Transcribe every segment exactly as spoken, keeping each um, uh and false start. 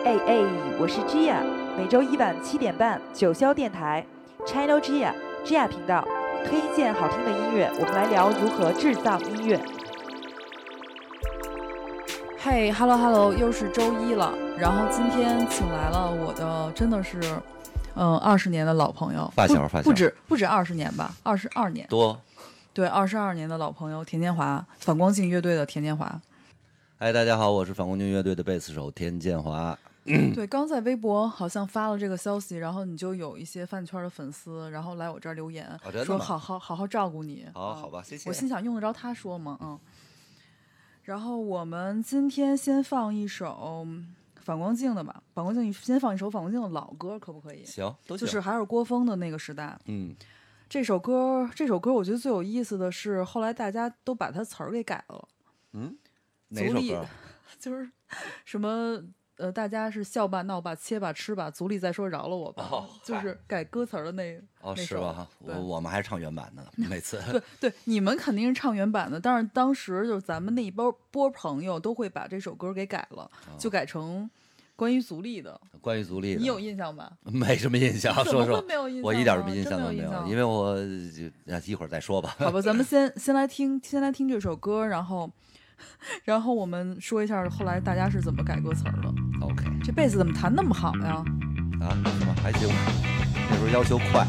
哎哎，我是 Gia， 每周一晚七点半，九霄电台 Channel Gia Gia 频道推荐好听的音乐，我们来聊如何制造音乐。 嘿、hey, ，Hello Hello， 又是周一了。然后今天请来了我的，真的是，嗯，二十年的老朋友， 发小发小， 不止不止二十年吧，二十二年多， 对，二十二年的老朋友田建华，反光镜乐队的田建华。 嗨，大家好，我是反光镜乐队的贝斯手田建华。 对，刚在微博好像发了这个消息，然后你就有一些饭圈的粉丝，然后来我这儿留言， 哦、 说好好好好照顾你。 好，好吧，谢谢。 我心想用得着他说吗？嗯。然后我们今天先放一首反光镜的吧，反光镜先放一首反光镜的老歌，可不可以？ 行，都行。 就是还是郭峰的那个时代。 嗯， 这首歌，这首歌我觉得最有意思的是，后来大家都把它词儿给改了。 嗯，哪首歌？ 就是什么呃，大家是笑吧、闹吧、切吧、吃吧，族里再说饶了我吧， 哦、 就是改歌词的那哦， 那是吧？我我们还是唱原版的，每次对对，你们肯定是唱原版的，但是当时就是咱们那一波波朋友都会把这首歌给改了， 哦、 就改成关于族历的。 关于族历的， 你有印象吧？ 没什么印象，说说。 没有印象， 我一点什么印象都没有， 因为我就一会儿再说吧。 好吧，咱们先先来听，先来听这首歌，然后。然后我们说一下后来大家是怎么改歌词的。 OK， 这贝斯怎么弹那么好呀？ 啊，是吗？还行，那时候要求快。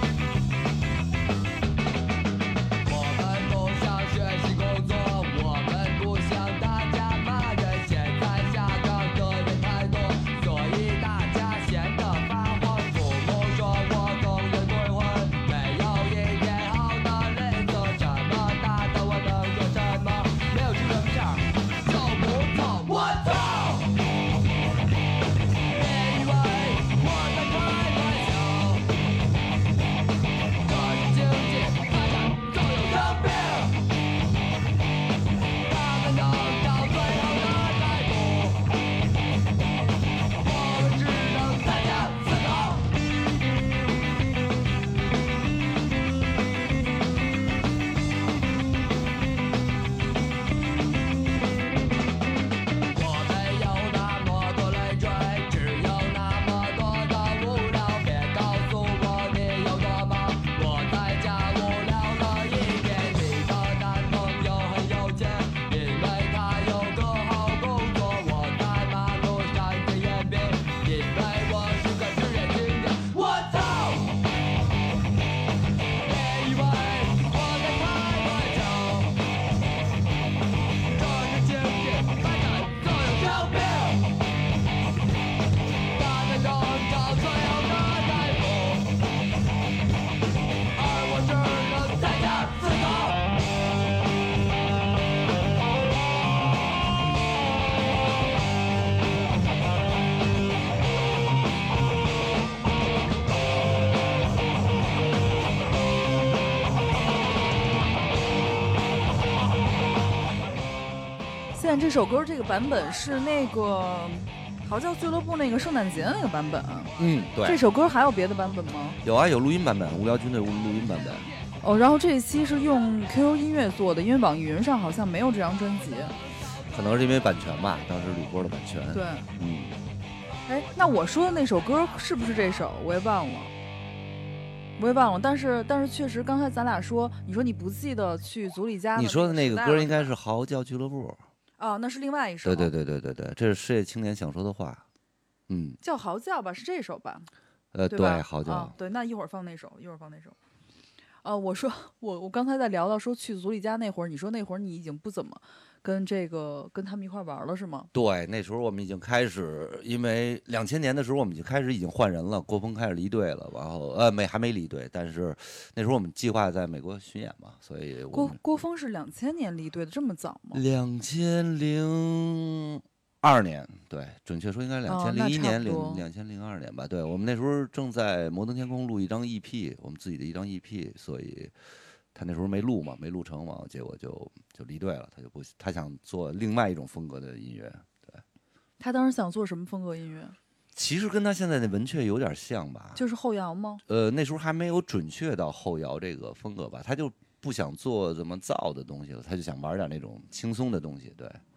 这首歌这个版本是那个嚎叫俱乐部那个圣诞节那个版本。 嗯，对。 这首歌还有别的版本吗？ 有啊，有录音版本，无聊军队录音版本。 哦，然后这一期是用 Q Q 音乐做的，因为网易云上好像没有这张专辑。 可能是因为版权吧，当时吕波的版权。 对， 嗯。 哎，那我说的那首歌是不是这首？我也忘了，我也忘了。但是但是确实，刚才咱俩说，你说你不记得去族里家的， 你说的那个歌应该是嚎叫俱乐部。 哦，那是另外一首。 对对对对对对，这是世界青年想说的话。嗯， 叫嚎叫吧，是这首吧？ 呃， 对， 对嚎叫、 哦。对，那一会儿放那首，一会儿放那首。呃，我说我我刚才在聊到说去族里家那会儿，你说那会儿你已经不怎么跟这个跟他们一块玩了是吗？ 对，那时候我们已经开始，因为两千年的时候我们已经开始已经换人了，郭峰开始离队了，然后呃没还没离队，但是那时候我们计划在美国巡演嘛，所以郭郭峰是两千年离队的，这么早吗？ 两千零二年，对，准确说应该是两千零一年、零两千零二年吧。对，我们那时候正在摩登天空录一张 E P， 我们自己的一张 E P， 所以他那时候没录嘛，没录成嘛，结果就就离队了。他就不，他想做另外一种风格的音乐。对， 他当时想做什么风格音乐？ 其实跟他现在的文雀有点像吧， 就是后摇吗？ 呃，那时候还没有准确到后摇这个风格吧，他就不想做这么燥的东西了，他就想玩点那种轻松的东西，对。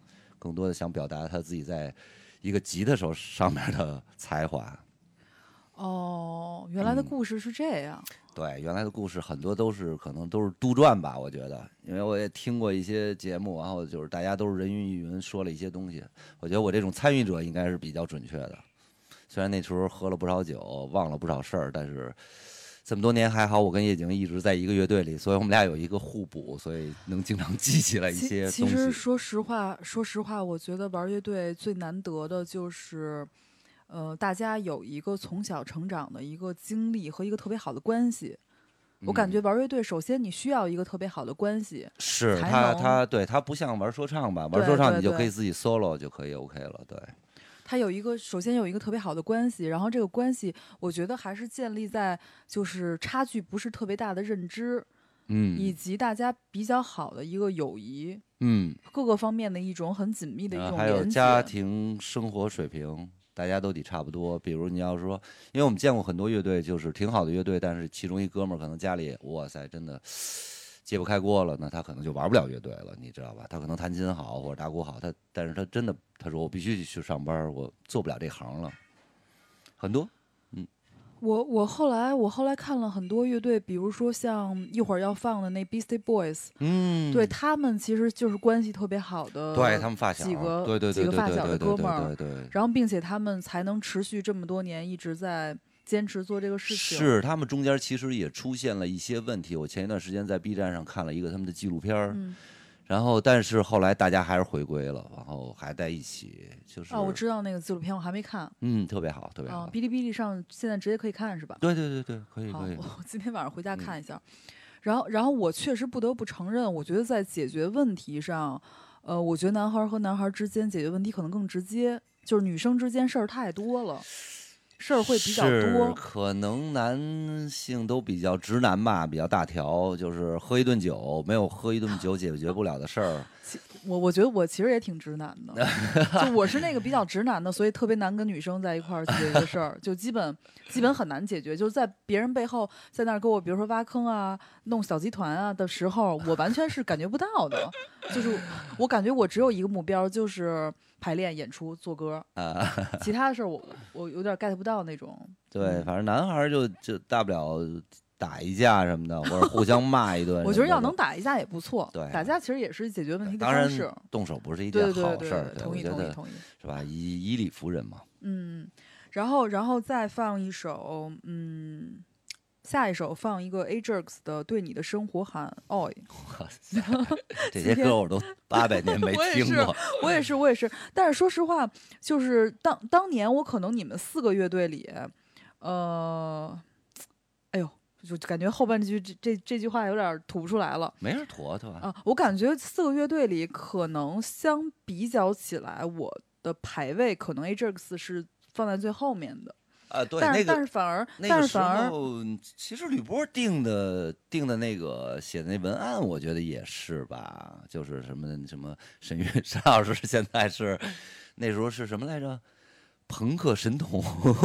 更多的想表达他自己在一个吉他手上面的才华。 哦，原来的故事是这样。 嗯、对，原来的故事很多都是可能都是杜撰吧，我觉得，因为我也听过一些节目，然后就是大家都是人云亦云说了一些东西，我觉得我这种参与者应该是比较准确的。虽然那时候喝了不少酒，忘了不少事儿，但是这么多年还好，我跟叶景一直在一个乐队里，所以我们俩有一个互补，所以能经常记起来一些东西。 其实说实话，说实话，我觉得玩乐队最难得的就是。呃，大家有一个从小成长的一个经历和一个特别好的关系。我感觉玩乐队，首先你需要一个特别好的关系。 是他，他对他不像玩说唱吧，玩说唱你就可以自己 solo 就可以 OK 了。对， 他有一个，首先有一个特别好的关系，然后这个关系，我觉得还是建立在就是差距不是特别大的认知， 嗯， 以及大家比较好的一个友谊， 嗯， 各个方面的一种很紧密的一种连接， 还有家庭生活水平。大家都得差不多，比如你要说，因为我们见过很多乐队，就是挺好的乐队，但是其中一哥们儿可能家里，哇塞，真的揭不开锅了，那他可能就玩不了乐队了，你知道吧？他可能弹琴好或者打鼓好，他但是他真的他说我必须去上班，我做不了这行了，很多，嗯。 我我后来我后来看了很多乐队，比如说像一会儿要放的那 Beastie Boys， 嗯， 对他们其实就是关系特别好的， 对他们发小几个对对对几个发小的哥们儿， 对对对， 然后并且他们才能持续这么多年一直在坚持做这个事情。 是他们中间其实也出现了一些问题，我前一段时间在 B 站上看了一个他们的纪录片儿。 嗯， 然后，但是后来大家还是回归了，然后还在一起，就是哦，我知道那个纪录片，我还没看。 嗯，特别好，特别好。 啊，哔哩哔哩上现在直接可以看是吧？ 对对对对，可以可以。 我今天晚上回家看一下。嗯、然后，然后我确实不得不承认，我觉得在解决问题上，呃，我觉得男孩和男孩之间解决问题可能更直接，就是女生之间事儿太多了。事儿会比较多， 可能男性都比较直男吧，比较大条，就是喝一顿酒，没有喝一顿酒解决不了的事儿。 我我觉得我其实也挺直男的，就我是那个比较直男的，所以特别难跟女生在一块儿解决事儿，就基本基本很难解决。就是在别人背后在那儿给我，比如说挖坑啊、弄小集团啊的时候，我完全是感觉不到的。就是我感觉我只有一个目标，就是排练、演出、做歌啊，其他的事儿我我有点 get 不到那种。 对，反正男孩就就大不了打一架什么的，或者互相骂一顿。 我觉得要能打一架也不错。 对， 打架其实也是解决问题的方式。 当然，动手不是一件好事儿。 对对对，同意同意同意， 是吧？以以理服人嘛。 嗯，然后然后再放一首，嗯，下一首放一个 Ajax 的《对你的生活喊 Oi》。 这些歌我都八百年没听过。 我也是，我也是。但是说实话，就是当当年我可能你们四个乐队里，呃，哎呦。就感觉后半句这这这句话有点吐不出来了， 没人坨坨啊！我感觉四个乐队里，可能相比较起来，我的排位可能 Ajax 是放在最后面的啊。对， 但是、 那个、 但是反而， 那但是反而， 其实吕波定的定的那个写的那文案，我觉得也是吧，就是什么什么沈玉沈老师现在是那时候是什么来着？朋克神童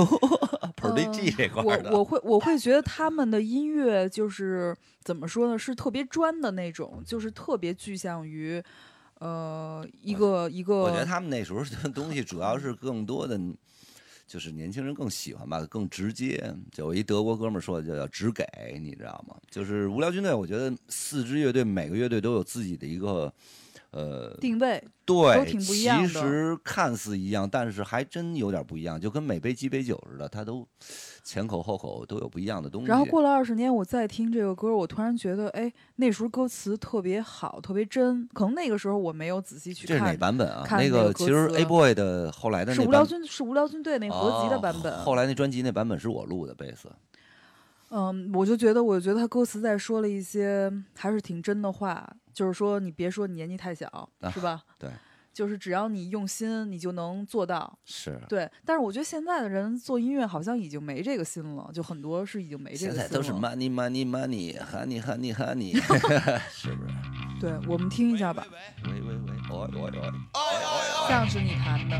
，Prodigy 这块的、 呃，我我会我会觉得他们的音乐就是怎么说呢，是特别专的那种，就是特别具象于，呃，一个一个。 我觉得他们那时候的东西主要是更多的，就是年轻人更喜欢吧，更直接。就有一德国哥们儿说的就叫直给，你知道吗？就是无聊军队，我觉得四支乐队每个乐队都有自己的一个。呃， 定位对， 都挺不一样的。 其实看似一样，但是还真有点不一样，就跟每杯鸡杯酒似的，它都前口后口都有不一样的东西。 然后过了二十年，我再听这个歌，我突然觉得，哎，那时候歌词特别好，特别真。可能那个时候我没有仔细去看。 这是哪版本啊？ 那个其实 A Boy 的后来的那是无聊军是无聊军队那合集的版本、 哦。后来那专辑那版本是我录的贝斯。 嗯，我就觉得，我觉得他歌词在说了一些还是挺真的话，就是说你别说你年纪太小， 啊、 是吧？ 对， 就是只要你用心，你就能做到。 是， 对。但是我觉得现在的人做音乐好像已经没这个心了，就很多是已经没这个心了。 现在都是 money money money honey honey honey， 是不是？ 对，我们听一下吧。 喂喂喂，喂喂喂， 像是你弹的。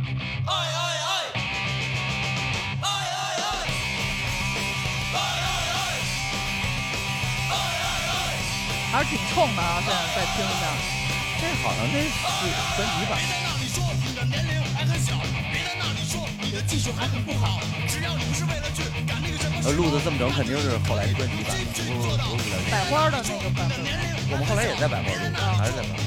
还是挺冲的啊！现在再听一下， 这好像这是专辑版。 呃，录的这么整，肯定是后来的专辑版的，不不不是百花的那个版本。 我们后来也在百花录，还是在百花。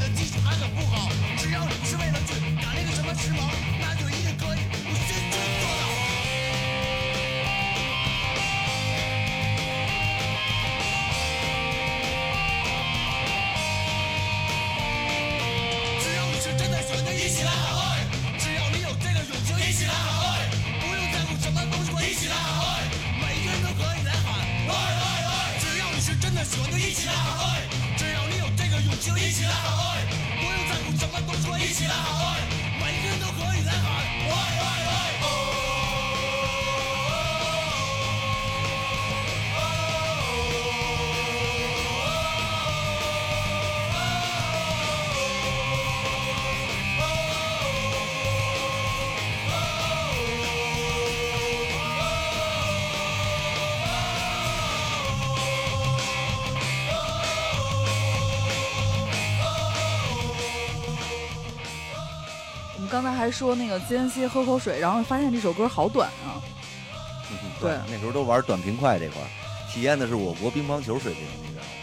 刚才还说那个间歇喝口水，然后发现这首歌好短啊。 嗯、对，那时候都玩短平快这块，体验的是我国乒乓球水平，你知道吗？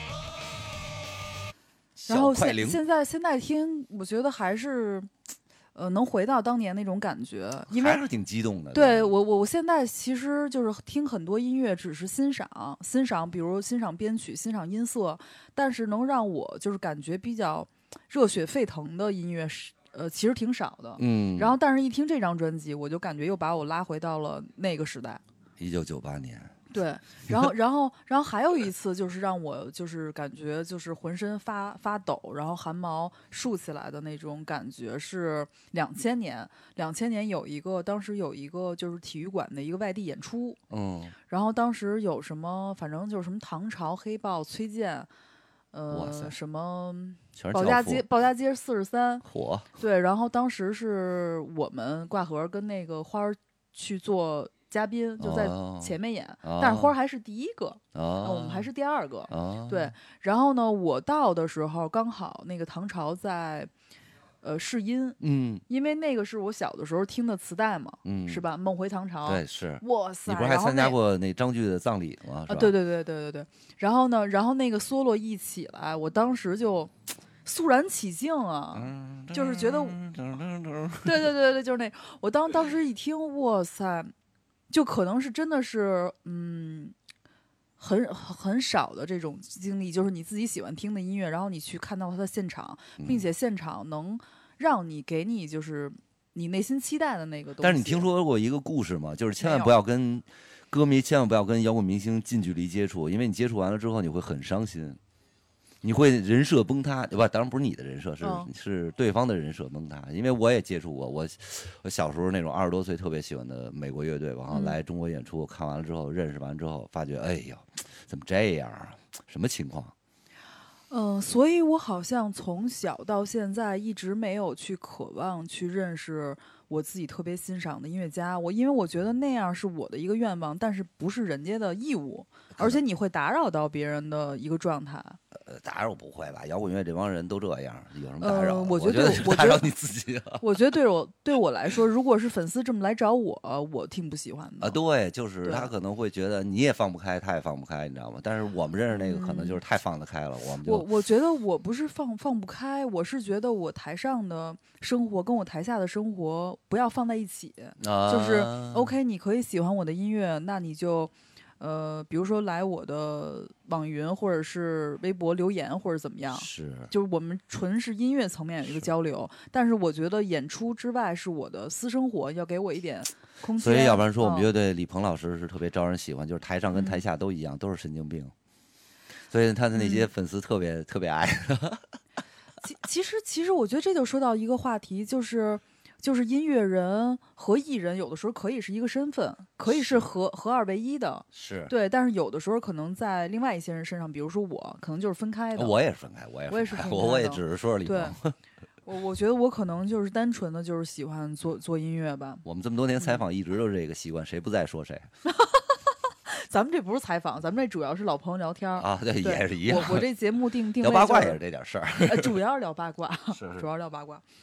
然后现现在现在听，我觉得还是，呃，能回到当年那种感觉，因为还是挺激动的。 对我我我现在其实就是听很多音乐，只是欣赏欣赏，比如欣赏编曲、欣赏音色，但是能让我就是感觉比较热血沸腾的音乐是。呃，其实挺少的， 嗯， 然后但是一听这张专辑，我就感觉又把我拉回到了那个时代， 一九九八年， 对，然后然后然后还有一次就是让我就是感觉就是浑身发发抖，然后汗毛竖起来的那种感觉是两千年，两千年有一个当时有一个就是体育馆的一个外地演出， 嗯， 然后当时有什么反正就是什么唐朝、黑豹、崔健。呃，什么保家街保家街四十三火对，然后当时是我们挂盒跟那个花儿去做嘉宾，就在前面演， 哦、 但是花儿还是第一个， 哦、 我们还是第二个， 哦、 对。然后呢，我到的时候刚好那个唐朝在。呃，试音， 嗯， 因为那个是我小的时候听的磁带嘛， 嗯， 是吧？梦回唐朝， 对，是， 哇塞！ 你不是还参加过那张炬的葬礼吗？ 啊，对对对对对对。然后呢，然后那个梭罗一起来，我当时就肃然起敬啊， 嗯、 就是觉得，对对对对，就是那，我当当时一听，哇塞，就可能是真的是，嗯。很很少的这种经历，就是你自己喜欢听的音乐，然后你去看到它的现场，并且现场能让你给你就是你内心期待的那个东西。 但是你听说过一个故事吗？就是千万不要跟歌迷，千万不要跟摇滚明星近距离接触，因为你接触完了之后，你会很伤心。你会人设崩塌，对吧？当然不是你的人设，是、 嗯、 是对方的人设崩塌。因为我也接触过，我我小时候那种二十多岁特别喜欢的美国乐队，然后来中国演出，嗯、看完了之后，认识完之后，发觉，哎呦，怎么这样啊？什么情况？ 嗯、呃，所以我好像从小到现在一直没有去渴望去认识我自己特别欣赏的音乐家。我因为我觉得那样是我的一个愿望，但是不是人家的义务，而且你会打扰到别人的一个状态。 呃，打扰不会吧？摇滚乐这帮人都这样，有什么打扰？ 呃、我觉得我打扰你自己了。 我觉得对我对我来说，如果是粉丝这么来找我，我挺不喜欢的。 啊，对，就是他可能会觉得你也放不开，他也放不开，你知道吗？但是我们认识那个可能就是太放得开了， 嗯、 我们就我我觉得我不是放放不开，我是觉得我台上的生活跟我台下的生活不要放在一起， 啊、 就是 OK， 你可以喜欢我的音乐，那你就。呃，比如说来我的网云或者是微博留言或者怎么样， 是， 就是我们纯是音乐层面有一个交流，但是我觉得演出之外是我的私生活，要给我一点空间。 所以要不然说我们乐队李鹏老师是特别招人喜欢，嗯、就是台上跟台下都一样， 嗯、 都是神经病，所以他的那些粉丝特别、嗯、特别爱。 其其实其实我觉得这就说到一个话题，就是。就是音乐人和艺人有的时候可以是一个身份，可以是合合二为一的， 是对。但是有的时候可能在另外一些人身上，比如说我，可能就是分开的。 我也是分开，我也我也是分开的， 我我也只是说李鹏。 对，我我觉得我可能就是单纯的就是喜欢做做音乐吧。 我们这么多年采访一直都是这个习惯，嗯、谁不在说谁。 咱们这不是采访，咱们这主要是老朋友聊天啊，对， 对也是一样。 我我这节目定定位、就是、 聊八卦也是这点事儿、 呃，主要是聊八卦， 是是主要聊八卦。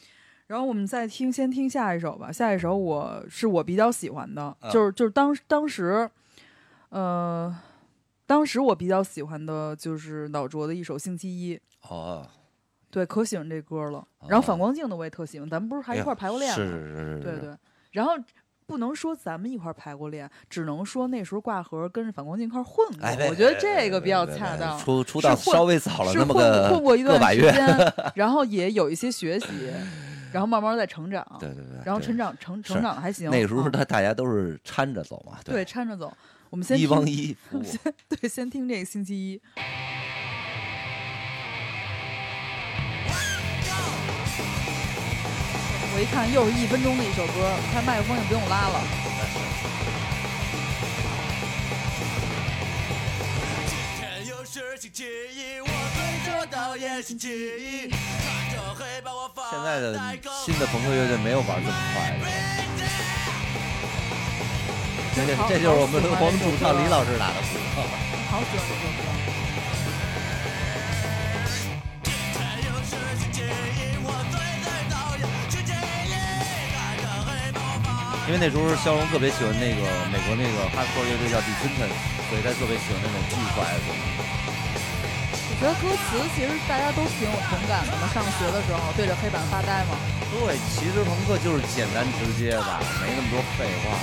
然后我们再听，先听下一首吧。下一首我是我比较喜欢的， 啊、 就是就是当当时，呃，当时我比较喜欢的就是脑浊的一首《星期一》。 哦， 对，可喜欢这歌了。然后反光镜的我也特喜欢，咱们不是还一块排过练吗？ 哎、是是是是。 对对。然后不能说咱们一块排过练，只能说那时候挂盒跟着反光镜一块混过。 哎， 我觉得这个比较恰当。 出出道稍微早了那么个混过一段时间， 然后也有一些学习。然后慢慢在成长， 对对对， 然后成长成成长还行。 那个时候他大家都是搀着走嘛， 对，搀着走。我们先一帮一， 先对，先听这个星期一。我一看又是一分钟的一首歌，看麦克风也不用拉了。 今天又是星期一，我对着导演星期一。 现在的新的朋克乐队没有玩这么快的，这这就是我们我们主唱李老师打的鼓。 好喜欢这首歌。 因为那时候肖荣特别喜欢那个美国那个哈斯克乐队叫 Descendants， 所以他特别喜欢那种巨快的东西。 我觉得歌词其实大家都挺有同感的嘛，上学的时候对着黑板发呆嘛。 对，其实朋克就是简单直接的，没那么多废话。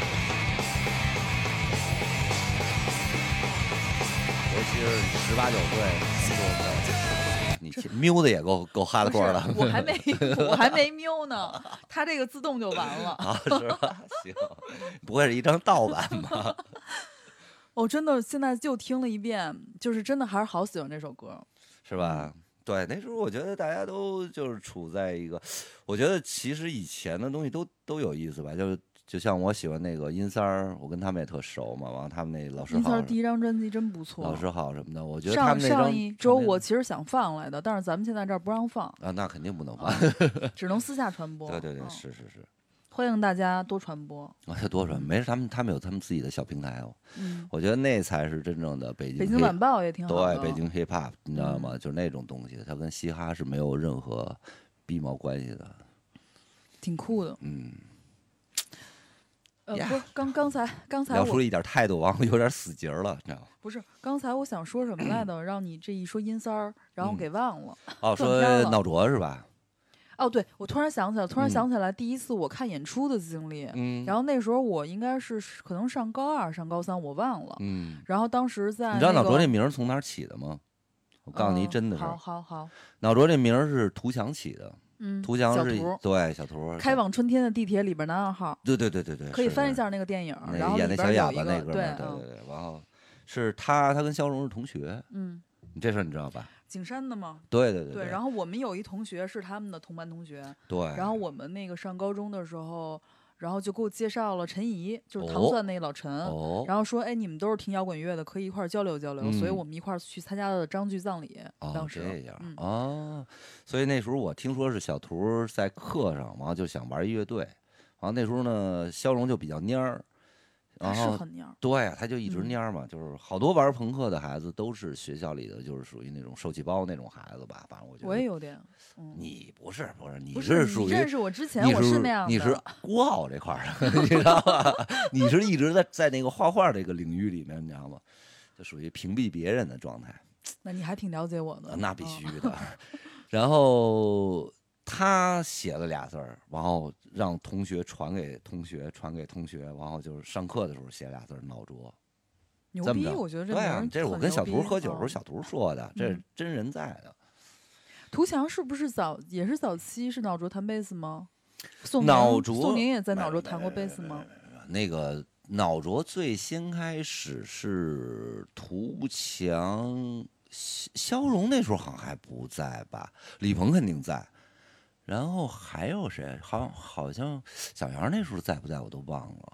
尤其是十八九岁，你瞄的也够够哈的过了。 我还没我还没瞄呢，他这个自动就完了。 啊，是吧？行，不会是一张盗版吧？ 我、哦、真的现在又听了一遍，就是真的还是好喜欢这首歌， 是吧？对，那时候我觉得大家都就是处在一个，我觉得其实以前的东西都都有意思吧，就就像我喜欢那个阴三儿，我跟他们也特熟嘛，完了他们那老师好， 阴三儿第一张专辑真不错， 老师好什么的，我觉得他们那上上一周我其实想放来的，但是咱们现在这儿不让放啊，那肯定不能放， 嗯、只能私下传播。 对对对， 嗯、 是是是。 欢迎大家多传播啊，多传，没事，他们他们有他们自己的小平台哦。 嗯， 我觉得那才是真正的北京。 北京晚报也挺好的。 对，北京 hip hop， 你知道吗？嗯、就是那种东西，它跟嘻哈是没有任何逼毛关系的。 挺酷的。 嗯。 呃，不是，刚刚才刚才聊出了一点态度，然后有点死结了，你知道吗？ 不是，刚才我想说什么来的，让你这一说阴三儿，然后给忘了。 嗯、哦，说脑浊是吧？ 哦，对，我突然想起来，突然想起来，第一次我看演出的经历。嗯，然后那时候我应该是可能上高二、上高三，我忘了。嗯，然后当时在、那个， 你知道脑浊这名从哪儿起的吗？我告诉你，真的是。 好好好。 脑浊这名是图强起的。 嗯， 图强是小图对小图。 开往春天的地铁里边男二号。 对对对对对。 可以翻一下那个电影， 那然后演那小哑巴那个， 对对对对，然后是他，他跟肖荣是同学。嗯，你这事儿你知道吧？ 景山的吗？ 对对对对, 对。然后我们有一同学是他们的同班同学。 对。 然后我们那个上高中的时候，然后就给我介绍了陈怡，就是糖蒜那老陈。哦。然后说，哎，你们都是听摇滚乐的，可以一块儿交流交流。嗯、所以我们一块儿去参加了张炬葬礼。 哦， 当时这样。 嗯、 哦。所以那时候我听说是小图在课上，然后就想玩乐队，然后那时候呢，肖荣就比较蔫儿。然后是很蔫， 对啊，他就一直蔫儿嘛，嗯、就是好多玩朋克的孩子都是学校里的，就是属于那种受气包那种孩子吧。反正我觉得我也有点， 嗯、你不是不是，你是属于认识我之前我是那样的， 你是孤傲这块的，你知道吧？你是一直在在那个画画这个领域里面，你知道吗？就属于屏蔽别人的状态。 那你还挺了解我的， 那必须的。嗯、然后。他写了俩字儿，然后让同学传给同学，传给同学，然后就是上课的时候写俩字儿“脑浊”。 牛逼！我觉得这对啊，这是我跟小图喝酒时候哦小图说的，这是真人在的。 图强是不是早也是早期是脑浊弹贝斯吗？宋脑浊宋宁也在脑浊弹过贝斯吗？ 那个脑浊最先开始是图强，肖荣那时候好像还不在吧？李鹏肯定在。然后还有谁？好，好像小杨那时候在不在我都忘了。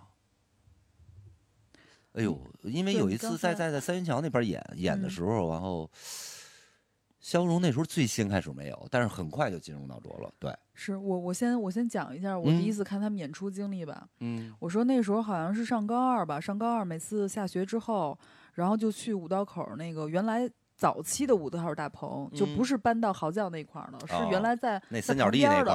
哎呦，因为有一次在在在三元桥那边演演的时候，然后肖荣那时候最先开始没有，但是很快就进入脑浊了。对， 是我我先我先讲一下我第一次看他们演出经历吧。 嗯， 我说那时候好像是上高二吧，上高二每次下学之后，然后就去五道口那个原来。早期的五道口大棚就不是搬到嚎叫那块儿了， 嗯、 是原来在、 哦、那三角地那块儿。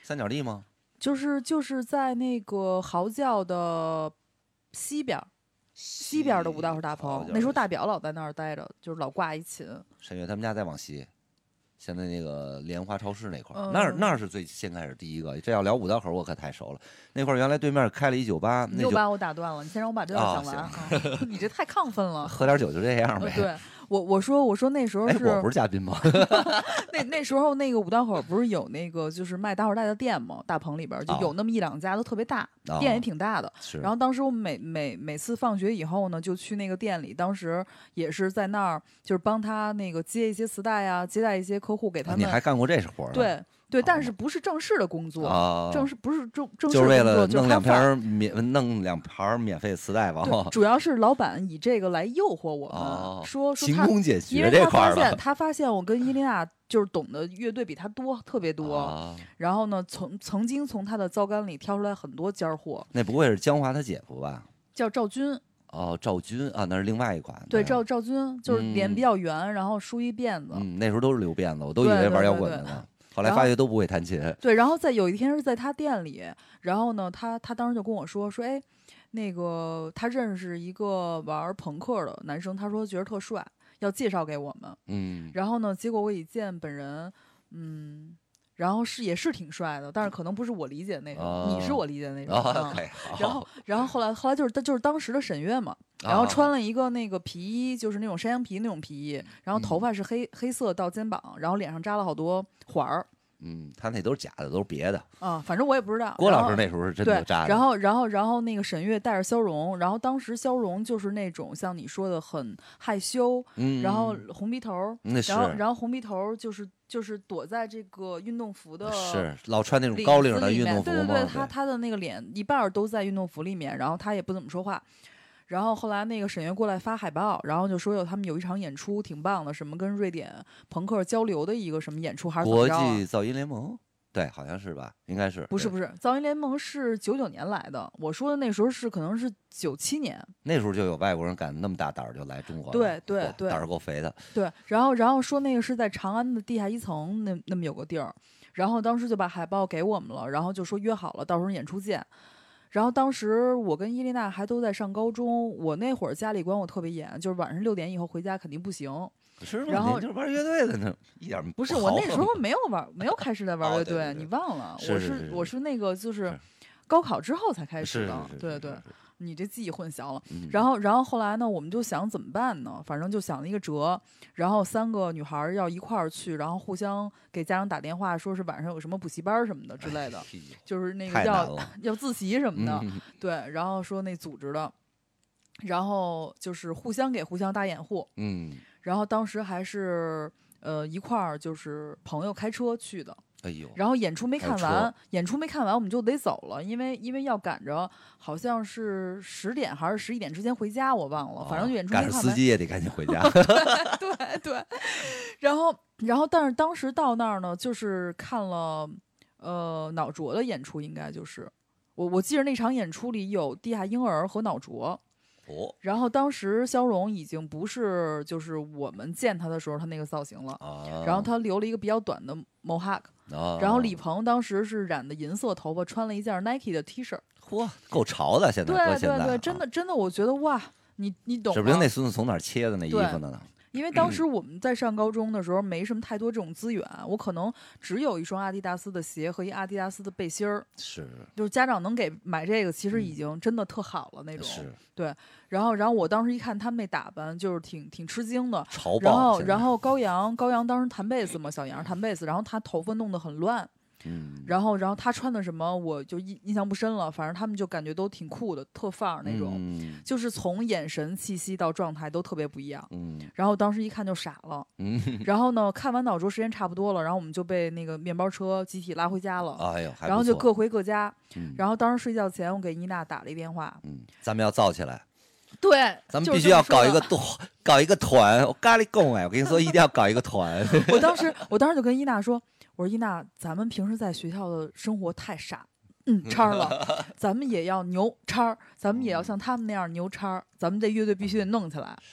三角地吗？ 就是就是在那个嚎叫的西边，西边的五道口大棚，那时候大表老在那儿待着，就是老挂一琴。 沈月他们家再往西。现在那个莲花超市那块儿， 嗯、 那儿那儿是最先开始第一个。这要聊五道口，我可太熟了。那块儿原来对面开了一酒吧， 你又把我打断了，你先让我把这段讲完。 啊啊、你这太亢奋了。 喝点酒就这样呗。 呃、对我我说我说那时候是， 我不是嘉宾吗？ 那那时候那个五道口不是有那个就是卖打火带的店吗？大棚里边就有那么一两家，都特别大， 哦、 店也挺大的。 是。 然后当时我们每每每次放学以后呢，就去那个店里，当时也是在那儿，就是帮他那个接一些磁带啊，接待一些客户给他们。 你还干过这活儿？ 对。对，但是不是正式的工作， 哦、 正式不是正正式的工作，就是为了弄两盘免弄两盘免费磁带吧。 主要是老板以这个来诱惑我们， 哦、 说说勤工俭学因为这块他发现他发现我跟伊琳娜就是懂得乐队比他多特别多， 哦、 然后呢，从曾经从他的糟干里挑出来很多尖货。 那不会是江华他姐夫吧？ 叫赵军。 哦，赵军啊，那是另外一款。 对，赵赵军就是脸比较圆，嗯、然后梳一辫子。 嗯，那时候都是留辫子，我都以为玩摇滚的呢。 对对对对后来发觉都不会弹琴。 对，然后在有一天是在他店里，然后呢，他他当时就跟我说说，哎，那个他认识一个玩朋克的男生，他说觉得特帅，要介绍给我们。 嗯。 然后呢，结果我一见本人，嗯。然后是也是挺帅的，但是可能不是我理解的那种， 哦、 你是我理解的那种。 哦嗯 okay, 然后，然后后来后来就是就是当时的沈月嘛，然后穿了一个那个皮衣，就是那种山羊皮那种皮衣，然后头发是黑、嗯、黑色到肩膀，然后脸上扎了好多环儿。 嗯，他那都是假的，都是别的啊，反正我也不知道。 郭老师那时候是真的扎的。 然后，然后，然后那个沈月带着肖荣，然后当时肖荣就是那种像你说的很害羞， 嗯， 然后红鼻头， 那是， 然后然后红鼻头就是就是躲在这个运动服的， 是老穿那种高领的运动服嘛，对对对， 他他的那个脸一半都在运动服里面，然后他也不怎么说话。然后后来那个沈月过来发海报，然后就说有他们有一场演出挺棒的，什么跟瑞典朋克交流的一个什么演出，还是国际噪音联盟。对，好像是吧，应该是。 不是不是，噪音联盟是九九年来的，我说的那时候是可能是九七年。 那时候就有外国人敢那么大胆就来中国了。 对对对， 胆儿够肥的。 对，然后然后说那个是在长安的地下一层那那么有个地儿，然后当时就把海报给我们了，然后就说约好了，到时候演出见。然后当时我跟伊丽娜还都在上高中，我那会儿家里管我特别严，就是晚上六点以后回家肯定不行。 是吗？ 然后就是玩乐队的呢，一点不是我那时候没有玩，没有开始在玩乐队， 哦、对对对你忘了？ 是我是是是我是那个就是高考之后才开始的， 是是是是对对。你这记忆混淆了。 嗯、 然后然后后来呢，我们就想怎么办呢？反正就想了一个辙，然后三个女孩要一块儿去，然后互相给家长打电话，说是晚上有什么补习班什么的之类的， 哎、 就是那个要要自习什么的， 嗯、 对，然后说那组织的。然后就是互相给互相搭掩护， 嗯， 然后当时还是呃一块儿就是朋友开车去的， 哎呦， 然后演出没看完，演出没看完我们就得走了，因为因为要赶着好像是十点还是十一点之前回家，我忘了， 哦、 反正就演出没看完。 赶司机也得赶紧回家。 对对对，然后然后但是当时到那儿呢，就是看了呃脑浊的演出，应该就是我我记得那场演出里有地下婴儿和脑浊。 哦， 然后当时肖荣已经不是就是我们见他的时候他那个造型了， 哦、 然后他留了一个比较短的 mohawk， 哦、 然后李鹏当时是染的银色头发，穿了一件 Nike 的 T 恤， 嚯，够潮的，现在对对对， 现在真的真的，我觉得哇，你你懂吗？ 指不定那孙子从哪儿切的那衣服呢？ 因为当时我们在上高中的时候没什么太多这种资源，我可能只有一双阿迪达斯的鞋和一阿迪达斯的背心儿， 是， 就是家长能给买这个，其实已经真的特好了那种。 是， 对。然后，然后我当时一看他们那打扮，就是挺挺吃惊的。 潮爆。 然后，然后高阳，高阳当时弹贝斯嘛，小杨弹贝斯，然后他头发弄得很乱。 嗯， 然后，然后他穿的什么，我就印印象不深了。反正他们就感觉都挺酷的，特范儿那种， 嗯、 就是从眼神、气息到状态都特别不一样。 嗯， 然后当时一看就傻了。 嗯， 然后呢，看完脑浊时间差不多了，然后我们就被那个面包车集体拉回家了。 哎呦， 然后就各回各家。 嗯、 然后当时睡觉前，我给伊娜打了一电话。 嗯，咱们要造起来。 对， 咱们必须要搞一个团，搞一个团。我咖喱贡哎，我跟你说，一定要搞一个团。 我当时，我当时就跟伊娜说。我说伊娜，咱们平时在学校的生活太傻，嗯，叉了，咱们也要牛叉，咱们也要像他们那样牛叉，咱们这乐队必须得弄起来。 是，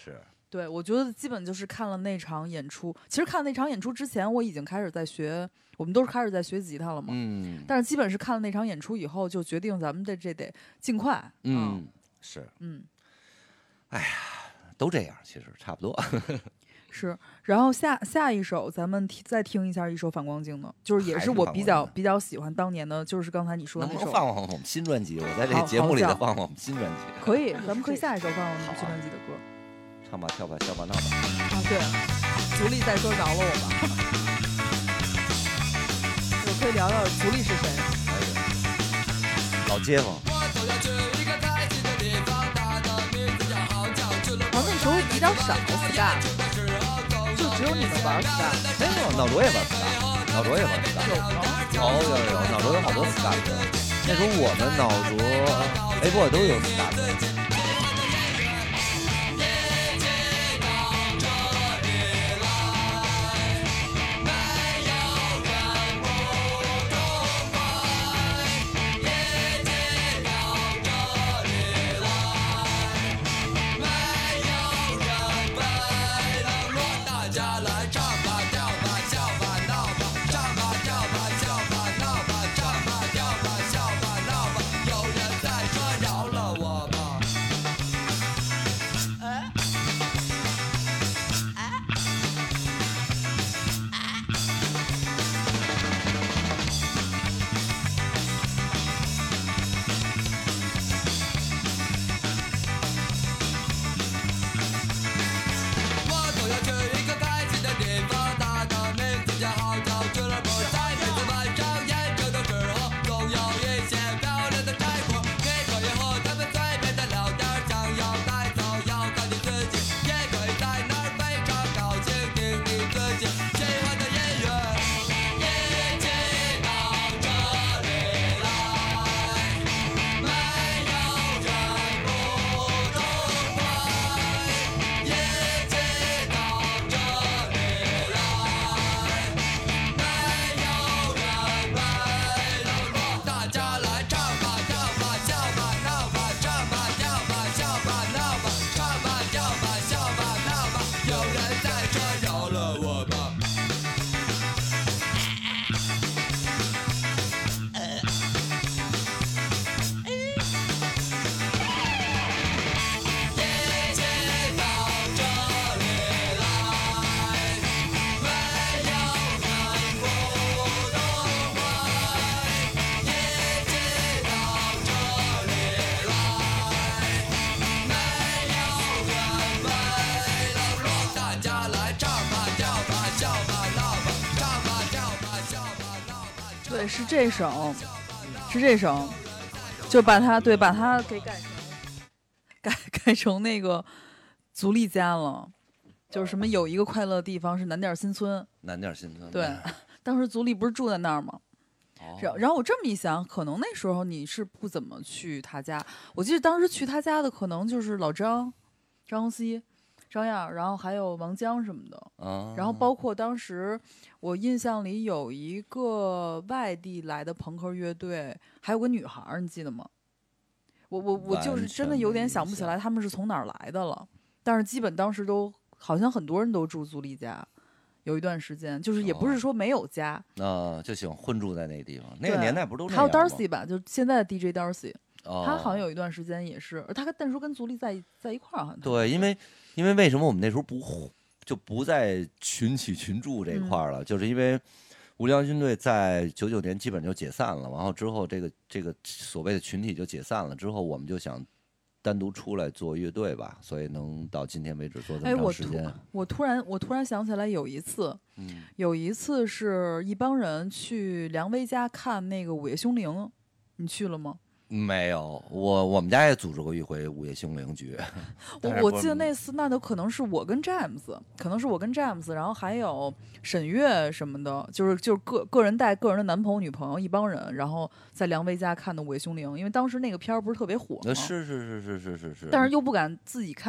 对，我觉得基本就是看了那场演出。其实看那场演出之前，我已经开始在学，我们都是开始在学吉他了嘛。 嗯， 但是基本是看了那场演出以后，就决定咱们这这得尽快。 嗯， 嗯是， 嗯， 哎呀，都这样，其实差不多。 是。然后下下一首，咱们听再听一下一首反光镜的，就是也是我比较比较喜欢当年的，就是刚才你说的那首。 能不能放放我们新专辑？我在这好节目里好讲头放放我们新专辑。 可以，咱们可以下一首放我们新专辑的歌。 唱吧跳吧笑吧闹吧。 啊，对，足力再说饶了我吧。我可以聊聊足力是谁？ 哎呀，老街坊。 哦，那时候比较少 ska， 就只有你们玩 ska。 没有，脑浊也玩 ska， 脑浊也玩 ska。有有有有，脑浊有好多 ska 歌。那时候我们脑浊 A boy 都有 ska 歌。 对，是这首，是这首，就把它对把它给改成改改成那个足力家了，就是什么有一个快乐的地方是南店新村， 南店新村。 对，当时足力不是住在那儿吗？ 哦、 然然后我这么一想，可能那时候你是不怎么去他家。我记得当时去他家的可能就是老张、张恒熙、张亚，然后还有王江什么的。 啊、 然后包括当时我印象里有一个外地来的朋克乐队，还有个女孩，你记得吗？我我我就是真的有点想不起来他们是从哪儿来的了。但是基本当时都好像很多人都住足力家。有一段时间，就是也不是说没有家， 啊、哦呃，就喜欢混住在那个地方。那个年代不都那样吗？还有 Darcy 吧，就现在的 D J Darcy，、 哦、 他好像有一段时间也是，他跟但说跟足力在在一块儿，好像对，因为因为为什么我们那时候不就不在群起群住这一块儿了、嗯？就是因为无良军队在九九年基本就解散了，然后之后这个这个所谓的群体就解散了，之后我们就想单独出来做乐队吧，所以能到今天为止做这么长时间。 哎、我, 我突然我突然想起来有一次， 嗯， 有一次是一帮人去梁威家看那个《午夜凶铃》，你去了吗？ 没有，我我们家也组织过一回午夜凶铃局。 我我记得那次，那都可能是我跟詹姆斯，可能是我跟詹姆斯，然后还有沈月什么的，就是就是个个人带个人的男朋友女朋友一帮人，然后在梁威家看的午夜凶铃，因为当时那个片儿不是特别火吗？ 是是是是是是是， 但是又不敢自己看。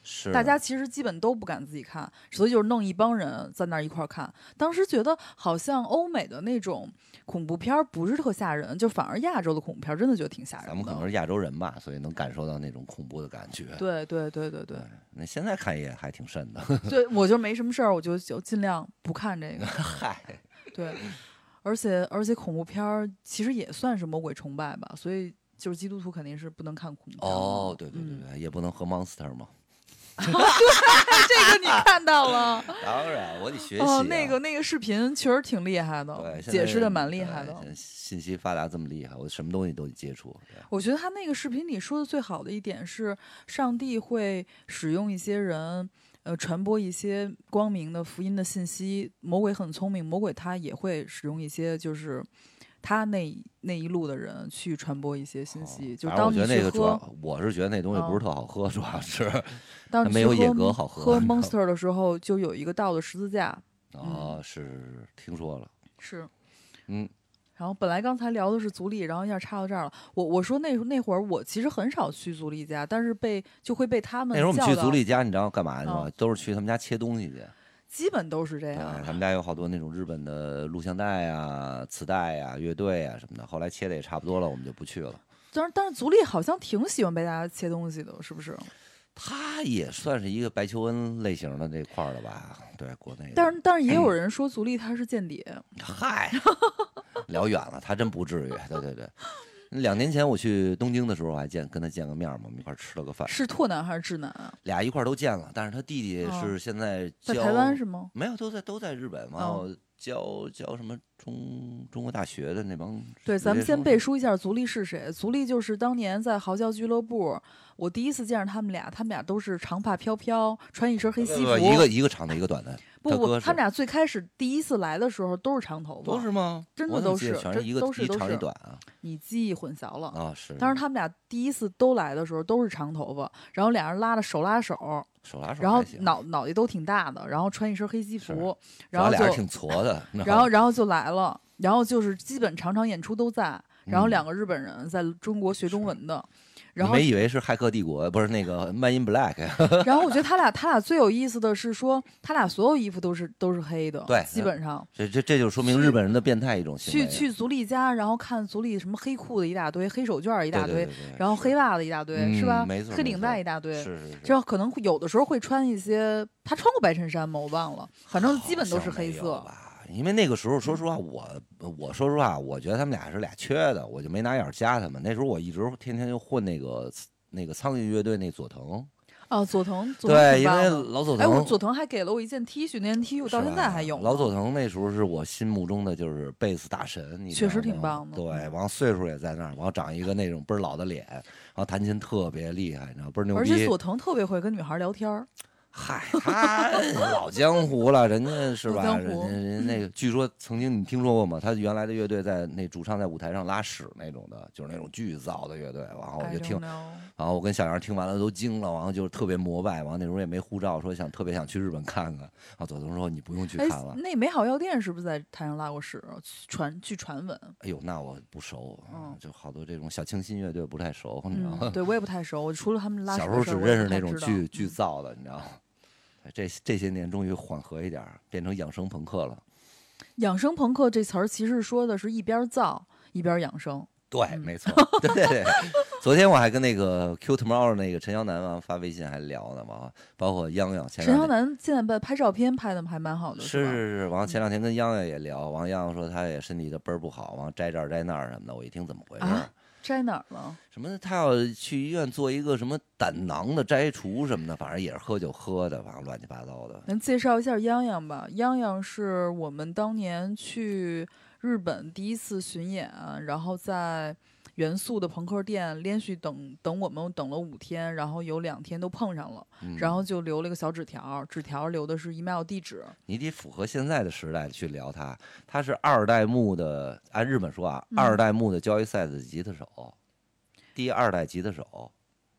是大家其实基本都不敢自己看，所以就是弄一帮人在那儿一块儿看。当时觉得好像欧美的那种恐怖片儿不是特吓人，就反而亚洲的恐怖片儿真的觉得挺吓人的。 咱们可能是亚洲人吧，所以能感受到那种恐怖的感觉。 对对对对对， 那现在看也还挺瘆的。 对我就没什么事儿，我就就尽量不看这个。 嗨， 对，而且而且恐怖片儿其实也算是魔鬼崇拜吧，所以就是基督徒肯定是不能看恐怖片。 哦，对对对嗯、 对，也不能喝 Monster 嘛。 这个你看到了。 当然，我得学习、啊。 哦，那个那个视频确实挺厉害的， 对， 解释的蛮厉害的。 信息发达这么厉害，我什么东西都得接触。 我觉得他那个视频里说的最好的一点是，上帝会使用一些人，呃，传播一些光明的福音的信息。魔鬼很聪明，魔鬼他也会使用一些就是他那那一路的人去传播一些信息。 哦、 就当你去喝， 我是觉得那东西不是特好喝，哦、主要是当你没有野格好喝。 喝 Monster 的时候，就有一个倒的十字架。 哦， 嗯、 是听说了。 是， 嗯。 然后本来刚才聊的是足力，然后一下插到这儿了。我我说那那会儿我其实很少去足力家，但是被就会被他们那时候我们去足力家，你知道干嘛去吗？ 嗯、 都是去他们家切东西去。 基本都是这样。 对，他们家有好多那种日本的录像带啊、磁带啊、乐队啊什么的。后来切的也差不多了，我们就不去了。 但是但是足力好像挺喜欢被大家切东西的，是不是？ 他也算是一个白求恩类型的这块儿的吧，对，国内。 但是但是也有人说足力他是间谍。 嗨，聊远了，他真不至于。对对对，两年前我去东京的时候，还见跟他见个面嘛，我们一块吃了个饭。 是拓男还是智男啊？ 俩一块都见了，但是他弟弟是现在在台湾是吗？ 没有，都在都在日本，然后教教什么中中国大学的那帮。 对，咱们先背书一下足力是谁。足力就是当年在嚎叫俱乐部。我第一次见着他们俩，他们俩都是长发飘飘，穿一身黑西服， 一个一个长的，一个短的。 不不，他们俩最开始第一次来的时候都是长头发。 都是吗？ 真的都是， 全是一个都是一长一短啊。 你记忆混淆了啊！是。 当时他们俩第一次都来的时候都是长头发，然后俩人拉着手拉手， 手拉手， 然后脑脑袋都挺大的，然后穿一身黑西服，然后就俩人挺矬的， 然后然后就来了，然后就是基本场场演出都在，然后两个日本人在中国学中文的。然后没以为是骇客帝国，不是那个 Man in Black。 然后我觉得他俩，他俩最有意思的是说，他俩所有衣服都是都是黑的， 对， 基本上。 这这这就说明日本人的变态一种行为。 去去足力家，然后看足力什么黑裤子一大堆，黑手绢一大堆， 对对对对然后黑袜子一大堆， 嗯、 是吧？ 没错， 黑领带一大堆， 是是是。 这可能有的时候会穿一些，他穿过白衬衫吗？我忘了，反正基本都是黑色。 因为那个时候，说实话，我我说实话，我觉得他们俩是俩缺的，我就没拿眼加他们。那时候我一直天天就混那个。那个苍蝇乐队那佐藤， 哦，佐藤，佐藤对，因为老佐藤， 哎，我佐藤还给了我一件 T 恤，那件 T 恤我到现在还有。 老佐藤那时候是我心目中的就是贝斯大神，你确实挺棒的。 对，完了岁数也在那儿，完了长一个那种倍儿老的脸，然后弹琴特别厉害，你知道倍儿牛逼。 而且佐藤特别会跟女孩聊天。 嗨，他老江湖了，人家是吧？ 人家人那个，据说曾经你听说过吗？他原来的乐队在那主唱在舞台上拉屎那种的，就是那种巨燥的乐队。然后我就听，然后我跟小杨听完了都惊了，然后就是特别膜拜。完了那时候也没护照，说想特别想去日本看看。然后佐藤说你不用去看了。 那美好药店是不是在台上拉过屎？传据传闻。 哎呦，那我不熟，嗯，就好多这种小清新乐队不太熟，你知道吗？ 嗯、对我也不太熟，我除了他们拉屎。 小时候只认识那种巨巨燥的，你知道吗？这这些年终于缓和一点，变成养生朋克了。 养生朋克这词儿其实说的是一边造一边养生。 对，嗯、没错。对对对。昨天我还跟那个 Q Tomorrow 那个陈肖楠啊发微信还聊呢嘛，包括泱泱。 陈肖楠现在拍照片拍的还蛮好的。 是是是。完了前两天跟泱泱也聊，完了泱泱说他也身体的倍儿不好，完了摘这儿摘那儿什么的。我一听怎么回事？ 啊摘哪儿了？ 什么？他要去医院做一个什么胆囊的摘除什么的，反正也是喝酒喝的，反正乱七八糟的。 咱介绍一下泱泱吧。泱泱是我们当年去日本第一次巡演，然后在元素的朋克店连续等等我们等了五天，然后有两天都碰上了， 嗯、 然后就留了一个小纸条，纸条留的是 email 地址。 你得符合现在的时代去聊他，他是二代目的，按日本说啊， 嗯、 二代目的交易赛的吉他手，第二代吉他手。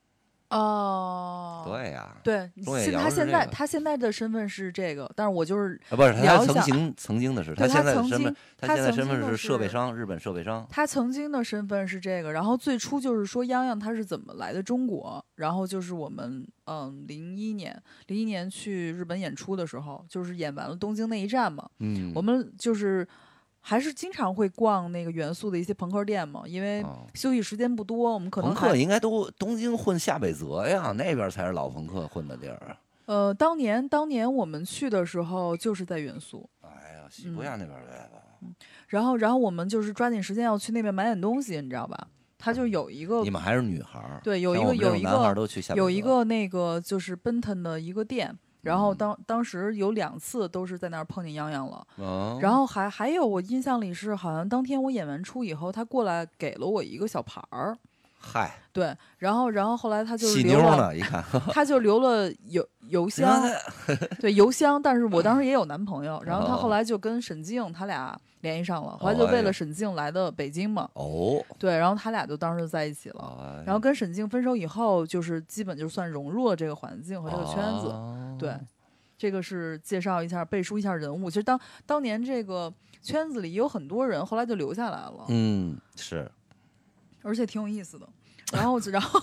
哦， 对呀、啊， 对， 中野现他现在、 洋是这个他现在的身份是这个，但是我就是啊，不是他聊一下曾经曾经的是， 对现在的他曾经身份， 他现在身曾经的份是设备是商，日本设备商。 他曾经的身份是这个，然后最初就是说泱泱他是怎么来的中国，然后就是我们嗯零一年零一年去日本演出的时候，就是演完了东京那一站嘛， 嗯， 我们就是还是经常会逛那个元素的一些朋克店嘛，因为哦休息时间不多，我们可能还朋克应该都东京混下北泽呀，那边才是老朋克混的地儿。 呃，当年当年我们去的时候就是在元素， 哎呀，西伯亚那边来吧。 嗯、然后然后我们就是抓紧时间要去那边买点东西，你知道吧？他就有一个你们还是女孩儿， 对，有一像我们这个有一种男孩儿个都去下北泽有一个那个就是 Benton 的一个店，然后当当时有两次都是在那儿碰见泱泱了， 哦、 然后还还有我印象里是好像当天我演完出以后，他过来给了我一个小牌儿。 嗨， 对，然后然后后来他就细留了， 妞呢，一看他就留了邮邮箱，对邮箱，但是我当时也有男朋友，然后他后来就跟沈静他俩联系上了，后来就为了沈静来的北京嘛， 哦， 对，然后他俩就当时就在一起了， 哎、 然后跟沈静分手以后，就是基本就算融入了这个环境和这个圈子， 哦、 对，这个是介绍一下背书一下人物，其实当当年这个圈子里有很多人后来就留下来了， 嗯，是。 而且挺有意思的，然后然后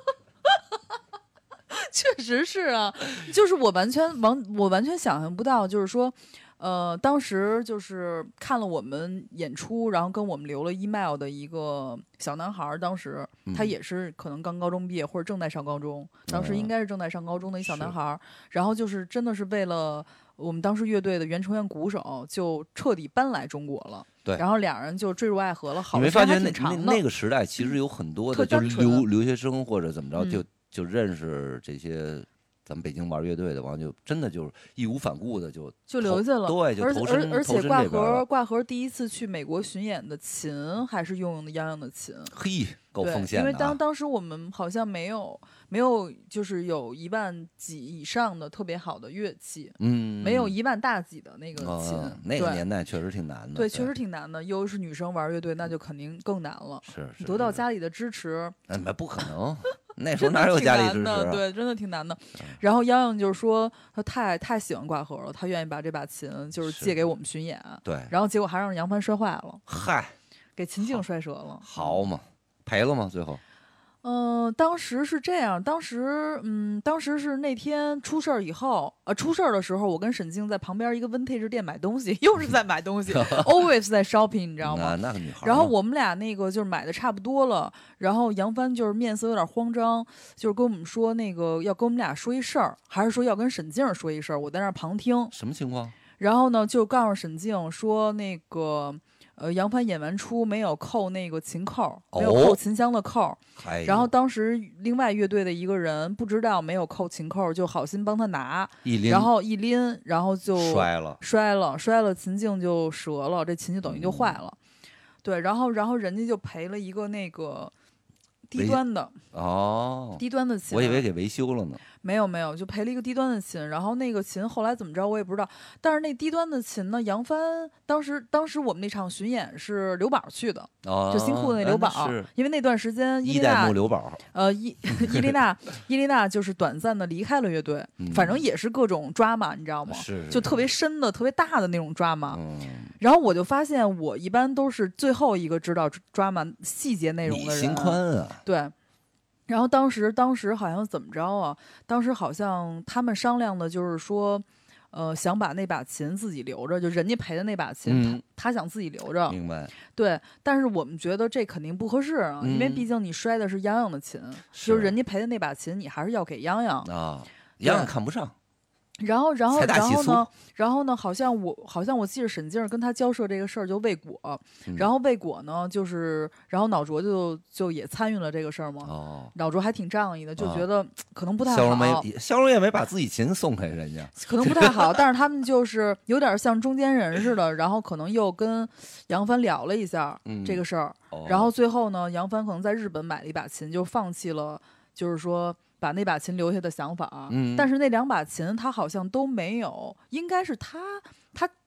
确实是啊，就是我完全完我完全想象不到，就是说，呃，当时就是看了我们演出，然后跟我们留了 email 的一个小男孩，当时他也是可能刚高中毕业或者正在上高中，当时应该是正在上高中的一小男孩，然后就是真的是为了我们当时乐队的袁成元鼓手就彻底搬来中国了。 对， 然后两人就坠入爱河了。好， 你没发觉那那那个时代其实有很多的，就是留留学生或者怎么着，就就认识这些咱们北京玩乐队的，完就真的就是义无反顾的就就留下了。 对，就投身而而且挂盒挂盒盒第一次去美国巡演的琴还是用的泱泱的琴， 嘿，够奉献的、啊。 因为当当时我们好像没有没有就是有一万几以上的特别好的乐器， 嗯， 没有一万大几的那个琴， 哦、那个年代确实挺难的。 对，确实挺难的，又是女生玩乐队，那就肯定更难了。 是是， 得到家里的支持， 哎，不可能。那时候哪有家里支持、啊？ 对，真的挺难的。然后泱泱就是说，他太太喜欢挂盒了，他愿意把这把琴就是借给我们巡演。 对， 然后结果还让杨帆摔坏了， 嗨， 给秦静摔折了。 好嘛，赔了吗？最后？ 嗯、呃，当时是这样，当时嗯，当时是那天出事儿以后，呃，出事儿的时候，我跟沈静在旁边一个 vintage 店买东西，又是在买东西，always 在 shopping， 你知道吗？ 那那个女孩。 然后我们俩那个就是买的差不多了，然后杨帆就是面色有点慌张，就是跟我们说那个要跟我们俩说一事儿，还是说要跟沈静说一事儿，我在那儿旁听。 什么情况？ 然后呢，就告诉沈静说那个。呃，杨帆演完出没有扣那个琴扣，没有扣琴箱的扣。 哦、 然后当时另外乐队的一个人不知道没有扣琴扣，就好心帮他拿， 一拎， 然后一拎，然后就摔了， 摔了，摔了，琴颈就折了，这琴就等于就坏了。嗯、对，然后然后人家就赔了一个那个低端的哦， 低端的琴， 我以为给维修了呢。 没有没有，就赔了一个低端的琴，然后那个琴后来怎么着我也不知道，但是那低端的琴呢，杨帆当时当时我们那场巡演是刘宝去的， 哦、 就新裤子那刘宝， 嗯、 因为那段时间伊丽娜刘宝， 呃伊伊丽娜伊丽娜就是短暂的离开了乐队， 嗯、 反正也是各种抓马，你知道吗？ 是， 就特别深的、特别大的那种抓马。 嗯、 然后我就发现，我一般都是最后一个知道抓马细节内容的人， 心宽啊， 对。然后当时，当时好像怎么着啊？当时好像他们商量的就是说，呃，想把那把琴自己留着，就人家赔的那把琴， 嗯、 他他想自己留着。 明白。 对，但是我们觉得这肯定不合适啊， 嗯、 因为毕竟你摔的是泱泱的琴，就是人家赔的那把琴，你还是要给泱泱啊，泱泱看不上。 然后，然后，然后呢？然后呢？好像我，好像我记着沈静跟他交涉这个事儿，就未果。 嗯、 然后未果呢，就是，然后脑浊就就也参与了这个事儿嘛。 哦， 脑浊还挺仗义的，就觉得、哦、可能不太好。 肖荣没，肖荣也没把自己琴送给人家， 可能不太好。但是他们就是有点像中间人似的，然后可能又跟杨帆聊了一下这个事儿、 嗯哦。 然后最后呢，杨帆可能在日本买了一把琴，就放弃了，就是说。把那把琴留下的想法， 嗯， 但是那两把琴他好像都没有，应该是他他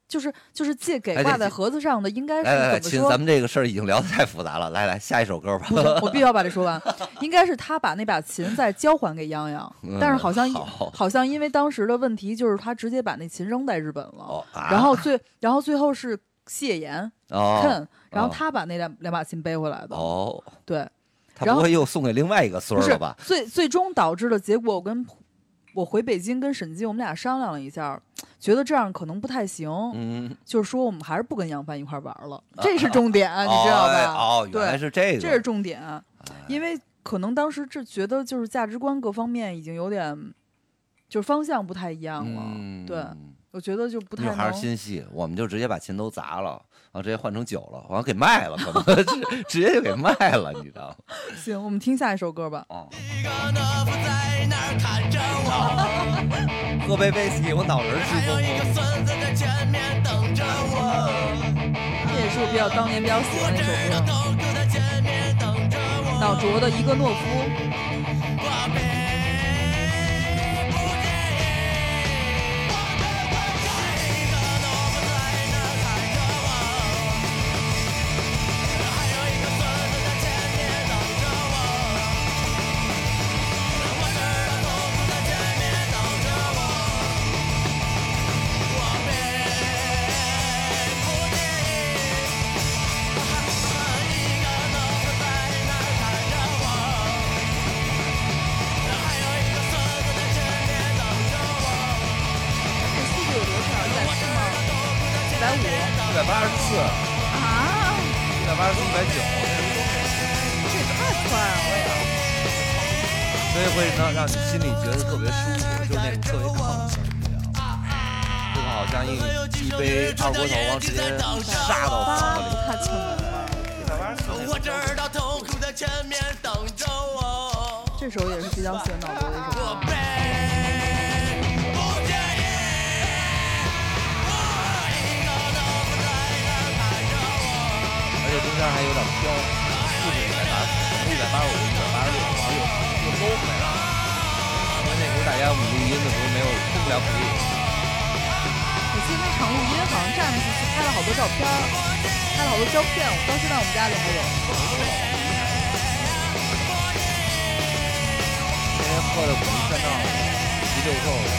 就是就是借给哎挂在盒子上的，应该是来来来，亲， 怎么说？ 咱们这个事儿已经聊得太复杂了。来来，下一首歌吧。 不行，我必须要把这说完。应该是他把那把琴再交还给泱泱， 嗯但是好像好好像因为当时的问题，就是他直接把那琴扔在日本了， 哦啊然后最然后最后是谢岩哦 Ken，然后哦他把那两两把琴背回来的。 哦， 对， 他然后不会又送给另外一个孙不是儿了吧？ 最最终导致的结果，我跟我回北京跟沈基我们俩商量了一下，觉得这样可能不太行， 嗯， 就是说我们还是不跟杨帆一块玩了，这是重点，你知道哦哎吧？ 哦，原来对， 是这个， 这是重点，因为可能当时这觉得就是价值观各方面已经有点，就是方向不太一样了。 嗯、 对，我觉得就不太女孩儿能。 心细，我们就直接把琴都砸了，然后直接换成酒了，然后给卖了，可能直直接就给卖了，你知道吗？ 行，我们听下一首歌吧。 哦， 一个懦夫在那儿看着我， 喝杯威士忌，我脑仁儿还有一个失孙子在前面等着我， 这也是我比较当年比较喜欢的一首知道歌， 痛苦在前面等着我， 脑浊的一个懦夫。 我并不介意，一个懦夫在那儿看着我，还有一个孙子在前面等着我，我知道痛苦在前面等着我，我并不介意，一个懦夫在那儿看着我，还有一个孙子在前面等着我。 这速度有多少？一百四吗？一百五一百八十四， 啊？ 一百八十四，一百九， 这也太快了呀！ 所以会让让你心里觉得特别舒服，就是那种特别亢奋，你知道吗？就好像一一杯二锅头往直接杀到嗓子里。 太聪明了。 一百八十四， 我知道痛苦在前面等着我， 这首也是比较喜欢脑浊的一首歌。 我并不介意，一个懦夫在那儿看着我， 而且中间还有点飘，不止一百八十，一百八十五、一百八十六，然后又又搂回来了。因为那时候大家我们录音的时候没有空不了谱里。 我记得那场录音好像站着去拍了好多照片儿，拍了好多胶片，我到现在我们家里还有。 那天喝的五迷三道，一溜透的。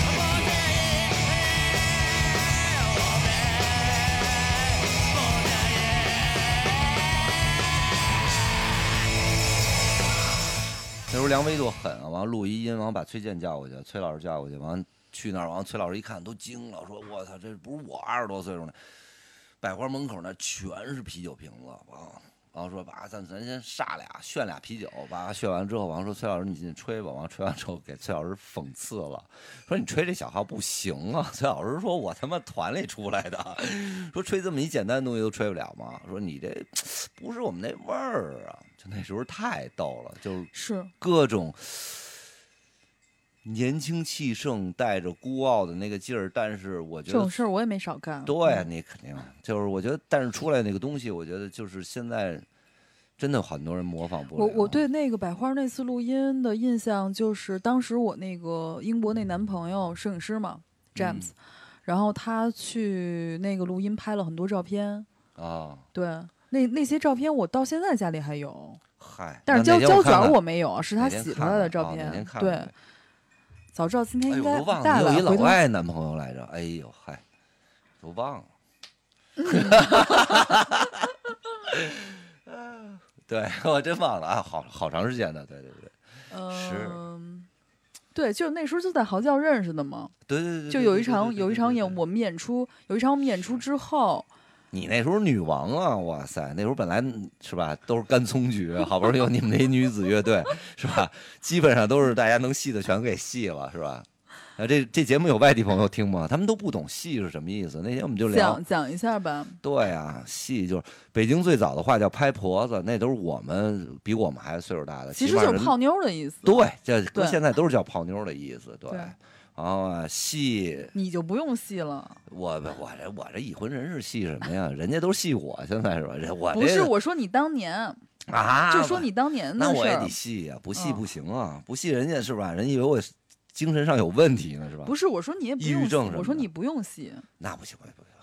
那时候梁威多狠啊！完了录一音，完了把崔健叫过去，崔老师叫过去，完了去那儿，完了崔老师一看都惊了，说：“我操，这不是我二十多岁数呢，百花门口那全是啤酒瓶子啊！”然后说：“爸，咱咱先杀俩，炫俩啤酒，爸炫完之后，完了说崔老师你进去吹吧。”完了吹完之后给崔老师讽刺了，说：“你吹这小号不行啊！”崔老师说：“我他妈团里出来的，说吹这么一简单的东西都吹不了吗？说你这不是我们那味儿啊！”就那时候太逗了，就是是各种年轻气盛，带着孤傲的那个劲儿，但是我觉这种得， 事儿我也没少干。 对你肯定就是，我觉得，但是出来那个东西，我觉得就是现在真的很多人模仿不了。 我我对那个百花那次录音的印象就是，当时我那个英国那男朋友摄影师嘛，James，、 嗯、 然后他去那个录音拍了很多照片啊， 对，那那些照片我到现在家里还有。 嗨， 但是胶胶卷我我没有，是他洗出来的照片。 哦、 对，早知道今天应该哎、我都忘带了，有一老回头外男朋友来着。哎呦嗨，都忘了。对我真忘了啊，好好长时间的，对对对， 嗯，对，就那时候就在嚎叫认识的嘛。 对对对， 就有一场有一场演我们演出，有一场我们演出之后。 你那时候女王啊，哇塞！那时候本来是吧，都是干葱局，好不容易有你们那女子乐队，是吧？基本上都是大家能戏的全给戏了，是吧？啊，这这节目有外地朋友听吗？他们都不懂戏是什么意思。那天我们就聊， 讲讲一下吧。 对啊，戏就是北京最早的话叫拍婆子，那都是我们比我们还岁数大的， 其实就是泡妞的意思。 对，这搁现在都是叫泡妞的意思，对。 对然后啊，戏你就不用戏了。 我我这我这已婚人士戏什么呀？人家都戏我，现在是吧？我不是我说你当年啊， 就说你当年的那事我也得戏呀、啊，不戏不行啊，嗯、不戏人家是吧？人以为我精神上有问题呢，是吧？ 不是，我说你也不用戏， 抑郁症什么的我说你不用戏。 那不行，不行，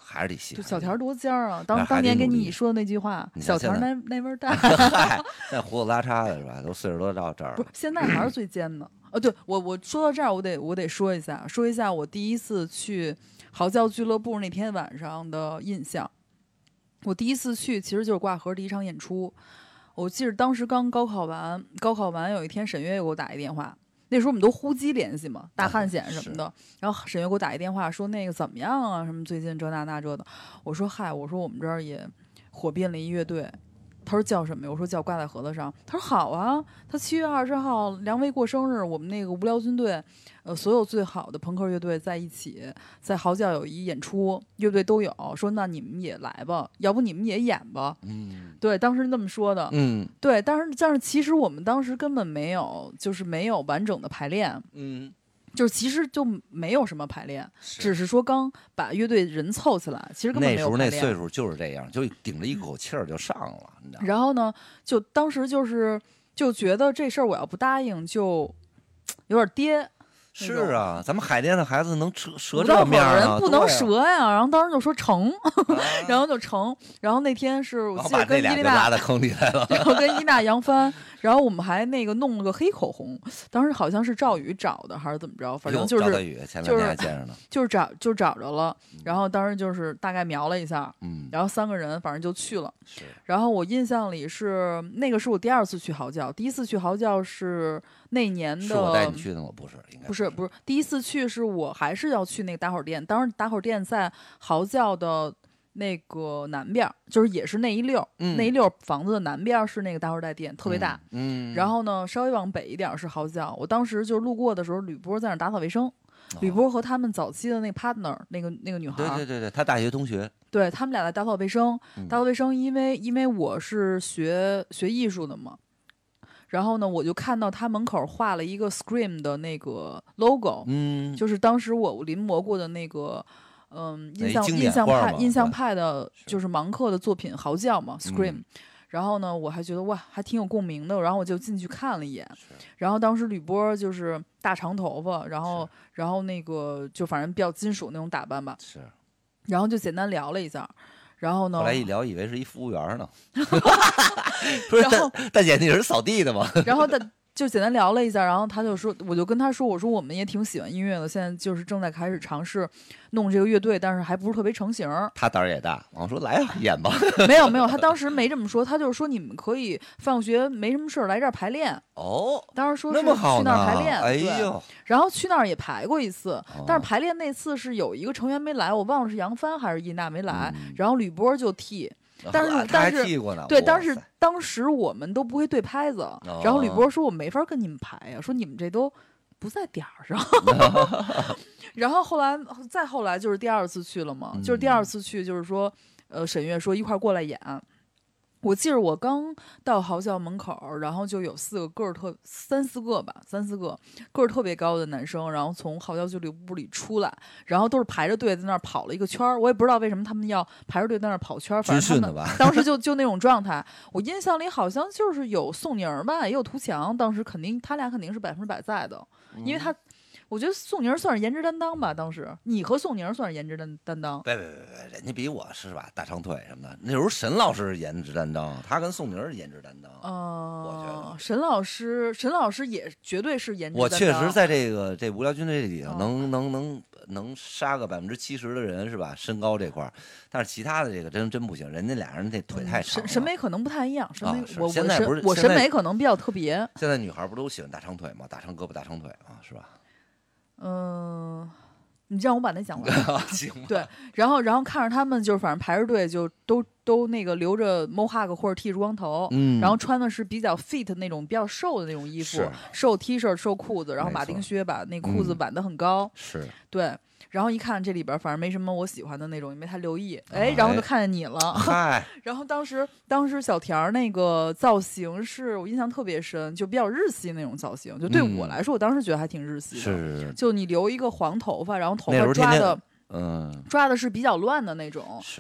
还是得稀罕。 就小田多尖儿啊！当还当年给得努力你说的那句话， 你小田看现在那那味儿大。 嗨，那胡子拉碴的是吧？都岁数都到这儿了。 不是，现在还是最尖的。呃，对我我说到这儿，我得我得说一下，说一下我第一次去嚎叫俱乐部那天晚上的印象。我第一次去其实就是挂盒第一场演出，我记得当时刚高考完，高考完有一天沈月给我打一电话。那时候我们都呼机联系嘛，大汉显什么的。然后沈月给我打一电话说那个怎么样啊？什么最近这那那这的。我说嗨，我说我们这儿也火并了一乐队。他说叫什么呀？我说叫挂在盒子上。他说好啊，他七月二十号梁威过生日，我们那个无聊军队，呃，所有最好的朋克乐队在一起，在嚎叫有一演出，乐队都有。说那你们也来吧，要不你们也演吧。 嗯， 对，当时那么说的。 嗯， 对，但是但是其实我们当时根本没有，就是没有完整的排练。 嗯。 就是其实就没有什么排练，只是说刚把乐队人凑起来，其实根本没有排练。 那时候那岁数就是这样，就顶着一口气儿就上了，你知道吗？ 然后呢，就当时就是就觉得这事儿我要不答应就有点跌。 是啊，咱们海淀的孩子能折折这面啊， 人不能折呀。然后当时就说成， 啊、 然后就成。然后那天是我记得跟伊丽娜拉到坑里来了， 然后跟伊娜扬帆，然后我们还那个弄了个黑口红。当时好像是赵宇找的还是怎么着，反正就是赵宇前两天还见着呢， 就是找就找着了。然后当时就是大概描了一下， 嗯， 然后三个人反正就去了。 是。 然后我印象里是那个是我第二次去嚎叫，第一次去嚎叫是那年的。 是我带你去的吗？不是，应该不是不是，第一次去是我还是要去那个打火店，当时打火店在嚎叫的那个南边，就是也是那一溜、 嗯、 那一溜房子的南边是那个打火带店，特别大。 嗯， 然后呢，稍微往北一点是嚎叫。我当时就路过的时候，吕波在那打扫卫生。哦、吕波和他们早期的那个 partner， 那个那个女孩， 对对对对，他大学同学， 对他们俩在打扫卫生。 嗯、 打扫卫生，因为因为我是学学艺术的嘛。然后呢，我就看到他门口画了一个 Scream 的那个 logo， 嗯， 就是当时我临摹过的那个，嗯，印象印象派印象派的，就是芒克的作品《嚎叫》嘛 ，Scream、嗯。然后呢，我还觉得哇，还挺有共鸣的。然后我就进去看了一眼。然后当时吕波就是大长头发，然后然后那个就反正比较金属那种打扮吧。 是。 然后就简单聊了一下。然后呢？ 后来一聊，以为是一服务员呢。不是，大姐，你是扫地的吗？ 然后他就简单聊了一下，然后他就说，我就跟他说，我说我们也挺喜欢音乐的，现在就是正在开始尝试弄这个乐队，但是还不是特别成型。 他胆儿也大，我说来啊，演吧。 没有没有，他当时没这么说，他就是说你们可以放学没什么事来这儿排练。 哦， 当时说是那么好去那儿排练， 哎呦， 然后去那儿也排过一次，哦、但是排练那次是有一个成员没来，我忘了是杨帆还是伊娜没来， 嗯、 然后吕波就替。但是， 啊、 但是，对，当时当时我们都不会对拍子， 哦、 然后吕波说：“我没法跟你们排呀、啊，说你们这都不在点儿上。”然后后来，再后来就是第二次去了嘛， 嗯、 就是第二次去，就是说，呃，沈月说一块儿过来演。我记得我刚到嚎叫门口，然后就有四个个儿特三四个吧，三四个个儿特别高的男生，然后从嚎叫俱乐部里出来，然后都是排着队在那儿跑了一个圈儿。我也不知道为什么他们要排着队在那儿跑圈儿，反正他们当时就就那种状态。我印象里好像就是有宋宁吧，也有涂强，当时肯定他俩肯定是百分之百在的，因为他。我觉得宋宁算是颜值担当吧，当时你和宋宁算是颜值担担当。 别别别别，人家比我是吧，大长腿什么的。那时候沈老师是颜值担当，他跟宋宁是颜值担当。 呃， 我觉得沈老师，沈老师也绝对是颜值担当。 我确实在这个这无聊军队这里头能、哦、能能能杀个百分之七十的人是吧？身高这块，但是其他的这个真真不行，人家俩人这腿太长了。 审审美可能不太一样，审美、 啊、 我现在不是我审美可能比较特别。 现在女孩不都喜欢大长腿吗？大长胳膊大长腿嘛，是吧？ 嗯、呃，你让我把那讲完。 行。 对，然后然后看着他们就是反正排着队就都都那个留着 mohawk 或者剃着光头， 嗯， 然后穿的是比较 fit 那种比较瘦的那种衣服，瘦 T 恤瘦裤子，然后马丁靴把那裤子挽得很高， 嗯、是对。然后一看这里边反正没什么我喜欢的那种，也没太留意，哎，然后就看见你了。 嗨， 然后当时当时小田那个造型是我印象特别深，就比较日系那种造型，就对我来说，嗯、我当时觉得还挺日系的。 是， 就你留一个黄头发，然后头发抓的， 嗯， 抓的是比较乱的那种。 是。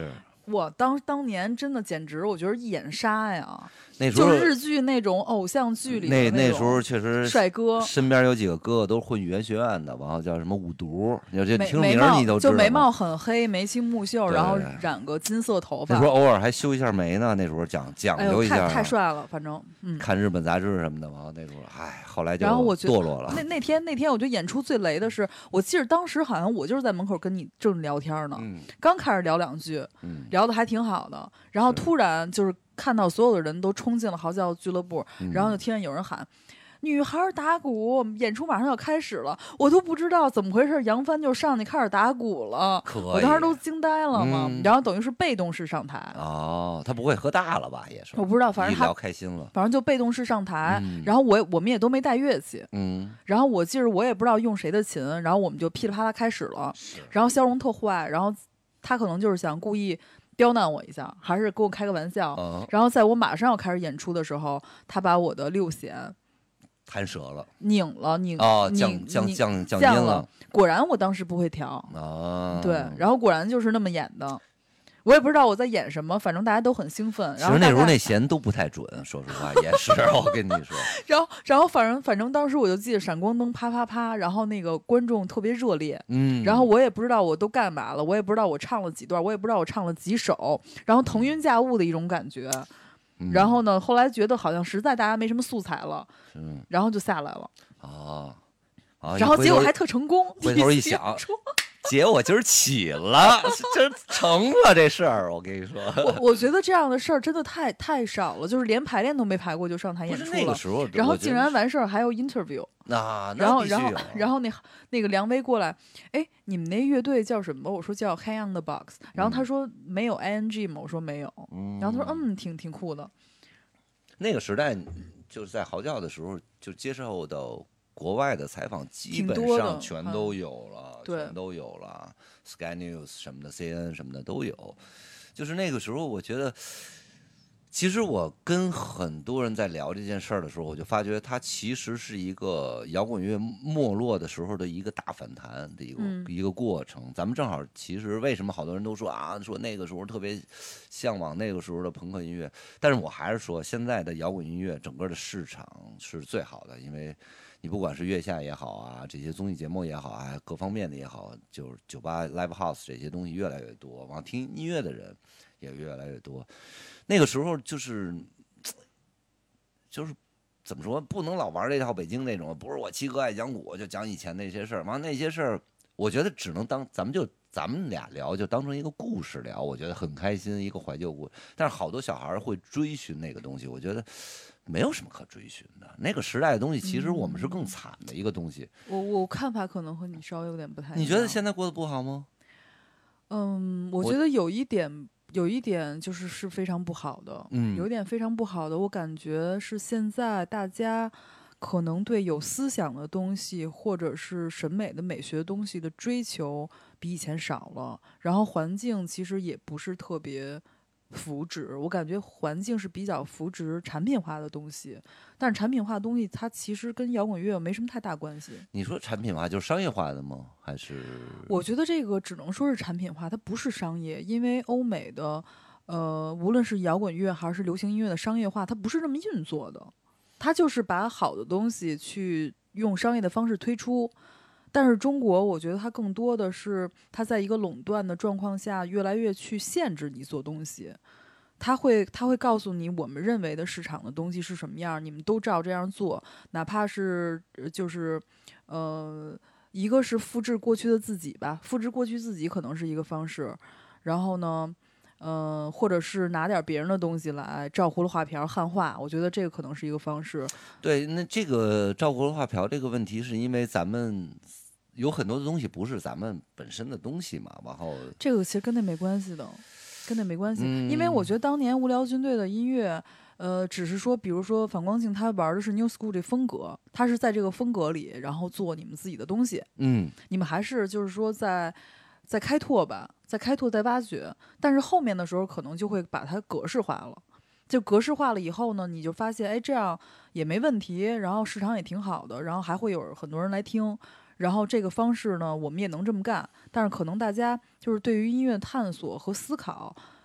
我当当年真的简直，我觉得一眼杀呀， 那时候就是日剧那种偶像剧里的那那那时候确实帅哥， 身边有几个哥哥都是混语言学院的，然后叫什么五毒，有这眉听名眉毛你都知道吗。 就眉毛很黑，眉清目秀， 对然后染个金色头发。 那时候偶尔还修一下眉呢，那时候讲讲哎呦， 究一下， 太太帅了，反正嗯。 看日本杂志什么的嘛。那时候，哎，后来就然后我觉得堕落了。 那那天那天我觉得演出最雷的是，我记得当时好像我就是在门口跟你正聊天呢， 嗯刚开始聊两句， 嗯聊的还挺好的，然后突然就是看到所有的人都冲进了嚎叫俱乐部， 嗯然后就听见有人喊。女孩打鼓，演出马上要开始了，我都不知道怎么回事，杨帆就上去开始打鼓了， 可以我当时都惊呆了嘛， 嗯然后等于是被动式上台， 哦，他不会喝大了吧？也是， 我不知道，反正一聊他开心了。 反正就被动式上台， 嗯然后我也我们也都没带乐器， 嗯， 然后我记着我也不知道用谁的琴，然后我们就噼里啪啦开始了，然后肖荣特坏，然后他可能就是想故意刁难我一下，还是给我开个玩笑， 嗯然后在我马上要开始演出的时候，他把我的六弦弹舌了。 拧了拧哦，降拧降拧降降降音了。 果然我当时不会调， 啊， 对，然后果然就是那么演的。我也不知道我在演什么，反正大家都很兴奋。 其然后大概实那时候那弦都不太准，说实话也是。我跟你说， 然后然后反正反正当时我就记得闪光灯啪啪啪，然后那个观众特别热烈， 嗯， 然后我也不知道我都干嘛了，我也不知道我唱了几段，我也不知道我唱了几首，然后腾云驾雾的一种感觉。 嗯然后呢，后来觉得好像实在大家没什么素材了， 嗯然后就下来了。 啊啊， 然后结果还一回头特成功。 回头一第想次演出姐，我今儿起了，这成了这事儿。我跟你说， 我我觉得这样的事儿真的太太少了，就是连排练都没排过就上台不是演出了。 那个时候， 然后竟然我觉得是完事儿还有 interview， 那那然后然后必须有然后那那个梁威过来，哎，你们那乐队叫什么？我说叫 Hang on the Box，然后他说没有 ing 吗？我说没有， 嗯然后他说嗯，挺挺酷的。 那个时代，就是在嚎叫的时候，就接受到国外的采访，基本挺多的上全都嗯有了， 对全都有了，Sky News 什么的，C N 什么的都有。就是那个时候，我觉得，其实我跟很多人在聊这件事儿的时候，我就发觉它其实是一个摇滚乐没落的时候的一个大反弹的一个、 嗯一个过程。咱们正好，其实为什么好多人都说啊，说那个时候特别向往那个时候的朋克音乐，但是我还是说，现在的摇滚音乐整个的市场是最好的，因为你不管是月下也好啊，这些综艺节目也好啊，各方面的也好，就是酒吧、live house 这些东西越来越多，往听音乐的人也越来越多。那个时候就是就是怎么说，不能老玩这套北京那种，不是我七哥爱讲古就讲以前那些事儿，完那些事儿，我觉得只能当咱们就咱们俩聊，就当成一个故事聊，我觉得很开心，一个怀旧故事。但是好多小孩会追寻那个东西，我觉得没有什么可追寻的。那个时代的东西，其实我们是更惨的一个东西。 我我看法可能和你稍微有点不太一样。 你觉得现在过得不好吗？ 嗯，我我觉得有一点，有一点就是是非常不好的， 嗯有一点非常不好的，我感觉是现在大家可能对有思想的东西或者是审美的美学东西的追求比以前少了，然后环境其实也不是特别扶植，我感觉环境是比较扶植产品化的东西，但是产品化的东西它其实跟摇滚乐没什么太大关系。 你说产品化就是商业化的吗？还是我觉得这个只能说是产品化，它不是商业，因为欧美的，呃，无论是摇滚乐还是流行音乐的商业化，它不是这么运作的，它就是把好的东西去用商业的方式推出。但是中国，我觉得它更多的是它在一个垄断的状况下，越来越去限制你做东西。他会他会告诉你，我们认为的市场的东西是什么样，你们都照这样做，哪怕是呃就是呃。一个是复制过去的自己吧，复制过去自己可能是一个方式，然后呢，嗯、呃，或者是拿点别人的东西来照葫芦画瓢汉化，我觉得这个可能是一个方式。 对，那这个照葫芦画瓢这个问题，是因为咱们有很多的东西不是咱们本身的东西嘛，然后这个其实跟那没关系的，跟那没关系， 嗯、 因为我觉得当年无聊军队的音乐。呃，只是说，比如说反光镜，他玩的是 New School 这风格，他是在这个风格里，然后做你们自己的东西。 嗯， 你们还是就是说在在开拓吧，在开拓，在挖掘。但是后面的时候，可能就会把它格式化了。就格式化了以后呢，你就发现，哎，这样也没问题，然后市场也挺好的，然后还会有很多人来听。然后这个方式呢，我们也能这么干。但是可能大家就是对于音乐探索和思考。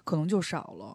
可能就少了。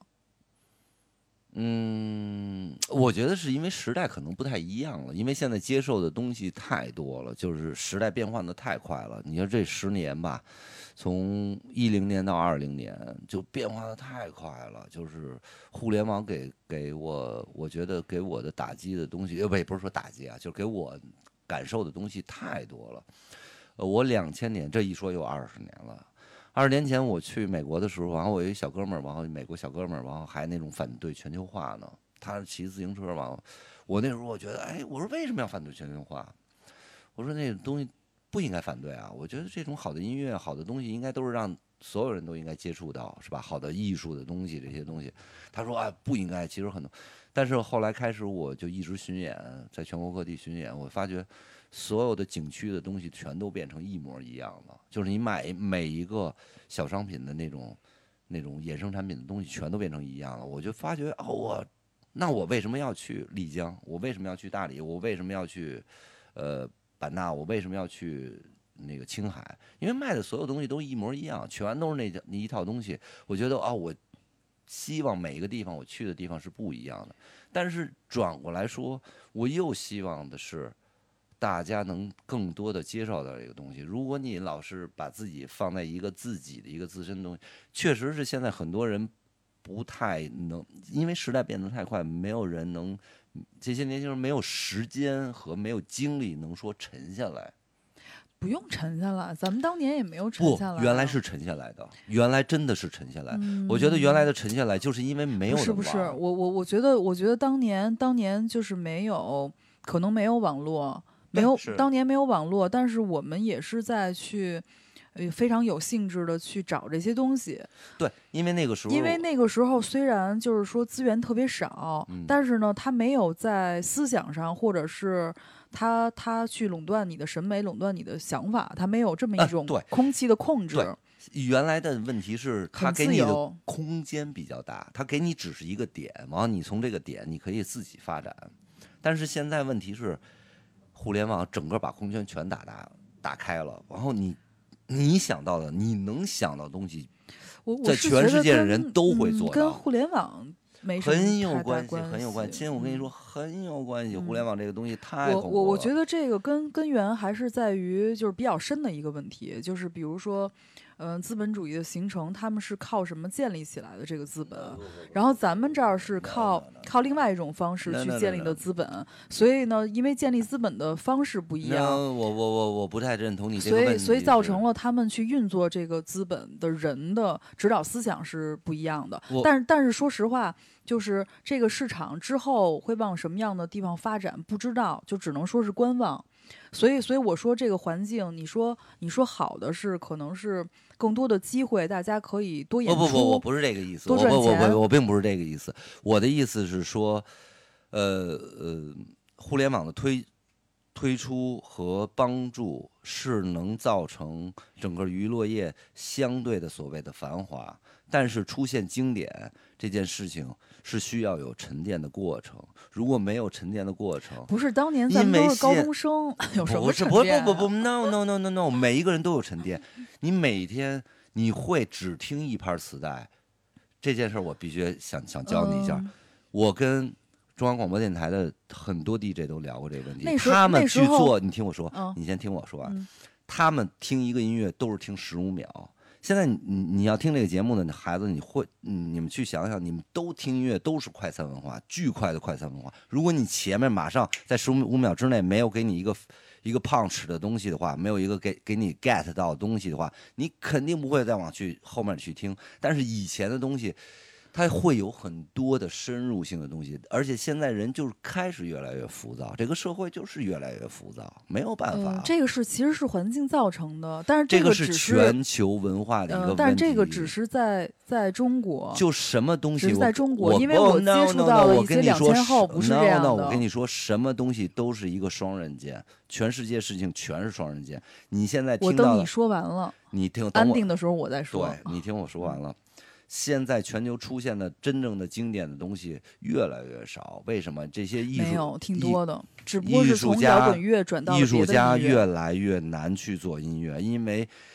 嗯，我觉得是因为时代可能不太一样了，因为现在接受的东西太多了，就是时代变换的太快了。你说这十年吧，从一零年到二零年就变化的太快了，就是互联网给给我，我觉得给我的打击的东西，呃，不，也不是说打击啊，就是给我感受的东西太多了。呃，我两千年这一说又二十年了。二十年前我去美国的时候，然后我有一小哥们儿，然后美国小哥们儿，然后还那种反对全球化呢。他骑自行车，完了，我那时候我觉得，哎，我说为什么要反对全球化？我说那种东西不应该反对啊。我觉得这种好的音乐、好的东西，应该都是让所有人都应该接触到，是吧？好的艺术的东西，这些东西，他说啊不应该。其实很多，但是后来开始我就一直巡演，在全国各地巡演，我发觉。所有的景区的东西全都变成一模一样了，就是你买每一个小商品的那种、那种衍生产品的东西，全都变成一样了。我就发觉，哦，我那我为什么要去丽江？我为什么要去大理？我为什么要去呃版纳？我为什么要去那个青海？因为卖的所有东西都一模一样，全都是那那一套东西。我觉得啊、哦，我希望每一个地方我去的地方是不一样的，但是转过来说，我又希望的是。大家能更多的接受到这个东西。如果你老是把自己放在一个自己的一个自身的东西，确实是现在很多人不太能，因为时代变得太快，没有人能，这些年轻人没有时间和没有精力能说沉下来。 不用沉下来，咱们当年也没有沉下来。 不，原来是沉下来的，原来真的是沉下来。嗯、我觉得原来的沉下来，就是因为没有人玩。 不是不是，我我我觉得，我觉得当年当年就是没有，可能没有网络。没有，当年没有网络，但是我们也是在去，呃，非常有兴致的去找这些东西。 对，因为那个时候， 因为那个时候虽然就是说资源特别少，嗯、但是呢，他没有在思想上，或者是他他去垄断你的审美，垄断你的想法，他没有这么一种空气的控制。 呃、原来的问题是，他给你的空间比较大，他给你只是一个点，完了你从这个点你可以自己发展。但是现在问题是。互联网整个把空间全打大打开了，然后你你想到的，你能想到的东西，在全世界的人都会做到。 跟互联网没什么很有关系， 很有关系。亲，我跟你说，很有关系。互联网这个东西太恐怖了。 我我我觉得这个根根源还是在于就是比较深的一个问题，就是比如说。嗯、呃，资本主义的形成，他们是靠什么建立起来的这个资本？然后咱们这儿是靠靠另外一种方式去建立的资本。所以呢，因为建立资本的方式不一样， 我我我我不太认同你这个问题。 所以所以造成了他们去运作这个资本的人的指导思想是不一样的。但是但是说实话，就是这个市场之后会往什么样的地方发展，不知道，就只能说是观望。所以，所以我说这个环境，你说你说好的是可能是更多的机会，大家可以多演出。 不不不，我不是这个意思， 多赚钱。 我我我我并不是这个意思。我的意思是说，呃呃，互联网的推推出和帮助是能造成整个娱乐业相对的所谓的繁华，但是出现经典这件事情是需要有沉淀的过程。如果没有沉淀的过程， 不是当年咱们都是高中生，有什么沉淀、啊？ 不是不不不不 ，no no no no no， 每一个人都有沉淀。你每天你会只听一盘磁带，这件事我必须想想教你一下。嗯、我跟中央广播电台的很多 D J 都聊过这个问题，他们去做，你听我说，嗯、你先听我说啊。嗯、他们听一个音乐都是听十五秒。现在你你要听这个节目的孩子，你会你们去想想，你们都听音乐都是快餐文化，巨快的快餐文化。如果你前面马上在十五秒之内没有给你一个一个 punch 的东西的话，没有一个给给你 get 到的东西的话，你肯定不会再往去后面去听。但是以前的东西，它会有很多的深入性的东西，而且现在人就是开始越来越浮躁，这个社会就是越来越浮躁，没有办法。 嗯、这个是其实是环境造成的，但是这个是全球文化的一个问题。 呃、但是这个只是在在中国， 就什么东西， 只是在中国，因为我接触到了一些两千后不是这样的。 no, no, no, 我跟你说，什么东西都是一个双刃剑，全世界事情全是双刃剑。你现在听到， 我等你说完了， 你听安定的时候我再说。 对，你听我说完了。现在全球出现的真正的经典的东西越来越少，为什么？这些艺术没有挺多的，只不过是从摇滚乐转到艺术家越来越难去做音乐，因为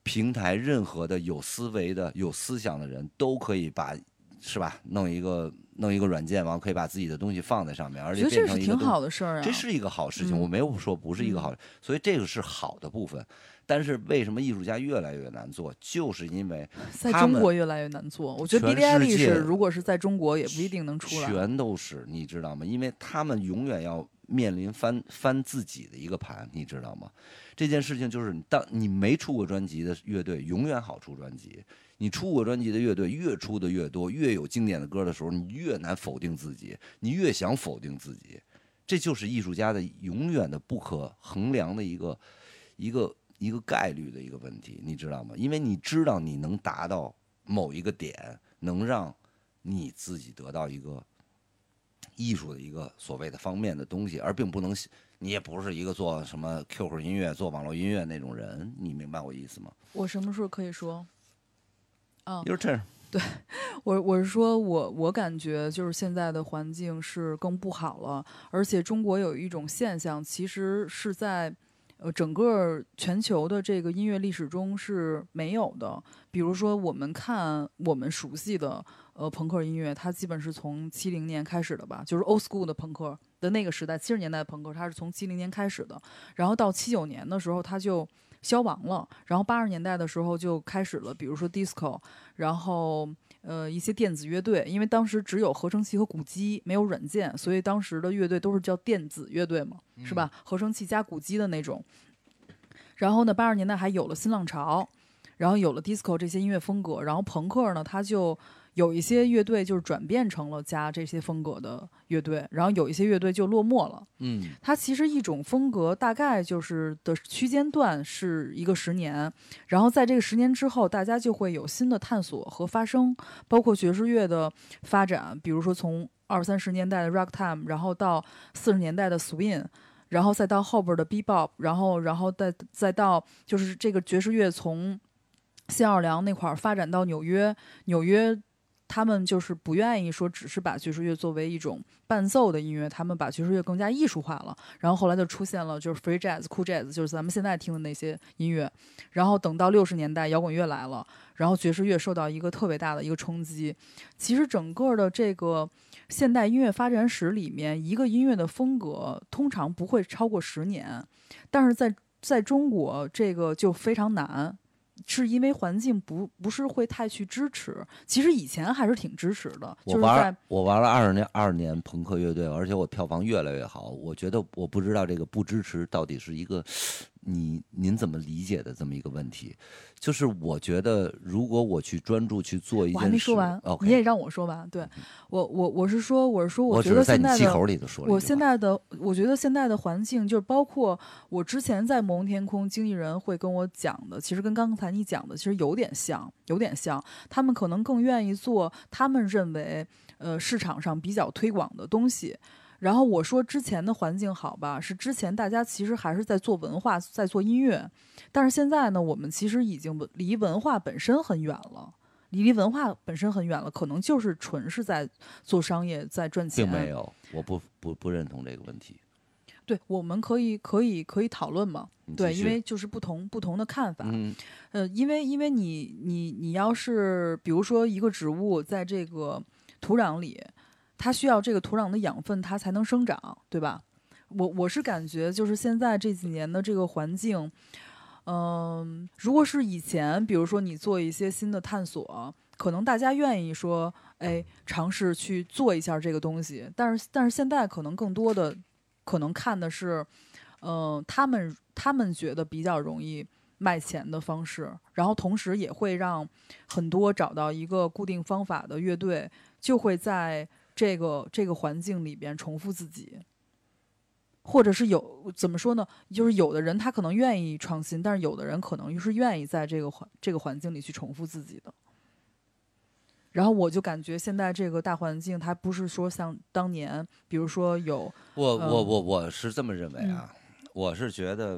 平台任何的有思维的、有思想的人都可以把，是吧？弄一个弄一个软件，完可以把自己的东西放在上面，而且变成一个挺好的事儿啊。 这是一个好事情，嗯、我没有说不是一个好，嗯、所以这个是好的部分。但是为什么艺术家越来越难做？就是因为在中国越来越难做。我觉得 B D I 历史如果是在中国，也不一定能出来。 全都是，你知道吗？因为他们永远要面临翻翻自己的一个盘，你知道吗？这件事情就是，当你没出过专辑的乐队，永远好出专辑；你出过专辑的乐队，越出的越多，越有经典的歌的时候，你越难否定自己，你越想否定自己。这就是艺术家的永远的不可衡量的一个一个。一个概率的一个问题，你知道吗？因为你知道你能达到某一个点，能让你自己得到一个艺术的一个所谓的方面的东西，而并不能，你也不是一个做什么 Q Q 音乐、做网络音乐那种人，你明白我意思吗？ 我什么时候可以说？啊、 Your turn。 对我，我是说我我感觉就是现在的环境是更不好了，而且中国有一种现象，其实是在。呃，整个全球的这个音乐历史中是没有的。比如说，我们看我们熟悉的呃朋克音乐，它基本是从七零年开始的吧，就是 old school 的朋克的那个时代，七十年代的朋克，它是从七零年开始的。然后到七九年的时候，它就消亡了。然后八十年代的时候就开始了，比如说 disco， 然后呃一些电子乐队，因为当时只有合成器和鼓机，没有软件，所以当时的乐队都是叫电子乐队嘛，是吧？合成器加鼓机的那种。然后呢，八十年代还有了新浪潮，然后有了 disco 这些音乐风格，然后朋克呢，它就有一些乐队就是转变成了加这些风格的乐队，然后有一些乐队就落寞了。 嗯， 它其实一种风格大概就是的区间段是一个十年，然后在这个十年之后，大家就会有新的探索和发生，包括爵士乐的发展，比如说从二三十年代的 ragtime， 然后到四十年代的 swing。然后再到后边的 bebop， 然后然后再再到就是这个爵士乐从新奥尔良那块儿发展到纽约，纽约他们就是不愿意说只是把爵士乐作为一种伴奏的音乐，他们把爵士乐更加艺术化了。然后后来就出现了就是 free jazz、cool jazz， 就是咱们现在听的那些音乐。然后等到六十年代摇滚乐来了，然后爵士乐受到一个特别大的一个冲击。其实整个的这个现代音乐发展史里面，一个音乐的风格通常不会超过十年，但是在在中国这个就非常难。是因为环境不不是会太去支持，其实以前还是挺支持的。 我玩、就是、我玩了二十年二十年朋克乐队，而且我票房越来越好。我觉得我不知道这个不支持到底是一个你您怎么理解的这么一个问题。就是我觉得如果我去专注去做一件事， 我还没说完， okay， 你也让我说完。对我我我是说我是说我觉得现在的我现在的我觉得现在的环境就是包括我之前在摩登天空经纪人会跟我讲的，其实跟刚才你讲的其实有点像有点像他们可能更愿意做他们认为呃市场上比较推广的东西。然后我说之前的环境好吧，是之前大家其实还是在做文化，在做音乐，但是现在呢，我们其实已经离文化本身很远了，离文化本身很远了，可能就是纯是在做商业，在赚钱。 并没有，我不不不认同这个问题。 对，我们可以可以可以讨论嘛？对，因为就是不同不同的看法。 嗯， 呃，因为因为你你你要是比如说一个植物在这个土壤里。它需要这个土壤的养分，它才能生长，对吧？我我是感觉就是现在这几年的这个环境，嗯，如果是以前，比如说你做一些新的探索，可能大家愿意说，哎，尝试去做一下这个东西。但是但是现在可能更多的可能看的是，嗯、呃，他们他们觉得比较容易卖钱的方式，然后同时也会让很多找到一个固定方法的乐队就会在。这个这个环境里边重复自己，或者是有怎么说呢？就是有的人他可能愿意创新，但是有的人可能又是愿意在这个环这个环境里去重复自己的。然后我就感觉现在这个大环境，它不是说像当年，比如说有我我我我是这么认为啊，嗯、我是觉得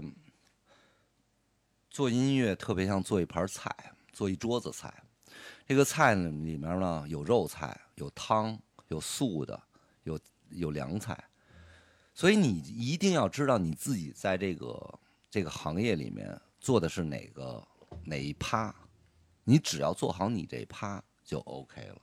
做音乐特别像做一盘菜，做一桌子菜。这个菜呢里面呢有肉菜，有汤。有素的，有有凉菜，所以你一定要知道你自己在这个这个行业里面做的是哪个哪一趴，你只要做好你这趴就 OK 了。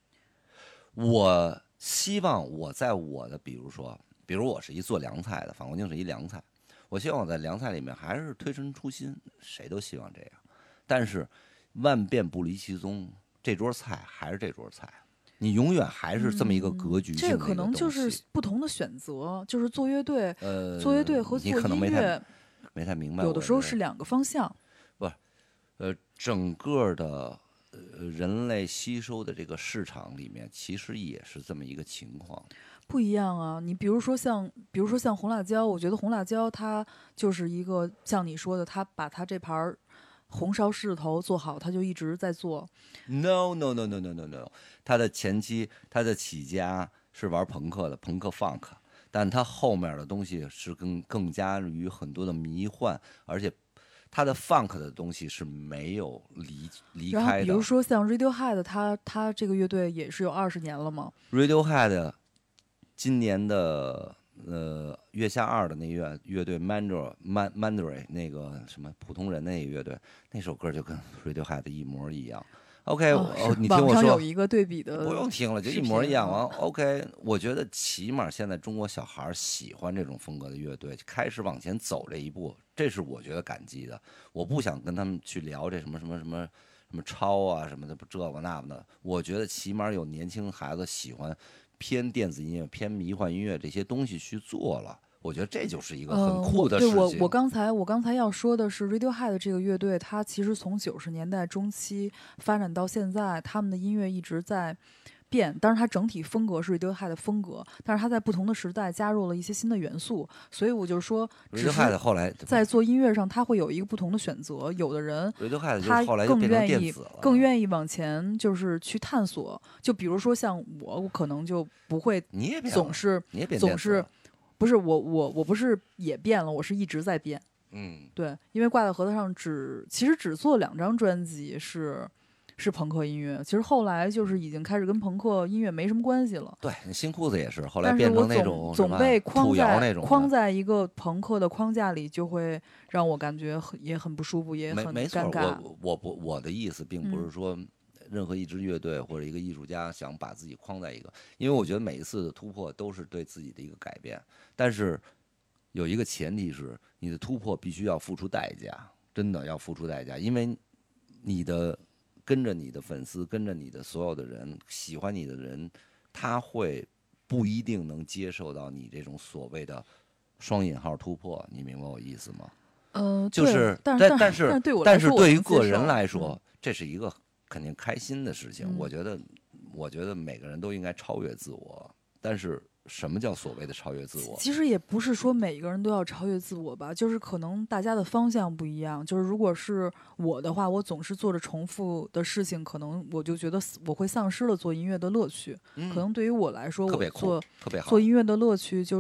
我希望我在我的，比如说，比如我是一做凉菜的，反光镜是一凉菜，我希望我在凉菜里面还是推陈出新，谁都希望这样。但是万变不离其宗，这桌菜还是这桌菜，你永远还是这么一个格局性的一个东西、 嗯、这个可能就是不同的选择，就是做乐队， 呃， 做乐队和做音乐， 没太明白， 有的时候是两个方向。 不是，呃，整个的呃人类吸收的这个市场里面，其实也是这么一个情况。 不一样啊，你比如说像，比如说像红辣椒，我觉得红辣椒它就是一个像你说的，它把它这盘红烧狮子头做好，它就一直在做。 No no no no no no no， 它的前期，它的起家是玩朋克的，朋克 funk， 但它后面的东西是更更加于很多的迷幻，而且它的 funk 的东西是没有离离开的。 然后比如说像 Radiohead， 它它这个乐队也是有二十年了嘛。 Radiohead 今年的呃月下二的那乐乐队 Mandra Mandra 那个什么普通人那个乐队，那首歌就跟 Radiohead 一模一样。OK， 哦哦，你听我说， 网上有一个对比的， 不用听了，就一模一样。完 ，OK， 我觉得起码现在中国小孩喜欢这种风格的乐队，开始往前走这一步，这是我觉得感激的。我不想跟他们去聊这什么什么什么什么超啊什么的，这个那个的。我觉得起码有年轻孩子喜欢偏电子音乐、偏迷幻音乐这些东西去做了。我觉得这就是一个很酷的事情。 呃、对我我刚才我刚才要说的是 Radiohead 这个乐队，它其实从九十年代中期发展到现在，他们的音乐一直在变。当然，它整体风格是 Radiohead 的风格，但是它在不同的时代加入了一些新的元素。所以我就说 ，Radiohead 后来在做音乐上，他会有一个不同的选择。有的人他更愿意更愿意往前，就是去探索。就比如说像我，我可能就不会总是你也总是。不是我我我不是也变了，我是一直在变。 嗯， 对，因为挂在核桃上只其实只做两张专辑是是朋克音乐，其实后来就是已经开始跟朋克音乐没什么关系了。 对，新裤子也是，后来变成那种总总被框在框在一个朋克的框架里，就会让我感觉很也很不舒服，也很尴尬。 我我不我的意思并不是说。嗯，任何一支乐队或者一个艺术家想把自己框在一个，因为我觉得每一次的突破都是对自己的一个改变，但是有一个前提是你的突破必须要付出代价，真的要付出代价，因为你的跟着你的粉丝，跟着你的所有的人，喜欢你的人，他会不一定能接受到你这种所谓的双引号突破，你明白我意思吗？ 呃， 就是但但但是但是对于个人来说， 嗯、 这是一个肯定开心的事情。 嗯、 我觉得，我觉得每个人都应该超越自我。但是，什么叫所谓的超越自我？ 其实也不是说每个人都要超越自我吧，就是可能大家的方向不一样。就是如果是我的话，我总是做着重复的事情，可能我就觉得我会丧失了做音乐的乐趣。 嗯、 可能对于我来说， 我做特别好做音乐的乐趣就是，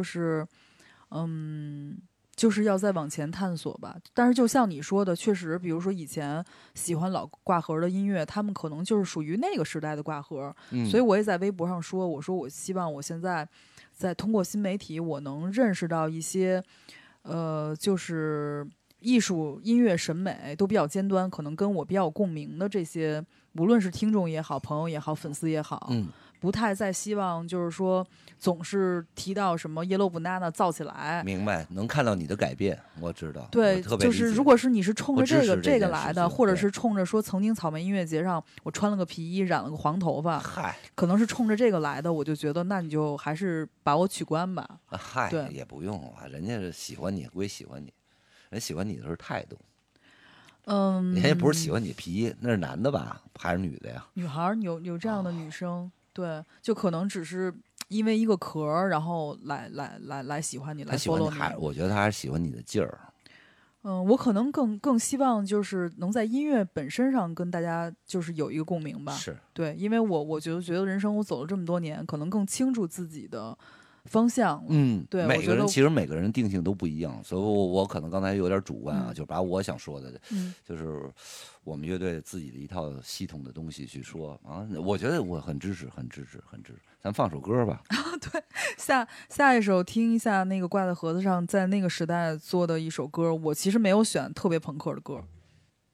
嗯。就是要再往前探索吧，但是就像你说的，确实，比如说以前喜欢老挂盒的音乐，他们可能就是属于那个时代的挂盒， 嗯、 所以我也在微博上说，我说我希望我现在在通过新媒体，我能认识到一些，呃，就是艺术、音乐审美都比较尖端，可能跟我比较有共鸣的这些，无论是听众也好，朋友也好，粉丝也好。 嗯， 不太再希望就是说总是提到什么 Yellow Banana 造起来， 明白？能看到你的改变，我知道。 对，就是如果是你是冲着这个这这个来的，或者是冲着说曾经草莓音乐节上我穿了个皮衣，染了个黄头发， 嗨， 可能是冲着这个来的，我就觉得那你就还是把我取关吧。 啊、嗨， 对， 也不用啊，人家是喜欢你归喜欢你，人喜欢你的是态度。 嗯， 人家不是喜欢你皮衣，那是男的吧，还是女的呀？ 女孩有有这样的女生。哦，对，就可能只是因为一个壳，然后来来来来喜欢你，来 follow 你。 还我觉得他还是喜欢你的劲儿。 嗯，我可能更更希望就是能在音乐本身上跟大家就是有一个共鸣吧。 是， 对，因为我我觉得觉得人生我走了这么多年，可能更清楚自己的方向。 嗯， 对， 每个人其实每个人定性都不一样，所以我我可能刚才有点主观啊， 嗯、 就把我想说的， 嗯、 就是我们乐队自己的一套系统的东西去说啊。我觉得我很支持，很支持，很支持。咱放首歌吧。 对，下下一首听一下那个挂在盒子上，在那个时代做的一首歌。我其实没有选特别朋克的歌。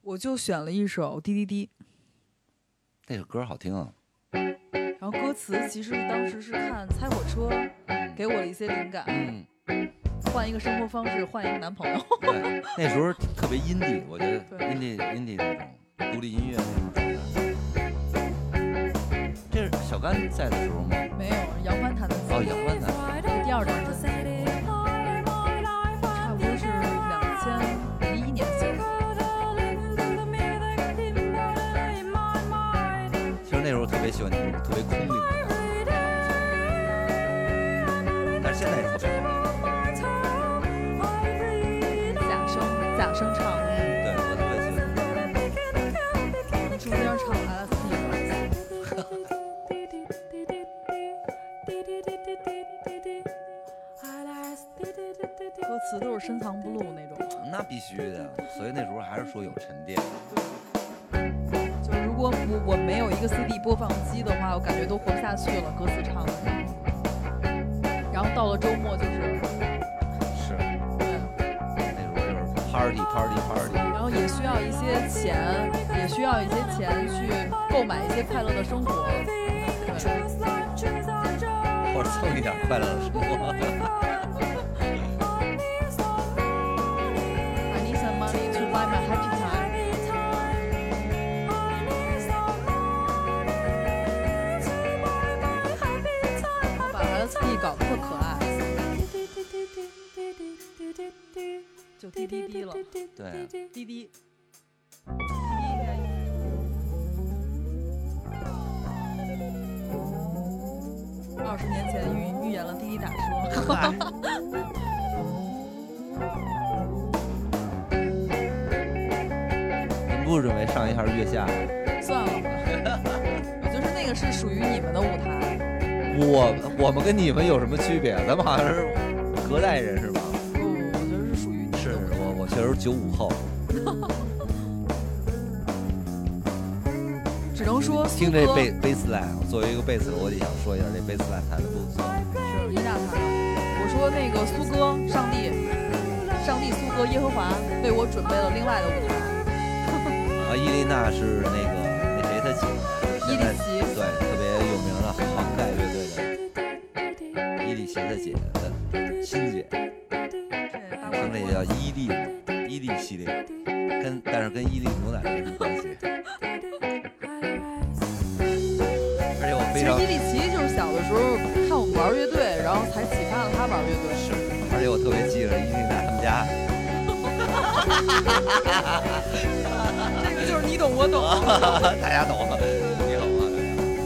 我就选了一首《滴滴滴》。 那首歌好听啊。 然后歌词其实当时是看《猜火车》，给我了一些灵感。 嗯， 换一个生活方式，换一个男朋友。 对，那时候特别 indie， 我觉得对 indie indie 那种独立音乐那种状态。这是小甘在的时候吗？ 没有，杨帆弹的。 哦，杨帆弹。 第二张专辑，差不多是两千零一年写的。 其实那时候特别喜欢那种特别空灵的歌，但是现在也特别空灵。 假声，假声唱。 嗯，对，我特别喜欢。 中间唱 L S D 歌词都是深藏不露那种。 那必须的，所以那时候还是说有沉淀。 就是如果我我没有一个 C D 播放机的话，我感觉都活不下去了。歌词唱的，然后到了周末就是， 是， 对， 那时候就是 party party party， 然后也需要一些钱，也需要一些钱去购买一些快乐的生活，对， 或者蹭一点快乐的生活。 搞得特可爱，就滴滴滴了。 对， 滴滴，二十年前预预言了滴滴打车。 您不准备上一下月下？ 算了吧，我觉得那个是属于你们的舞台。 我我们跟你们有什么区别？咱们好像是隔代人是吧？ 不，我觉得是属于你。 是我我确实九五后。 只能说听这贝贝斯兰，作为一个贝斯，我得想说一下这贝斯兰弹的不错。 是伊娜弹的。我说那个苏哥，上帝，上帝苏哥耶和华为我准备了另外的舞台。 啊，伊丽娜是那个那谁他姐， 伊里奇， 对，特别有名的杭盖乐队的伊里奇的姐的亲姐，听着也叫伊利伊利系列，跟但是跟伊利牛奶没什么关系。而且我非常， 其实伊里奇就是小的时候看我们玩乐队，然后才启发了他玩乐队。 是，而且我特别记着伊丽娜他们家。 这个就是你懂我懂， 大家懂。你好啊，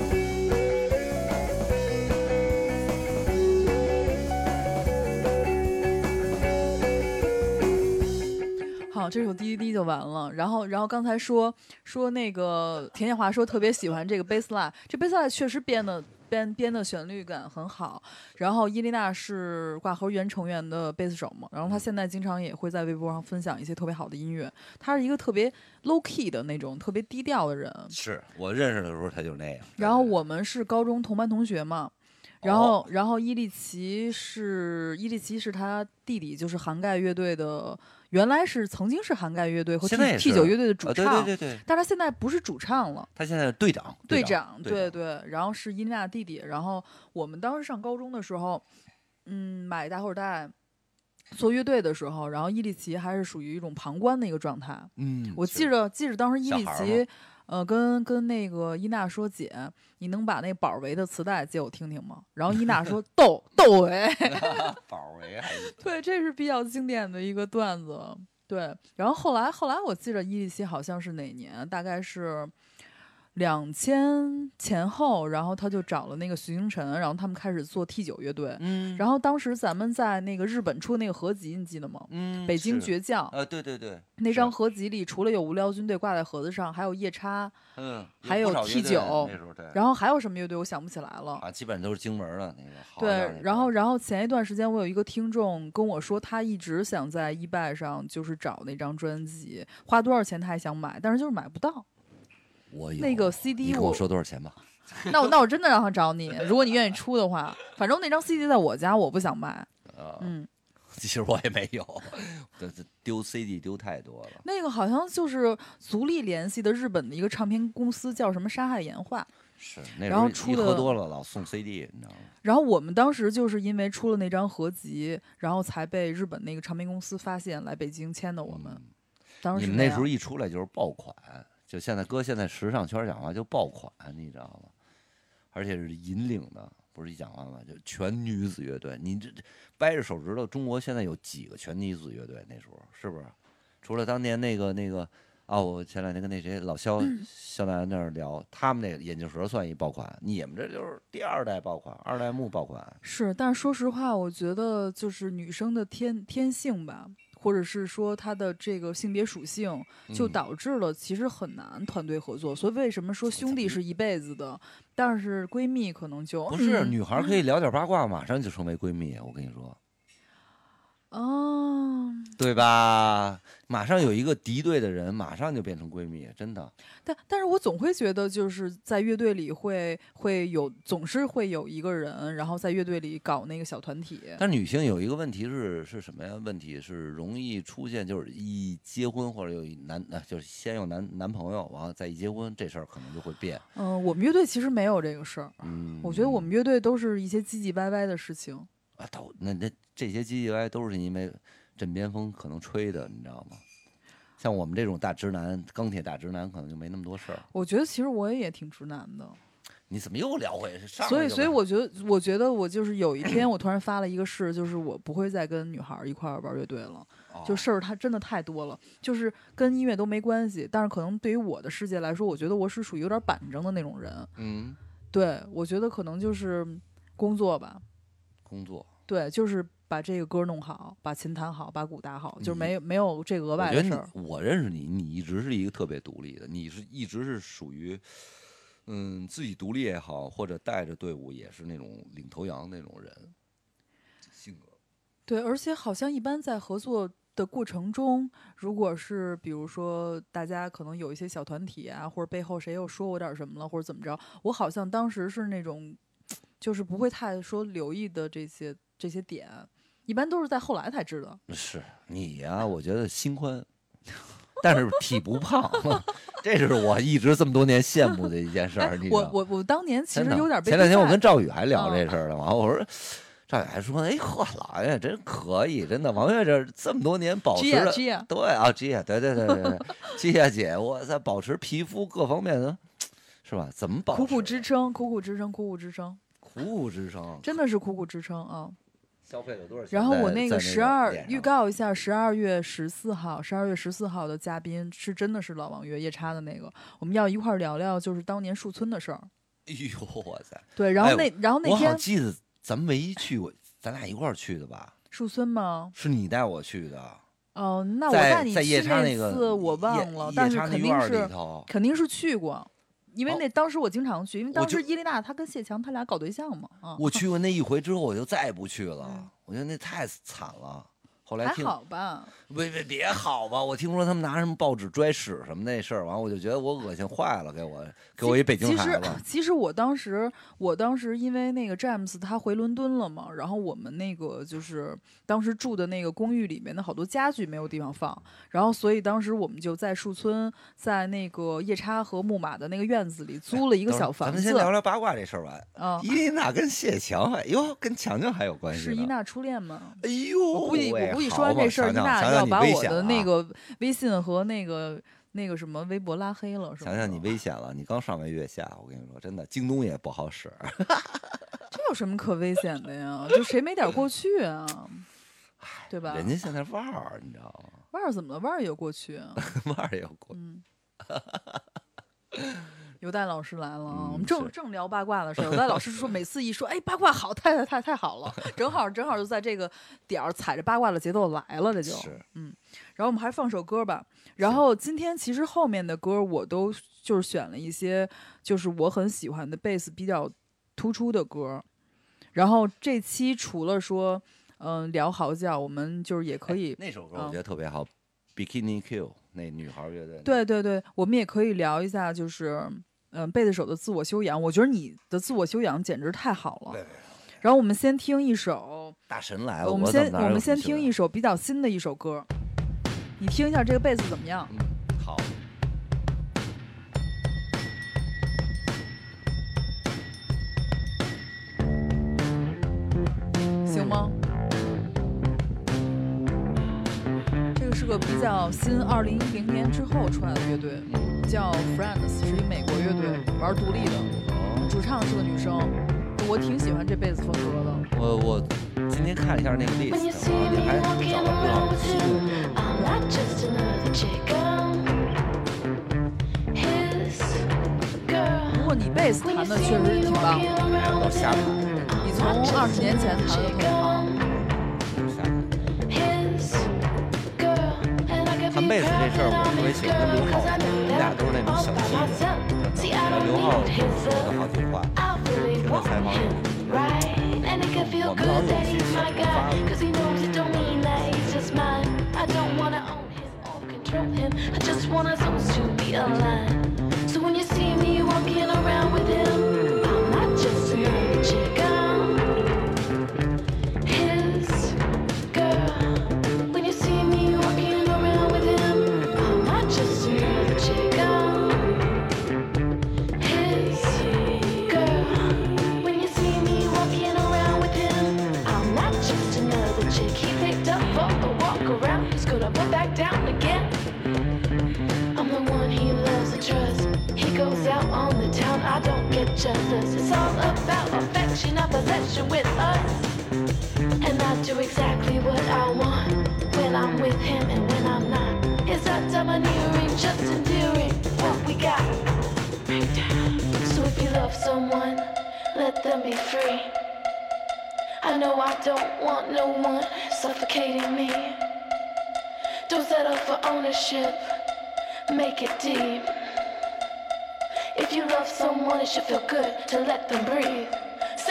好，这首滴滴滴就完了。然后，然后刚才说说那个田建华说特别喜欢这个 bass line， 这 bass line 确实编的。编编的旋律感很好，然后伊丽娜是挂盒原成员的贝斯手嘛，然后她现在经常也会在微博上分享一些特别好的音乐，她是一个特别 low key 的那种特别低调的人。 是我认识的时候他就那样。 然后我们是高中同班同学嘛，然后、哦、然后伊利奇是伊利奇是他弟弟，就是涵盖乐队的。原来是曾经是涵盖乐队和 T T 九乐队的主唱， 啊、对对对对， 但是他现在不是主唱了， 他现在是队长， 队长， 对对，然后是伊丽娜弟弟。然后我们当时上高中的时候，嗯，买大后带做乐队的时候，然后伊利奇还是属于一种旁观的一个状态。 嗯， 我记着记着当时伊利奇，呃，跟跟那个伊娜说：“姐，你能把那宝维的磁带借我听听吗？”然后伊娜说：“窦窦唯。” 宝维还是对，这是比较经典的一个段子。对，然后后来后来我记着伊利奇好像是哪年，大概是两千前后，然后他就找了那个徐星辰，然后他们开始做 T 九乐队。 嗯， 然后当时咱们在那个日本出那个合集，你记得吗？ 嗯， 北京倔强。 呃，对对对， 那张合集里除了有无聊军队挂在盒子上，还有夜叉， 嗯， 还有 T 九， 那时候对。 然后还有什么乐队我想不起来了。 啊，基本都是京文了那个。 对，然后然后前一段时间我有一个听众跟我说，他一直想在一拜上就是找那张专辑，花多少钱他还想买，但是就是买不到。 我有那个 C D， 你跟我说多少钱吧？ 那我那我真的让他找你，如果你愿意出的话，反正那张 C D 在我家，我不想卖。 啊， 嗯， 其实我也没有，这这丢 C D 丢太多了。 那个好像就是足力联系的日本的一个唱片公司，叫什么沙海岩画。 是，那时然候一后出的喝多了老送 C D， 你知道吗？ 然后我们当时就是因为出了那张合集，然后才被日本那个唱片公司发现来北京签的我们。 嗯当时你们那是样时候一出来就是爆款，就现在搁现在时尚圈讲话就爆款，你知道吗？而且是引领的，不是一讲话嘛，就全女子乐队。你这掰着手指头，中国现在有几个全女子乐队？那时候是不是？除了当年那个那个啊，我前两天跟那谁老肖肖大人那儿聊，他们那个眼镜蛇算一爆款，你们这就是第二代爆款，二代目爆款。 是，但是说实话，我觉得就是女生的天天性吧。或者是说她的这个性别属性，就导致了其实很难团队合作。嗯、所以为什么说兄弟是一辈子的，但是闺蜜可能就不是、 嗯、 女孩可以聊点八卦，马上就成为闺蜜。我跟你说， 哦， 对吧？马上有一个敌对的人，马上就变成闺蜜，真的。 但但是我总会觉得，就是在乐队里会会有，总是会有一个人，然后在乐队里搞那个小团体。 但女性有一个问题是是什么呀？问题是容易出现，就是一结婚或者有一男，就是先有男男朋友，然后再一结婚，这事儿可能就会变。 嗯、呃，我们乐队其实没有这个事儿。 嗯， 我觉得我们乐队都是一些唧唧歪歪的事情。 啊，都那那这些唧唧歪歪都是因为枕边风可能吹的，你知道吗？像我们这种大直男，钢铁大直男，可能就没那么多事儿。 我觉得其实我也挺直男的。 你怎么又聊回？ 所以，所以我觉得，我觉得我就是有一天，我突然发了一个誓，就是我不会再跟女孩一块玩乐队了。 哦、 就事儿它真的太多了，就是跟音乐都没关系。但是可能对于我的世界来说，我觉得我是属于有点板正的那种人。 嗯， 对，我觉得可能就是工作吧。 工作。 对，就是把这个歌弄好，把琴弹好，把鼓打好，就是没没有这个额外的事儿。 我认识你，你一直是一个特别独立的，你是一直是属于，嗯，自己独立也好，或者带着队伍也是那种领头羊那种人性格。 对，而且好像一般在合作的过程中，如果是比如说大家可能有一些小团体啊，或者背后谁又说我点什么了，或者怎么着，我好像当时是那种，就是不会太说留意的这些。这些点一般都是在后来才知道。 是你呀、啊，我觉得心宽，但是体不胖，这是我一直这么多年羡慕的一件事儿。 哎、我我我当年其实有点被前两天我跟赵宇还聊这事儿呢，完、嗯、我说赵宇还说，哎呵，老爷真可以，真的，王月这这么多年保持的，对啊，基亚，对对对对对，基亚姐，我在保持皮肤各方面的，是吧？怎么保持？ 苦苦支撑，苦苦支撑，苦苦支撑， 苦苦支撑， 真的是苦苦支撑啊。 消费了多少钱？ 然后我那个十二预告一下，十二月十四号，十二月十四号的嘉宾是真的是老王月夜叉的那个，我们要一块聊聊就是当年树村的事儿。 哎呦哇塞！ 对，然后那、 哎、 然后那天我好像记得咱们唯一去过，咱俩一块儿去的吧？ 树村吗？ 是你带我去的。 哦，那我带你去那次我忘了，但是肯定是肯定是去过。因为那当时我经常去，因为当时伊丽娜她跟谢强他俩搞对象嘛，啊， 我去过那一回之后，我就再也不去了。嗯、我觉得那太惨了。后来还好吧？ 别别别好吧！我听说他们拿什么报纸拽屎什么那事儿，完我就觉得我恶心坏了，给我给我一北京孩子。 其实其实我当时我当时因为那个詹姆斯他回伦敦了嘛，然后我们那个就是当时住的那个公寓里面的好多家具没有地方放，然后所以当时我们就在树村，在那个夜叉和木马的那个院子里租了一个小房子。咱们先聊聊八卦这事儿吧。 啊， 伊丽娜跟谢强，哎呦，跟强强还有关系？ 是伊娜初恋吗？ 哎呦， 我估计我估计说完这事儿，伊娜要把我的那个微信和那个那个什么微博拉黑了，是吧？ 想想你危险了，你刚上完月下，我跟你说，真的，京东也不好使。 这有什么可危险的呀？就谁没点过去啊？对吧？ 人家现在腕儿，你知道吗？ 腕儿怎么了？腕儿也有过去啊。 腕儿也有过去。 嗯。尤代老师来了啊！ 嗯、 我们正正聊八卦的事儿。尤代老师说，每次一说，哎，八卦好，太太太太好了，正好正好就在这个点儿踩着八卦的节奏来了，这就，嗯。然后我们还放首歌吧。然后今天其实后面的歌我都就是选了一些，就是我很喜欢的贝斯比较突出的歌。然后这期除了说，嗯、呃，聊嚎叫，我们就是也可以、 哎、那首歌我觉得特别好，嗯、Bikini Kill 那女孩乐队。 对对对，我们也可以聊一下，就是。嗯，贝斯手的自我修养，我觉得你的自我修养简直太好了。 然后我们先听一首， 大神来了， 我们先我们先怎么哪有什么听一首比较新的一首歌，你听一下这个贝斯怎么样？ 嗯，好。 行吗？这个是个比较新，二零一零年之后出来的乐队，叫 Friends， 是一美国乐队，玩独立的，主唱是个女生，我挺喜欢这贝斯风格的。 我我今天看了一下那个 list， 而且还找到不少新的。不过你贝斯弹的确实挺棒的， 到下盘， 你从二十年前弹的特别好。 弹贝斯这事儿，我特别喜欢跟刘浩，我们俩都是那种小气的。刘浩说的好几话，听他采访有我们老有些小突发 Jealous. It's all about affection, not possession with us. And I do exactly what I want when I'm with him and when I'm not. It's not domineering, just endearing what we got. So if you love someone, let them be free. I know I don't want no one suffocating me. Don't settle for ownership, make it deep.If you love someone, it should feel good to let them breathe. So,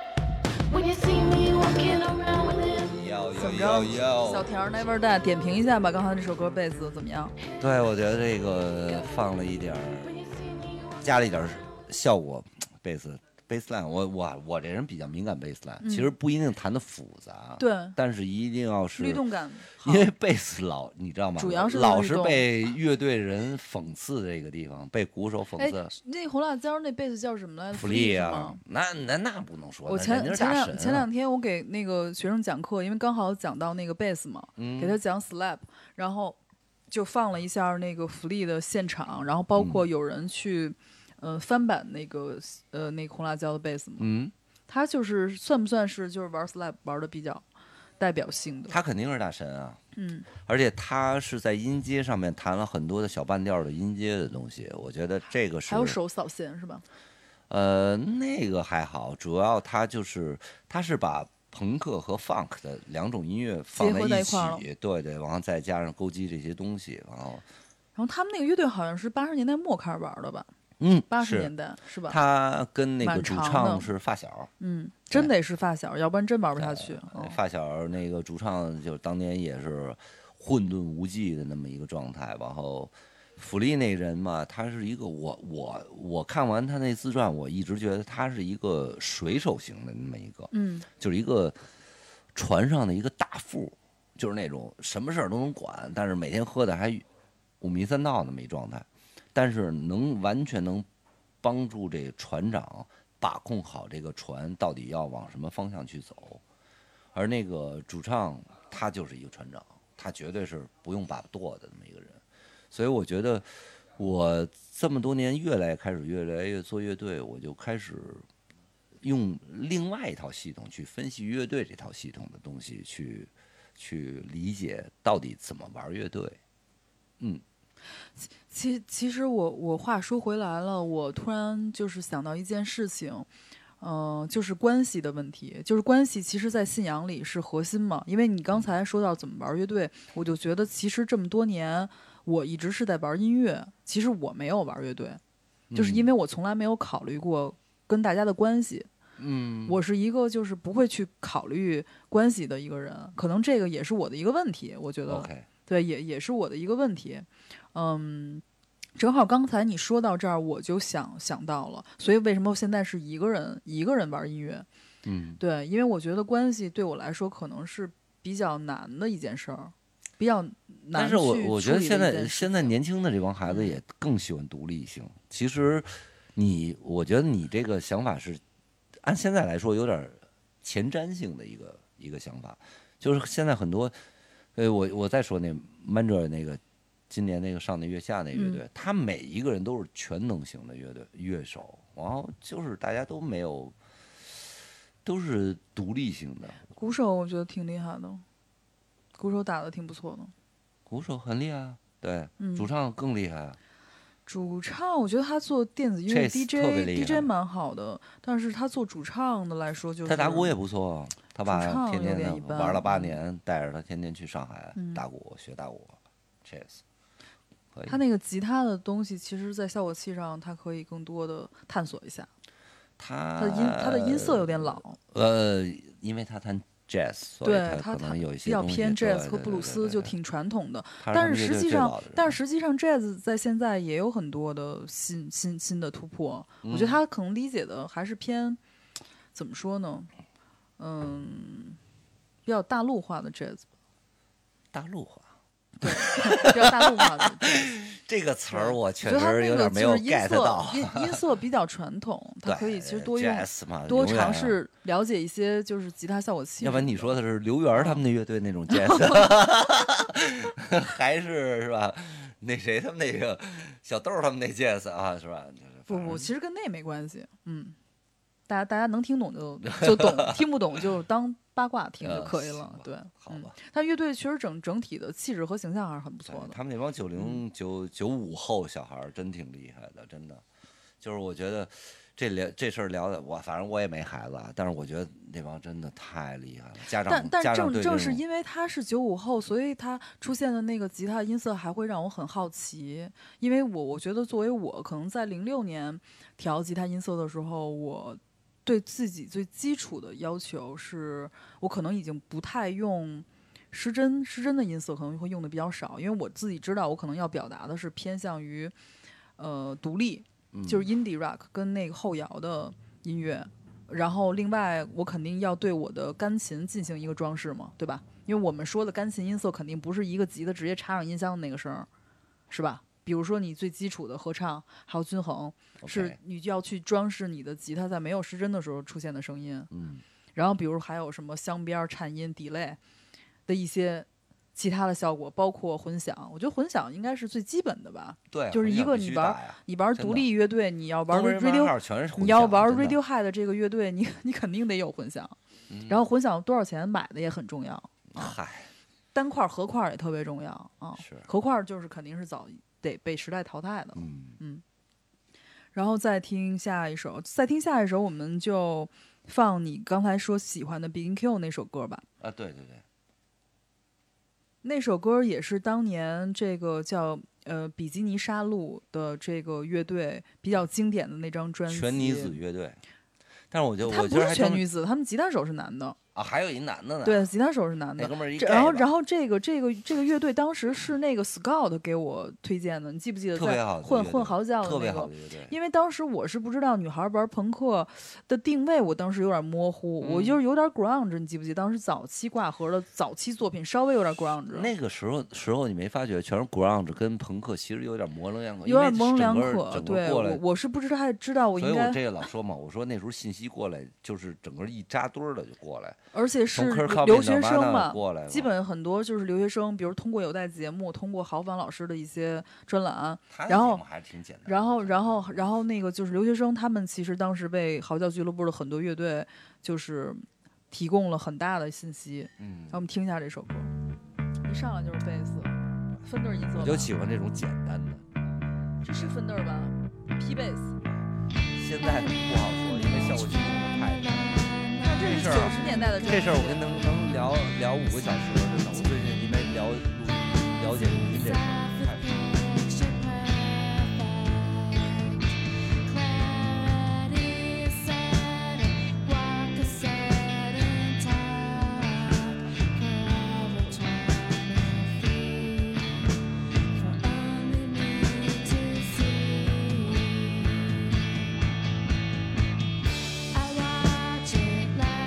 when you see me walking around with him, 怎么着？小田 Never Die 点评一下吧，刚才这首歌贝斯怎么样？ 对，我觉得这个放了一点儿，加了一点儿效果，贝斯。baseline， 我我我这人比较敏感 baseline，、嗯、其实不一定弹的复杂， 对， 但是一定要是律动感， 因为贝斯老你知道吗？ 主要是老是被乐队人讽刺这个地方，被鼓手讽刺。 那红辣椒那贝斯叫什么来着？ 弗利啊，那那那不能说。 我前前两、 啊、 前两天我给那个学生讲课，因为刚好讲到那个贝斯嘛， 嗯、 给他讲 slap， 然后就放了一下那个弗利的现场，然后包括有人去。嗯呃，翻版那个呃那个红辣椒的贝斯嘛， 嗯， 他就是算不算是就是玩 slap 玩的比较代表性的？ 他肯定是大神啊， 嗯， 而且他是在音阶上面弹了很多的小半调的音阶的东西，我觉得这个是还有手扫弦是吧？ 呃，那个还好，主要他就是他是把朋克和 funk 的两种音乐放在一起， 一块对对，然后再加上勾机这些东西，然后然后他们那个乐队好像是八十年代末开始玩的吧？ 嗯， 八十年代 是, 是吧？ 他跟那个主唱是发小， 嗯，真得是发小，要不然真玩不下去。 哦、发小那个主唱就当年也是混沌无际的那么一个状态。然后弗利那人嘛，他是一个我我我看完他那自传，我一直觉得他是一个水手型的那么一个， 嗯， 就是一个船上的一个大副，就是那种什么事儿都能管，但是每天喝的还五迷三道那么一状态。但是能完全能帮助这个船长把控好这个船到底要往什么方向去走，而那个主唱他就是一个船长，他绝对是不用把舵的那么一个人。所以我觉得我这么多年越来开始越来越做乐队，我就开始用另外一套系统去分析乐队这套系统的东西，去去理解到底怎么玩乐队。嗯。 其其实我我话说回来了，我突然就是想到一件事情，嗯、呃，就是关系的问题。就是关系其实在信仰里是核心嘛。因为你刚才说到怎么玩乐队，我就觉得其实这么多年我一直是在玩音乐，其实我没有玩乐队，就是因为我从来没有考虑过跟大家的关系。 嗯， 我是一个就是不会去考虑关系的一个人，可能这个也是我的一个问题，我觉得。 Okay. 对，也也是我的一个问题，嗯，正好刚才你说到这儿，我就想想到了，所以为什么现在是一个人一个人玩音乐？ 嗯， 对，因为我觉得关系对我来说可能是比较难的一件事儿，比较难但是我去我觉得现处理的一件事在现在情年轻的这帮孩子也更喜欢独立性。其实你，我觉得你这个想法是按现在来说有点前瞻性的一个一个想法，就是现在很多，呃，我我再说那 Mandra 那个今年那个上那月下那乐队， 嗯他每一个人都是全能型的乐队乐手，然后就是大家都没有，都是独立性的。 鼓手我觉得挺厉害的，鼓手打的挺不错的。 鼓手很厉害啊，对， 嗯主唱更厉害啊。 主唱我觉得他做电子音乐 Chase 特别 D J 厉害 D J 蛮好的，但是他做主唱的来说就是他打鼓也不错，他把主唱天天的有点一般玩了八年，带着他天天去上海嗯打鼓学打鼓。Chase，可以他那个吉他的东西，其实在效果器上，它可以更多的探索一下。 他它的音它的音色有点老， 呃，因为他弹 jazz，所以对它他可能有一些比较偏东西对 jazz 和对对布鲁斯， 对对就挺传统的。 他但他们乐队是实际上最老的人， 但是实际上 jazz 在现在也有很多的新新新的突破。我觉得嗯他可能理解的还是偏怎么说呢？嗯，比较大陆化的 jazz， 大陆话比较大陆化的 jazz。 这个词儿，我确我觉得他那个实有点没有就是音 get 到色。音音色比较传统，它对， 可以其实多用 jazz 嘛， 多永远啊尝。试了解一些就是吉他效果器什么的。 要不然你说的是刘源儿他们那乐队那种 jazz，还是是吧？那谁他们那个小豆儿他们那 jazz 啊，是吧？就是不不， 反正其实跟那没关系。嗯，大家大家能听懂就就懂，听不懂就当八卦听就呃可以了行吧。 对，嗯好吧。 但乐队确实整整体的气质和形象还是很不错的。 对他们那帮九零九九五后小孩儿真挺厉害的，真的。就是我觉得这聊这事儿聊的，我反正我也没孩子啊，但是我觉得那帮真的太厉害了。家长但但家长正正对这种是因为他是九五后，所以他出现的那个吉他音色还会让我很好奇。因为我我觉得作为我可能在零六年调吉他音色的时候，我对自己最基础的要求是，我可能已经不太用失真失真的音色，可能会用的比较少，因为我自己知道我可能要表达的是偏向于呃独立。就是 indie rock 跟那个后摇的音乐，然后另外我肯定要对我的钢琴进行一个装饰嘛，对吧？因为我们说的钢琴音色肯定不是一个吉他直接插上音箱的那个声儿，是吧？比如说你最基础的合唱还有均衡，是 OK 你就要去装饰你的吉他在没有失真的时候出现的声音。 嗯， 然后比如还有什么镶边、颤音、delay 的一些其他的效果，包括混响，我觉得混响应该是最基本的吧。 对， 就是一混响必个你玩须打呀你玩独真的立乐队，你要玩东人玩号 radio， 全是混你要玩响真的 Radiohead 这个乐队，你你肯定得有混响。 嗯然后混响多少钱买的也很重要， 嗨， 单块合块也特别重要啊。 是合块就是肯定是早得被时代淘汰的。 嗯， 然后再听下一首，再听下一首，我们就放你刚才说喜欢的 Big in Q 那首歌吧。 啊，对对对， 那首歌也是当年这个叫呃比基尼杀戮的这个乐队比较经典的那张专辑。 全女子乐队。但是我觉得， 他不是我觉得还真全女子，他们吉他手是男的。 啊，还有一男的呢。 对，吉他手是男的那。哥们儿一这 gay 然后， 吧然后这个这个这个乐队当时是那个 Scout 给我推荐的，你记不记得特别在混好的乐队混嚎叫的特别那个？ 好的乐队。 因为当时我是不知道女孩玩朋克的定位，我当时有点模糊，我嗯就是有点 grunge，你记不记得？当时早期挂盒的早期作品稍微有点 grunge， 那个时候时候你没发觉，全是 grunge 跟朋克其实有点模棱两可， 有点因为模棱两整个可。 整个对， 过来我我是不知道，还知道我应该所以我，这个老说嘛，我说那时候信息过来就是整个一扎堆儿的就过来， 而且是从 Kurt 留 Cobain 学到生 Madonna 嘛， 过来嘛， 基本很多就是留学生，比如通过有带节目，通过郝凡老师的一些专栏， 他的然后节目还是挺简单的。 然后，然后，然后那个就是留学生，他们其实当时被嚎叫俱乐部的很多乐队就是提供了很大的信息。 嗯让我，们听一下这首歌，一上来就是贝斯，芬德尔音色吧。 我就喜欢这种简单的。 这是芬德尔吧 ？P bass， 现在不好说，因为效果器用的太多。 看这是九这事儿十年代的这事儿我跟能能聊聊五个小时，真的。我最近因为聊录了解录音这事儿太少。 I watch it like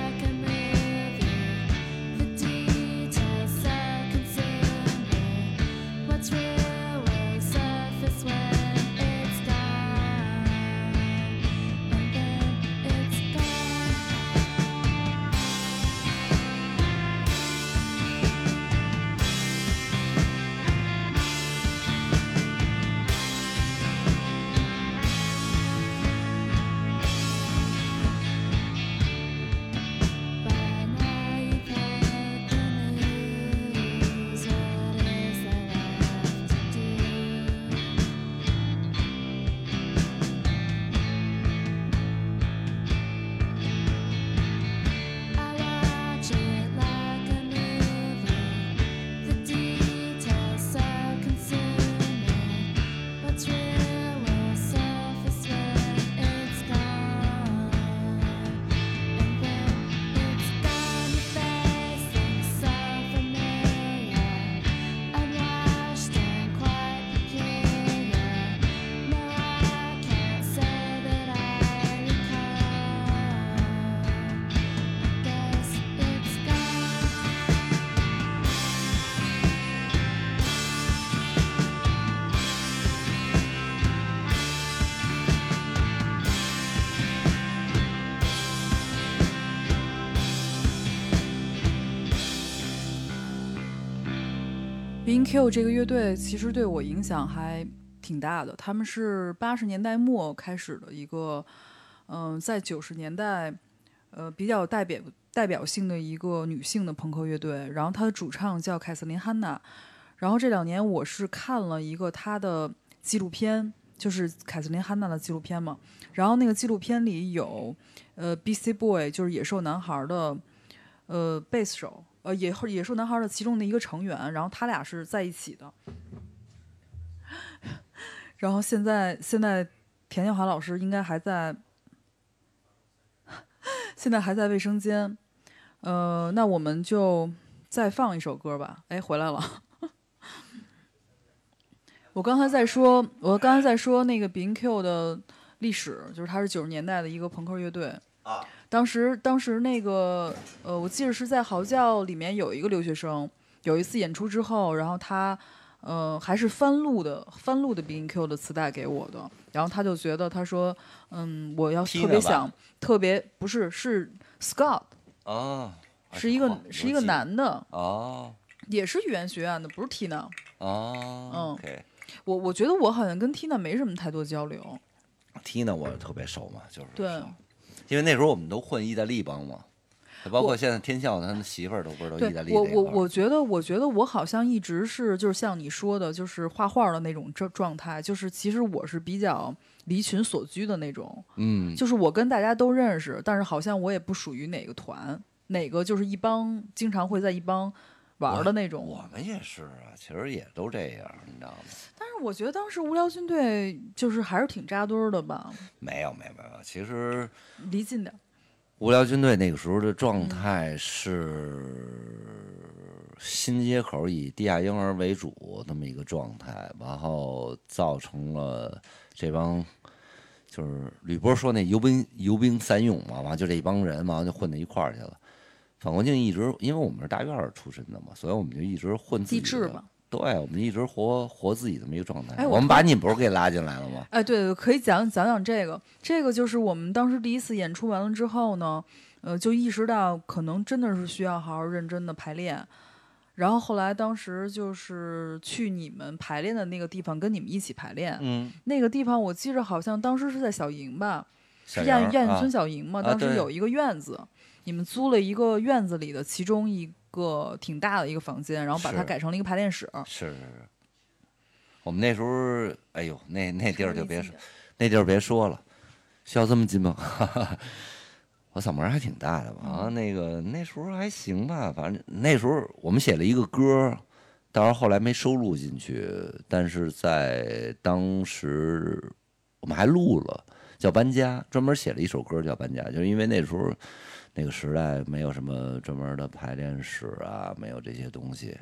B and Q 这个乐队其实对我影响还挺大的，他们是八十年代末开始的一个，嗯、呃，在九十年代，呃，比较代表代表性的一个女性的朋克乐队。然后她的主唱叫凯瑟琳·汉娜。然后这两年我是看了一个她的纪录片，就是凯瑟琳·汉娜的纪录片嘛。然后那个纪录片里有，呃 ，Beastie Boy 就是野兽男孩的，呃，贝斯手。呃，野野兽男孩的其中的一个成员，然后他俩是在一起的。然后现在现在田建华老师应该还在，现在还在卫生间。呃，那我们就再放一首歌吧。哎，回来了。我刚才在说，我刚才在说那个 B and Q 的历史，就是它是九十年代的一个朋克乐队。 啊。 当时，当时那个，呃，我记得是在嚎叫里面有一个留学生，有一次演出之后，然后他，呃，还是翻录的翻录的 B and Q 的磁带给我的，然后他就觉得他说，嗯，我要特别想，特别不是是 Scott， 哦， 是一个、哦、是一个男的， 哦， 也是语言学院的，不是 Tina， 哦， 嗯 ，OK， 我我觉得我好像跟 Tina 没什么太多交流 ，Tina 我特别熟嘛，就是对。 因为那时候我们都混意大利帮嘛，包括现在天笑他的媳妇儿都不是都意大利。 我我我觉得，我觉得我好像一直是就是像你说的，就是画画的那种状状态，就是其实我是比较离群所居的那种， 嗯， 就是我跟大家都认识，但是好像我也不属于哪个团，哪个就是一帮经常会在一帮玩的那种。 我, 我们也是啊，其实也都这样，你知道吗？ 但是我觉得当时无聊军队就是还是挺扎堆的吧？ 没有没有没有，其实离近点。 无聊军队那个时候的状态是新街口以地下婴儿为主那么一个状态，然后造成了这帮就是吕波说那游兵游兵散勇嘛，完就这一帮人嘛就混到一块儿去了。反国境一直因为我们是大院出身的嘛，所以我们就一直混自己的。 地质嘛。 对，我们一直活活自己这么一个状态。 哎， 我们把你不是给拉进来了吗？ 哎，对，可以讲讲讲这个。这个就是我们当时第一次演出完了之后呢，呃，就意识到可能真的是需要好好认真的排练。然后后来当时就是去你们排练的那个地方，跟你们一起排练。 嗯， 那个地方我记着好像当时是在小营吧， 是亚亚运村小营嘛。 啊、 当时有一个院子，啊、你们租了一个院子里的其中一个挺大的一个房间，然后把它改成了一个排练室。 是是是。我们那时候，哎呦，那那地儿就别说，那地儿别说了，需要这么近吗？我嗓门还挺大的吧？啊，那个那时候还行吧，反正那时候我们写了一个歌，当然后来没收录进去，但是在当时我们还录了，叫《搬家》，专门写了一首歌叫《搬家》，就是因为那时候那个时代没有什么专门的排练室啊，没有这些东西。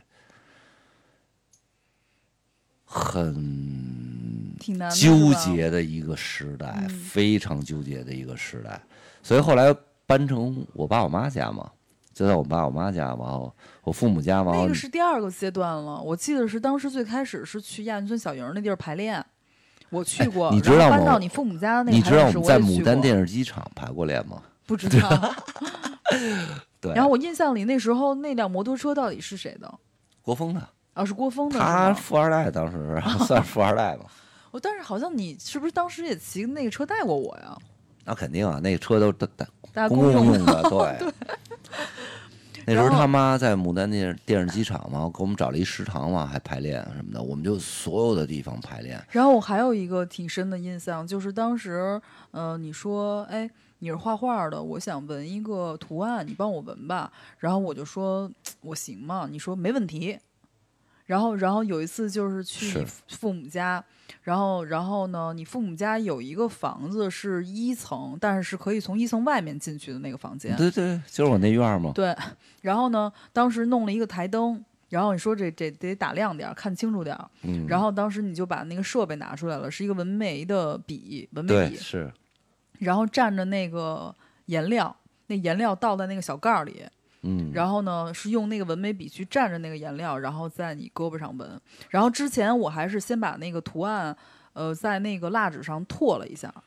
很纠结的一个时代， 嗯、 非常纠结的一个时代，所以后来搬成我爸我妈家嘛，就在我爸我妈家，然后我父母家嘛。 那个是第二个阶段了，我记得是当时最开始是去亚运村小营那地儿排练，我去过。 哎、你知道吗？ 搬到你父母家那个， 你知道我们在牡丹电视机厂排过练吗？ 不知道。 对。 然后我印象里那时候那辆摩托车到底是谁的？ 国风的。 啊，是郭峰的， 他富二代，当时算是富二代吧。 我但是好像你是不是当时也骑那个车带过我呀？ 那肯定啊，那个车都大公共用的，对。 对那时候他妈在牡丹电电视机厂嘛，给我们找了一食堂嘛，还排练什么的，我们就所有的地方排练。 然后我还有一个挺深的印象，就是当时，呃，你说，哎，你是画画的，我想纹一个图案，你帮我纹吧。然后我就说，我行吗？你说没问题。然后，然后有一次就是去你父母家，然后，然后呢，你父母家有一个房子是一层，但是是可以从一层外面进去的那个房间。 对对，就是我那院嘛。 对，然后呢，当时弄了一个台灯，然后你说这这得打亮点，看清楚点。 嗯。 然后当时你就把那个设备拿出来了，是一个纹眉的笔，纹眉笔。 对，是。 然后蘸着那个颜料，那颜料倒在那个小盖里。 嗯， 然后呢，是用那个纹眉笔去蘸着那个颜料，然后在你胳膊上纹。然后之前我还是先把那个图案，呃，在那个蜡纸上拓了一下。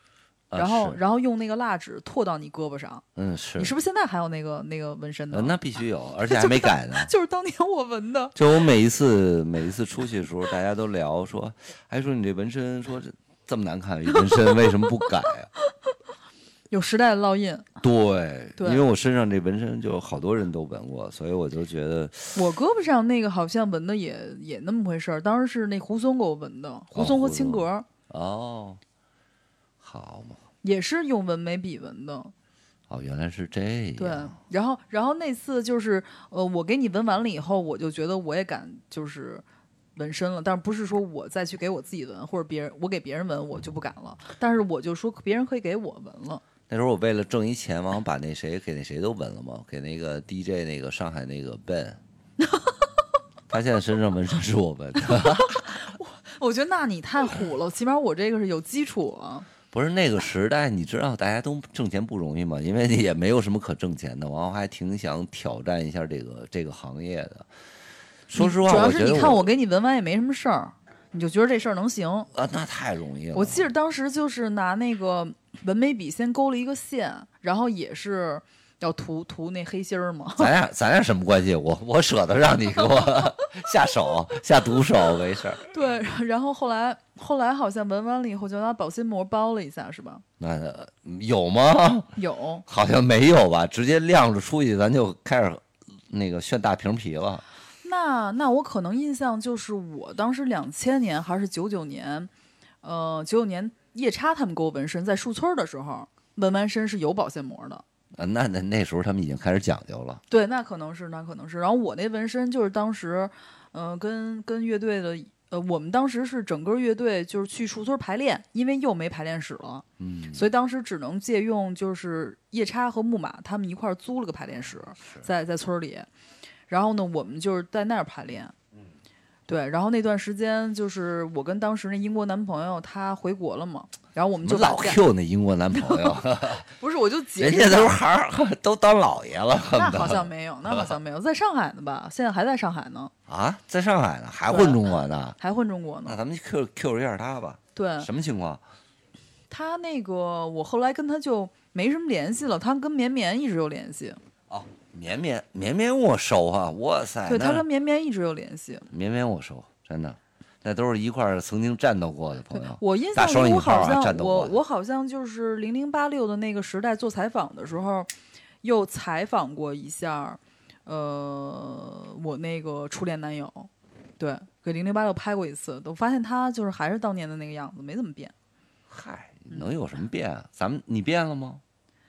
然后、 啊、 然后用那个蜡纸拓到你胳膊上。 嗯，是。 你是不是现在还有那个那个纹身的、 呃？那必须有，而且还没改呢。 就是当年我纹的。 就我每一次每一次出去的时候，大家都聊说，还说你这纹身说这这么难看，一纹身为什么不改啊？ 有时代的烙印。 对， 对， 因为我身上这纹身就好多人都纹过，所以我就觉得我胳膊上那个好像纹的也也那么回事儿。当时是那胡松给我纹的，胡松和青格。 哦，好嘛， 也是用纹眉笔纹的。 哦，原来是这样。 对，然后然后那次就是呃，我给你纹完了以后，我就觉得我也敢就是纹身了，但是不是说我再去给我自己纹，或者别人我给别人纹我就不敢了，但是我就说别人可以给我纹了。 那时候我为了挣一钱嘛，我把那谁给那谁都纹了嘛，给那个 D J 那个上海那个 Ben， 他现在身上纹身是我纹的。 我觉得那你太虎了，起码我这个是有基础啊。 不是那个时代，你知道大家都挣钱不容易嘛，因为也没有什么可挣钱的，然后还挺想挑战一下这个这个行业的。说实话， 主要是我觉得你看我给你纹完也没什么事儿，你就觉得这事儿能行啊？那太容易了。 我记得当时就是拿那个纹眉笔先勾了一个线，然后也是要涂涂那黑心儿嘛。 咱俩咱俩什么关系？我我舍得让你给我下手下毒手，没事儿。 对，然后后来后来好像纹完了以后就拿保鲜膜包了一下，是吧？ 那有吗？ 有， 好像没有吧？直接晾着出去，咱就开始那个炫大瓶皮了。 那那我可能印象就是我当时两千年还是九九年，呃，九九年夜叉他们给我纹身，在树村的时候纹完身是有保鲜膜的。 啊，那那那时候他们已经开始讲究了。 对，那可能是，那可能是。然后我那纹身就是当时，呃，跟跟乐队的，呃，我们当时是整个乐队就是去树村排练，因为又没排练室了， 嗯， 所以当时只能借用就是夜叉和木马他们一块儿租了个排练室，在在村里。然后呢，我们就是在那儿排练。对，然后那段时间就是我跟当时那英国男朋友他回国了嘛，然后我们就老 Q 那英国男朋友， 不是，我就解释人家都孩儿都当老爷了， 那好像没有，那好像没有，在上海呢吧？现在还在上海呢。 啊，在上海呢，还混中国呢？ 还混中国呢？ 那咱们 Q Q 一下他吧。 对， 什么情况？ 他那个，我后来跟他就没什么联系了，他跟绵绵一直有联系。 哦。绵绵绵绵我熟啊，哇塞！ 对，他跟绵绵一直有联系。 绵绵我熟，真的，那都是一块儿曾经战斗过的朋友。 我印象里，我好像、 啊、 我我好像就是零零八六的那个时代做采访的时候，又采访过一下，呃，我那个初恋男友，对，给零零八六拍过一次，我发现他就是还是当年的那个样子，没怎么变。 嗨，能有什么变啊？咱们你变了吗？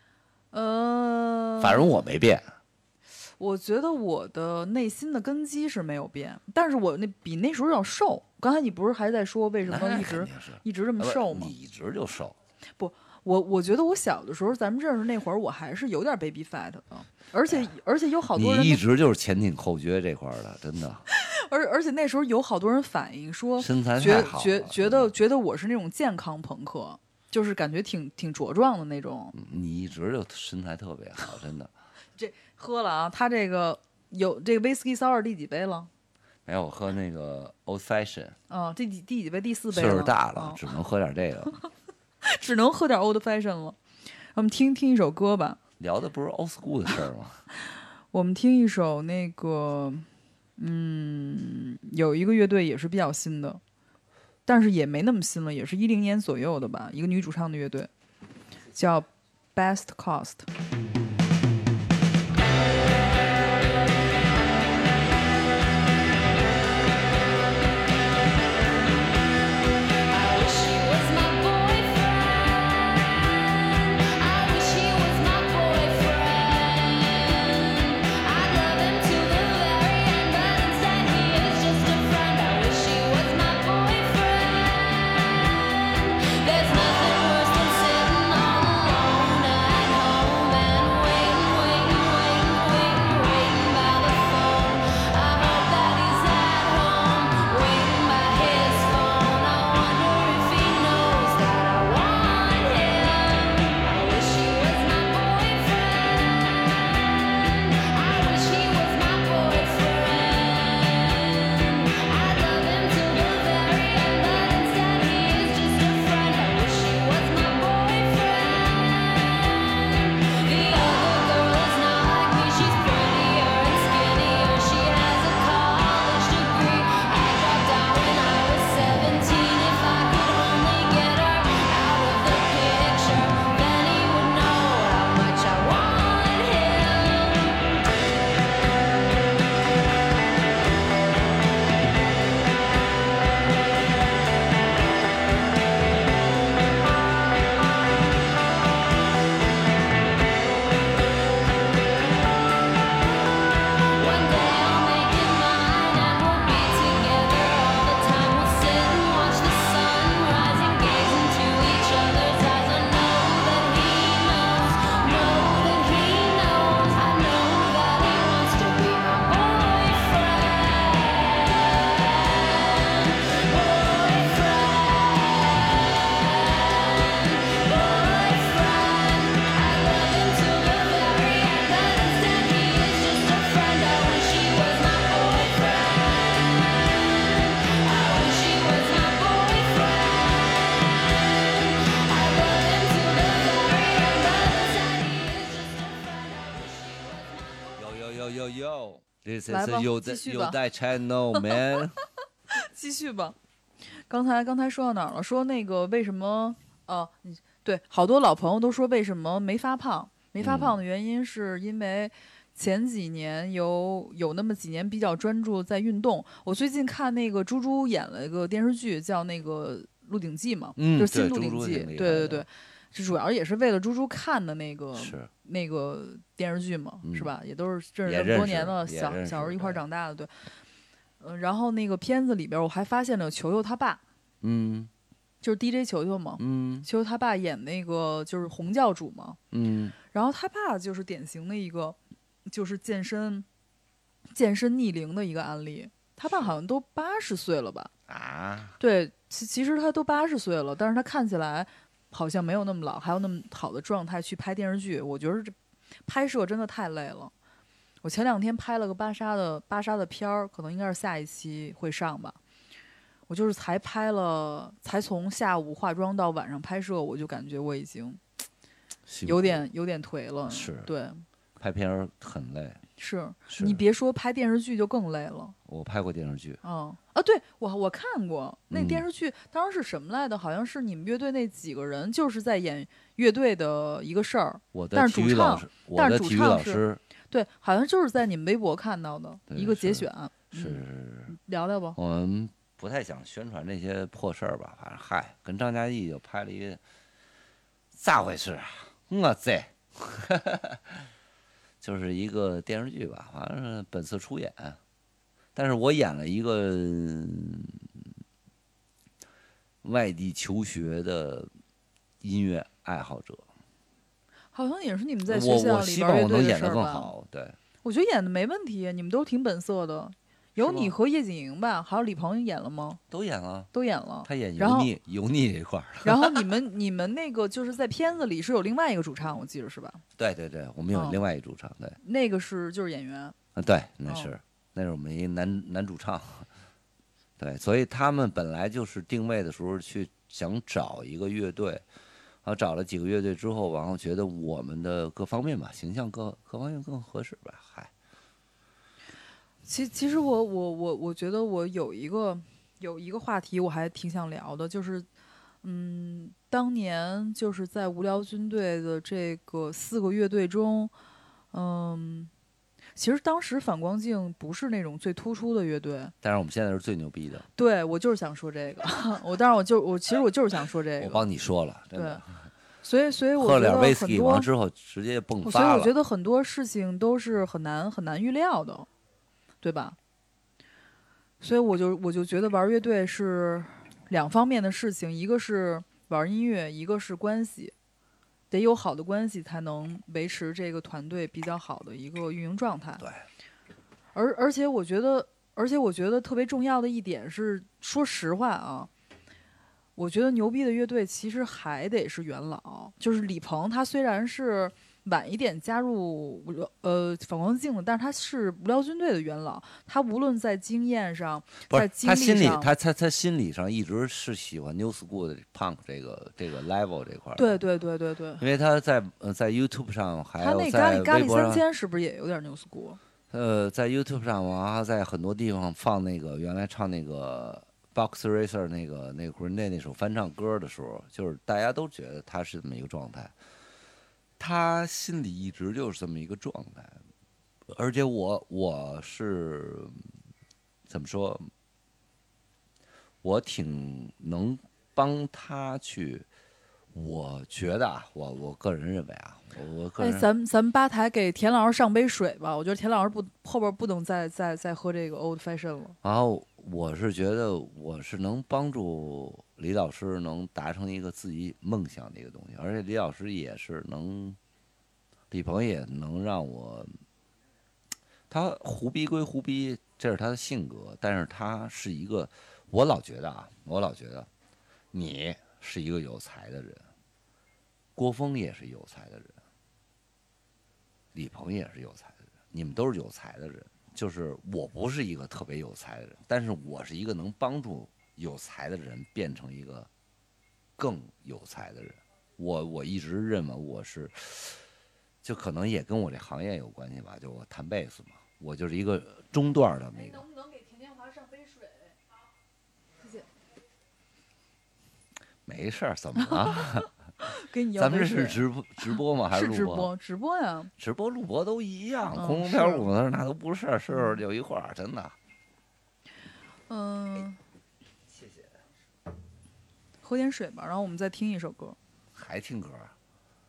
呃， 反正我没变。 我觉得我的内心的根基是没有变，但是我那比那时候要瘦。刚才你不是还在说为什么一直一直这么瘦吗？ 你一直就瘦。 不，我我觉得我小的时候，咱们认识那会儿，我还是有点 baby fat 的，而且而且有好多人你一直就是前挺后撅这块的，真的。 而而且那时候有好多人反映说， 身材太好了， 觉觉得觉得我是那种健康朋克，就是感觉挺挺茁壮的那种。 你一直就身材特别好，真的。 这喝了啊，他这个有这个 whisky sour 第几杯了？ 没有，我喝那个 old fashion。 啊，第几第几杯？第四杯了。 岁数大了， 啊、 只能喝点这个。 只能喝点 old fashion 了。我们听听一首歌吧。 聊的不是 old school 的事儿吗？ 我们听一首那个，嗯，有一个乐队也是比较新的，但是也没那么新了，也是一零年左右的吧，一个女主唱的乐队，叫 Best Cost。 There's nothing worse than sitting all alone at home. This 来 is 吧有继续吧有带 channel man。 继续吧。刚才刚才说到哪儿了？说那个为什么？哦、你对，好多老朋友都说为什么没发胖？没发胖的原因是因为前几年有有那么几年比较专注在运动。我最近看那个猪猪演了一个电视剧，叫那个《鹿鼎记》嘛， 嗯就是新对猪鹿鼎记。 猪挺厉害的对对对，这主要也是为了猪猪看的那个是那个电视剧嘛， 嗯是吧？也都是认识也这么多认识年了， 也认识小小时候一块儿对长大的，对。嗯、然后那个片子里边，我还发现了球球他爸， 嗯就是 D J 球球嘛， 嗯球球他爸演那个就是红教主嘛， 嗯然后他爸就是典型的一个就是健身健身逆龄的一个案例。他爸好像都八十岁了吧？ 啊， 对，其其实他都八十岁了，但是他看起来好像没有那么老，还有那么好的状态去拍电视剧。我觉得这拍摄真的太累了。我前两天拍了个芭莎的芭莎的片儿，可能应该是下一期会上吧。我就是才拍了，才从下午化妆到晚上拍摄，我就感觉我已经辛苦有点有点颓了。 是对， 拍片儿很累。 是是你别说拍电视剧就更累了。 我拍过电视剧， 嗯啊，对我我看过那嗯电视剧，当时是什么来的？好像是你们乐队那几个人就是在演乐队的一个事儿。 我的但是主体育老唱师，我但是的体育主唱是老师对，好像就是在你们微博看到的对一个节是选。嗯是聊聊吧。 我们不太想宣传这些破事儿吧，反正嗨，跟张嘉译就拍了一个咋回事啊？我这就是一个电视剧吧，反正是本次出演，但是我演了一个嗯外地求学的音乐爱好者， 好像也是你们在学我校我希望我里边乐队能演得的事儿吧？ 更好，对。 我觉得演的没问题，你们都挺本色的。有是吗你和叶锦莹吧，还有李鹏演了吗？ 都演了， 都演了。 他演然后油腻油腻这块儿。 然后你们你们那个就是在片子里是有另外一个主唱，我记得是吧？ 对对对，我们有哦另外一主唱，对， 那个是就是演员。 啊对，那哦是那是我们一男男主唱，对，所以他们本来就是定位的时候去想找一个乐队，然后找了几个乐队之后，然后觉得我们的各方面吧，形象各各方面更合适吧，嗨， 其其实我我我我觉得我有一个有一个话题我还挺想聊的，就是嗯，当年就是在无聊军队的这个四个乐队中，嗯，其实当时反光镜不是那种最突出的乐队。 但是我们现在是最牛逼的， 对，我就是想说这个，我当然我就我其实我就是想说这个， 我帮你说了，真对的，， 所以所以我喝了点觉得威士忌很多完之后直接迸所以发了， 我觉得很多事情都是很难很难预料的，对吧？所以我就我就觉得玩乐队是两方面的事情，一个是玩音乐，一个是关系，得有好的关系才能维持这个团队比较好的一个运营状态。 对， 而而且我觉得，而且我觉得特别重要的一点是，说实话啊，我觉得牛逼的乐队其实还得是元老，就是李鹏，他虽然是晚一点加入无聊呃反光镜的，但是他是无聊军队的元老，他无论在经验上， 不是在经历他心里上， 他他他心理上一直是喜欢 New School 的 Punk 这个这个 level 这块儿， 对对对对对， 因为他在呃在 YouTube 上还他那咖有在喱咖喱三微博上， 千是不是也有点 new school？ 呃，在 YouTube 上然后在很多地方放那个原来唱那个 Box Racer 那个那个 Green Day 那首翻唱歌的时候，就是大家都觉得他是这么一个状态，他心里一直就是这么一个状态，而且我我是怎么说，我挺能帮他去。我觉得啊，我我个人认为啊，我我个哎， 人咱们咱们吧台给田老师上杯水吧，我觉得田老师不后边不能再再再喝这个 old fashion 了。 然后我是觉得我是能帮助李老师能达成一个自己梦想的一个东西，而且李老师也是能，李鹏也能让我，他胡逼归胡逼，这是他的性格，但是他是一个，我老觉得啊，我老觉得你是一个有才的人，郭峰也是有才的人，李鹏也是有才的人，你们都是有才的人。就是我不是一个特别有才的人，但是我是一个能帮助有才的人变成一个更有才的人。我我一直认为我是，就可能也跟我这行业有关系吧。就我弹贝斯嘛， 我就是一个中段的那个。 不能给田天华上杯水？谢谢。 没事儿，怎么了？ 给你要咱们杯水。 这是直播直播吗？还是录播？ 直播，直播呀。 直播录播都一样， 嗯空中飘舞的那都不是，是有一块儿，真的。 嗯， 谢谢。 喝点水吧，然后我们再听一首歌。 还听歌啊？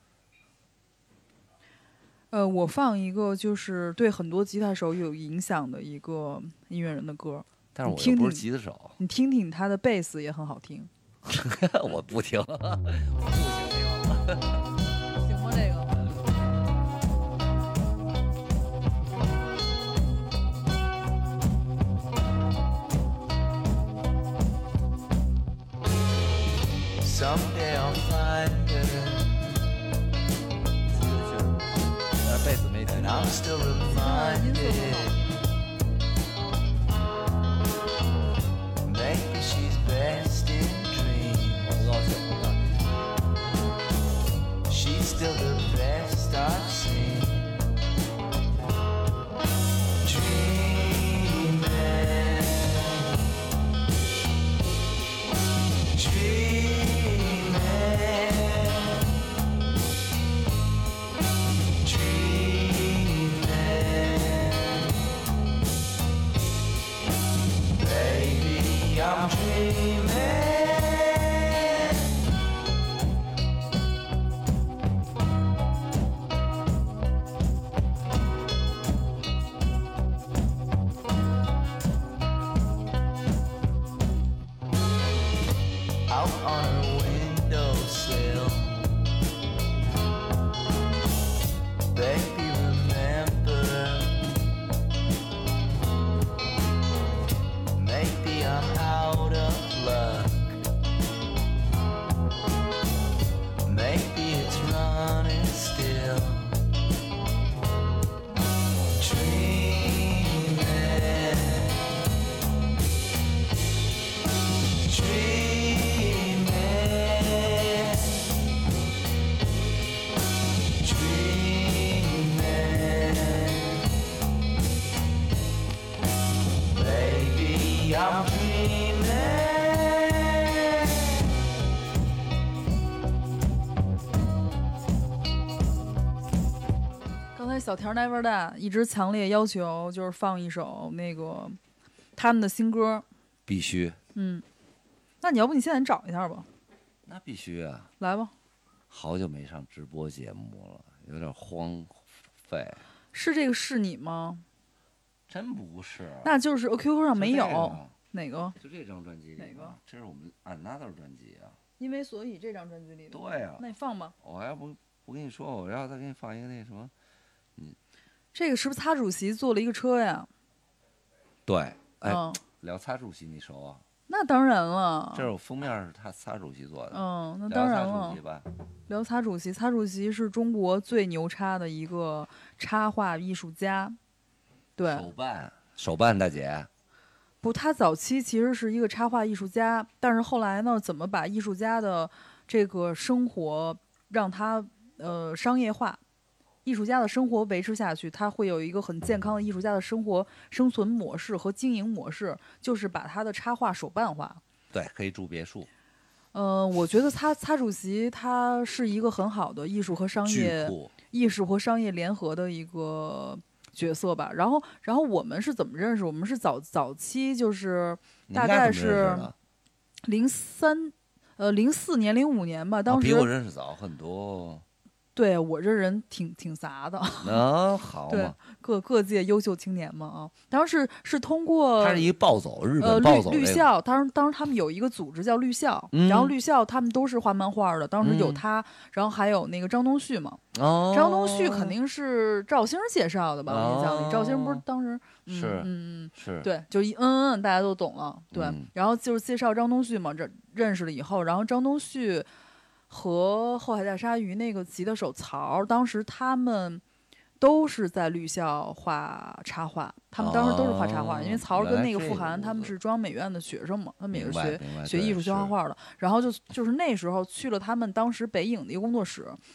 呃，我放一个就是对很多吉他手有影响的一个音乐人的歌， 但是我你听又不是听吉他手， 你听听他的贝斯也很好听。 我不听，我不行听。 行吗？这个。 Someday I'll find her, 但是贝斯没听 and I'm still 音色很 reminded. 好。 Maybe she's best in dreams. 我不高兴，我告诉你。 She's still the best I've seen. Dreaming, dreaming, dreaming. Baby, I'm dreaming. 小条 Never Die 一直强烈要求就是放一首那个他们的新歌， 必须。 嗯，那你要不你现在找一下吧？ 那必须啊！ 来吧。 好久没上直播节目了，有点荒废。 是这个是你吗？ 真不是。 那就是 Q Q 上没有。 个哪个？ 就这张专辑里。 哪个？ 这是我们 Another 专辑啊。 因为所以这张专辑里的。 对啊。 那你放吧。 我要不我跟你说，我要再给你放一个那什么。嗯， 这个是不是擦主席坐了一个车呀？ 对，哎， 嗯、 聊擦主席你熟啊？ 那当然了。 这是我封面是他擦主席做的。 嗯，那当然了。聊擦主席，擦主席是中国最牛叉的一个插画艺术家。对。 手办，手办大姐。 不，他早期其实是一个插画艺术家，但是后来呢，怎么把艺术家的这个生活让他呃商业化？艺术家的生活维持下去，他会有一个很健康的艺术家的生活生存模式和经营模式，就是把他的插画手办化。 对，可以住别墅。 嗯、呃，我觉得他擦主席他是一个很好的艺术和商业艺术和商业联合的一个角色吧。然后，然后我们是怎么认识？我们是早早期就是大概是零三呃零四年零五年吧，当时、 啊、比我认识早很多。 对我这人挺挺杂的， 啊，好嘛， 各各界优秀青年嘛啊，当时是通过他是一暴走日本暴走、 呃、绿, 绿校，当时当时他们有一个组织叫绿校， 嗯、 然后绿校他们都是画漫画的，当时有他，嗯、然后还有那个张东旭嘛， 哦， 张东旭肯定是赵星介绍的吧？我印象里，赵星不是当时嗯、是嗯嗯是对，就一嗯嗯嗯大家都懂了，对， 嗯、 然后就是介绍张东旭嘛，这认识了以后，然后张东旭。和后海大鲨鱼那个吉他手曹，当时他们都是在绿校画插画，他们当时都是画插画， 哦、 因为曹跟那个傅涵他们是中央美院的学生嘛，他们也是学学艺术学画画的。然后就就是那时候去了他们当时北影的一个工作室，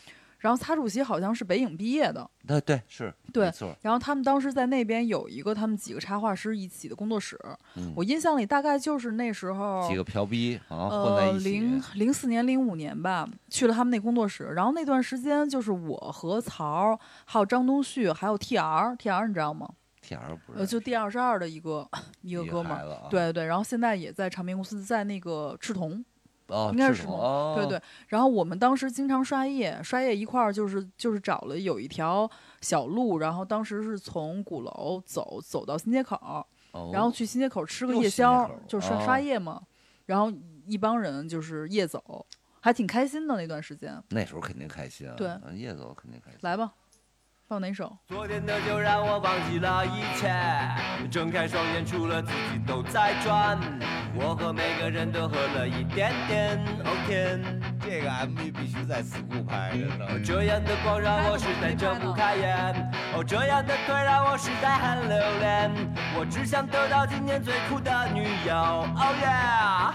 然后擦主席好像是北影毕业的， 对对是， 对没错。 然后他们当时在那边有一个他们几个插画师一起的工作室， 嗯、 我印象里大概就是那时候几个漂逼好像混在呃一起。 零零四年零五年吧，去了他们那工作室，然后那段时间就是我和曹，还有张东旭，还有 T R，T R 你知道吗？ T R 不是， 呃，就第二十二的一个一个哥们儿， 啊、 对对，然后现在也在唱片公司，在那个赤铜。 哦， 应该是赤铜，哦、 对对。然后我们当时经常刷夜，刷夜一块儿就是就是找了有一条小路，然后当时是从鼓楼走走到新街口， 哦、 然后去新街口吃个夜宵，就刷、 哦、 刷夜嘛。然后一帮人就是夜走，还挺开心的那段时间。 那时候肯定开心啊， 对， 夜走肯定开心。 来吧。放哪首？ 昨天的就让我忘记了一切，睁开双眼，除了自己都在转。我和每个人都喝了一点点。哦天， 这个 M V 必须在 school 拍的。 哦，这样的光让我实在睁不开眼。哦，这样的腿让我实在很留恋。我只想得到今年最酷的女友。Oh yeah！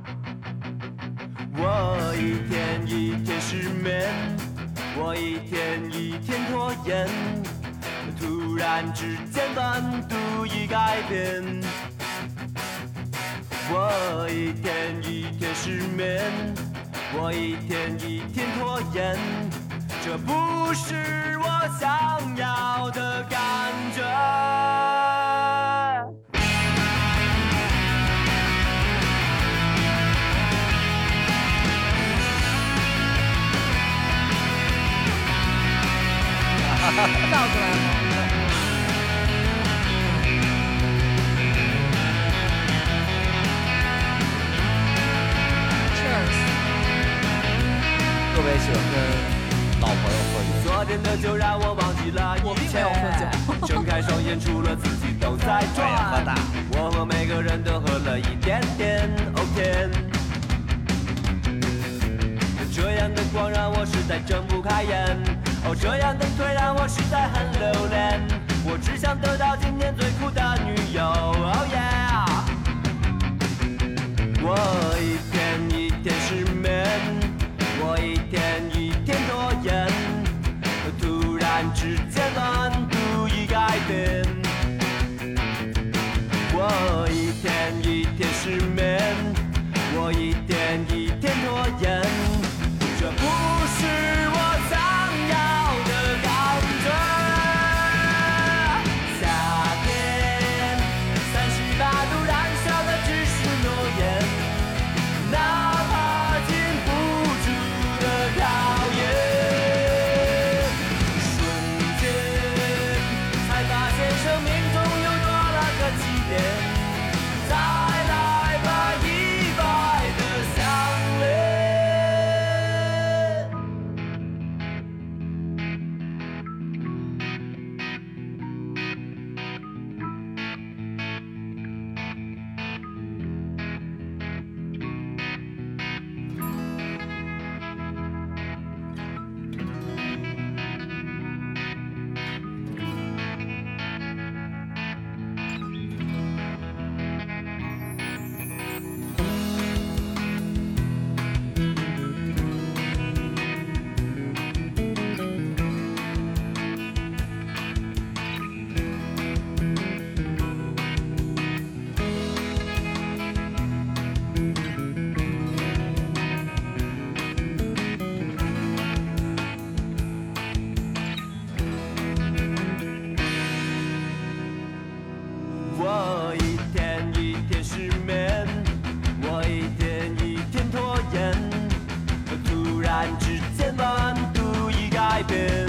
我一天一天失眠。我一天一天拖延，突然之间温度已改变。我一天一天失眠，我一天一天拖延，这不是我想要的感觉。 倒出来吗 ？Cheers！ 特别喜欢跟老朋友喝酒。 昨天的酒让我忘记了一切。睁开双眼，除了自己都在转。 喝大。 我和每个人都喝了一点点。哦天！这样的光让我实在睁不开眼。哦，这样的腿让我实在很留恋。我只想得到今年最酷的女友。Oh yeah！ 我一天一天失眠，我一天一天拖延，突然之间温度已改变。我一天一天失眠，我一天一天拖延，这不是我想要的感觉。夏天三十八度燃烧的只是诺言，哪怕经不住的考验。瞬间才发现生命中有多了个起点。再来吧，一百的相恋。我一天一天失眠，我一天一天拖延，突然之间温度已改变。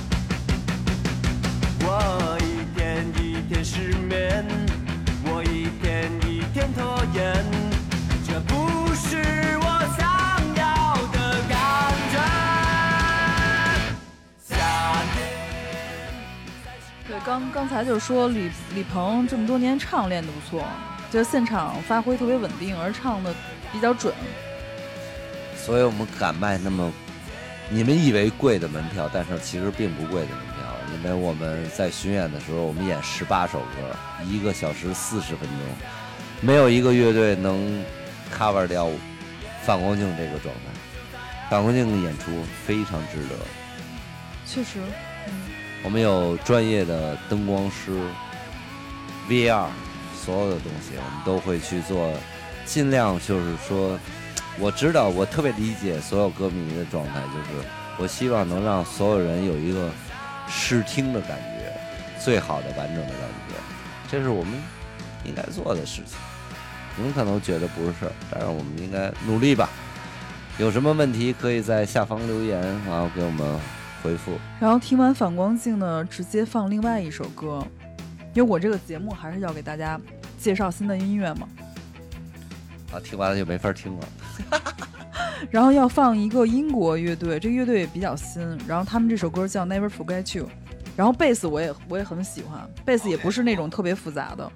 我一天一天失眠，我一天一天拖延，这不是我想要的感觉。夏天。 对，刚刚才就说李李鹏这么多年唱练得不错，就是现场发挥特别稳定，而唱的比较准。 所以我们敢卖那么你们以为贵的门票，但是其实并不贵的门票，因为我们在巡演的时候，我们演十八首歌，一个小时四十分钟，没有一个乐队能 cover 掉反光镜这个状态。反光镜的演出非常值得。 确实，嗯， 我们有专业的灯光师 V R， 所有的东西我们都会去做，尽量就是说，我知道我特别理解所有歌迷的状态，就是我希望能让所有人有一个视听的感觉，最好的完整的感觉，这是我们应该做的事情。你们可能觉得不是事儿，但是我们应该努力吧。有什么问题可以在下方留言，然后给我们回复。 然后听完反光镜呢，直接放另外一首歌，因为我这个节目还是要给大家介绍新的音乐嘛。 啊，听完了就没法听了。 然后要放一个英国乐队，这个乐队也比较新，然后他们这首歌叫 Never Forget You， 然后贝斯我也我也很喜欢，贝斯也不是那种特别复杂的。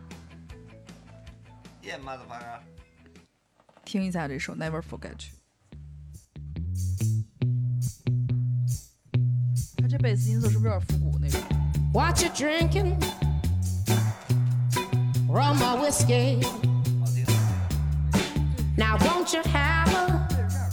听一下这首 Never Forget You。它这贝斯音色是不是有点复古那种 What you drinking? Rum or whiskey? Now won't you have a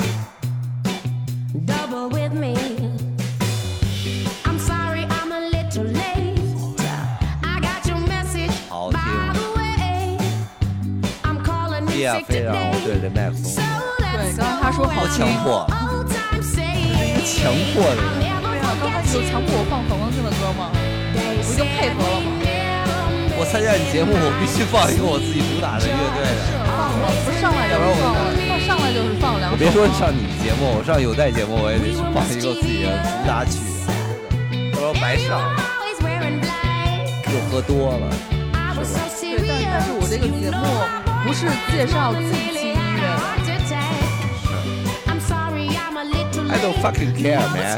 double with me? I'm sorry I'm a little late. I got your message by the way. I'm calling you sick today. 对着麦克风， 对，刚才他说好强迫，强迫的人。 对啊，刚才你就强迫我放反光镜的歌吗？我已经配合了吗？ 我参加你节目，我必须放一个我自己主打的乐队的。 放了，不是上来就是放了，放上来就是放两首。 我别说上你节目，我上有带节目，我也得去放一个自己的主打曲，不然白上了，又喝多了，是吧？ 对，但但是我这个节目不是介绍近期音乐的。 I don't fucking care, man。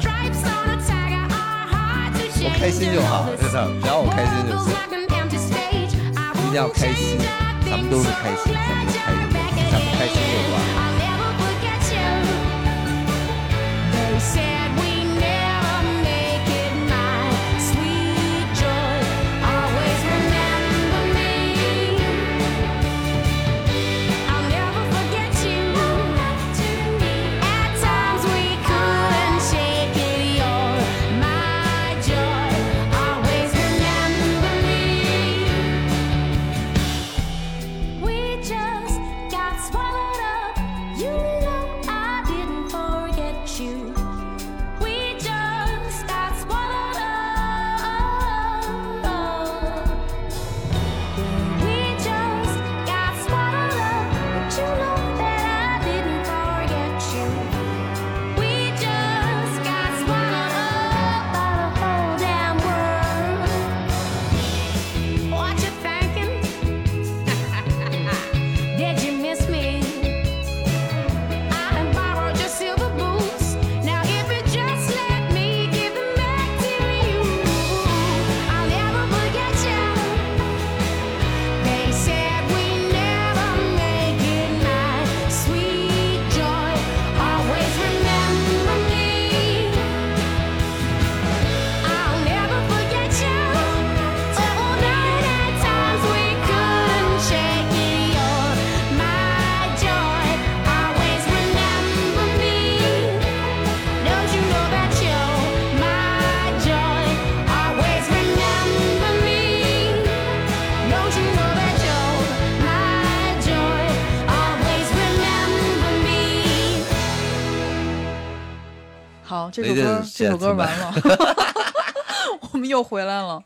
我开心就好，真的，只要我开心就行。一定要开心，咱们都是开心，咱们都开心，咱们开心就完。 好，这首歌这首歌完了，我们又回来了。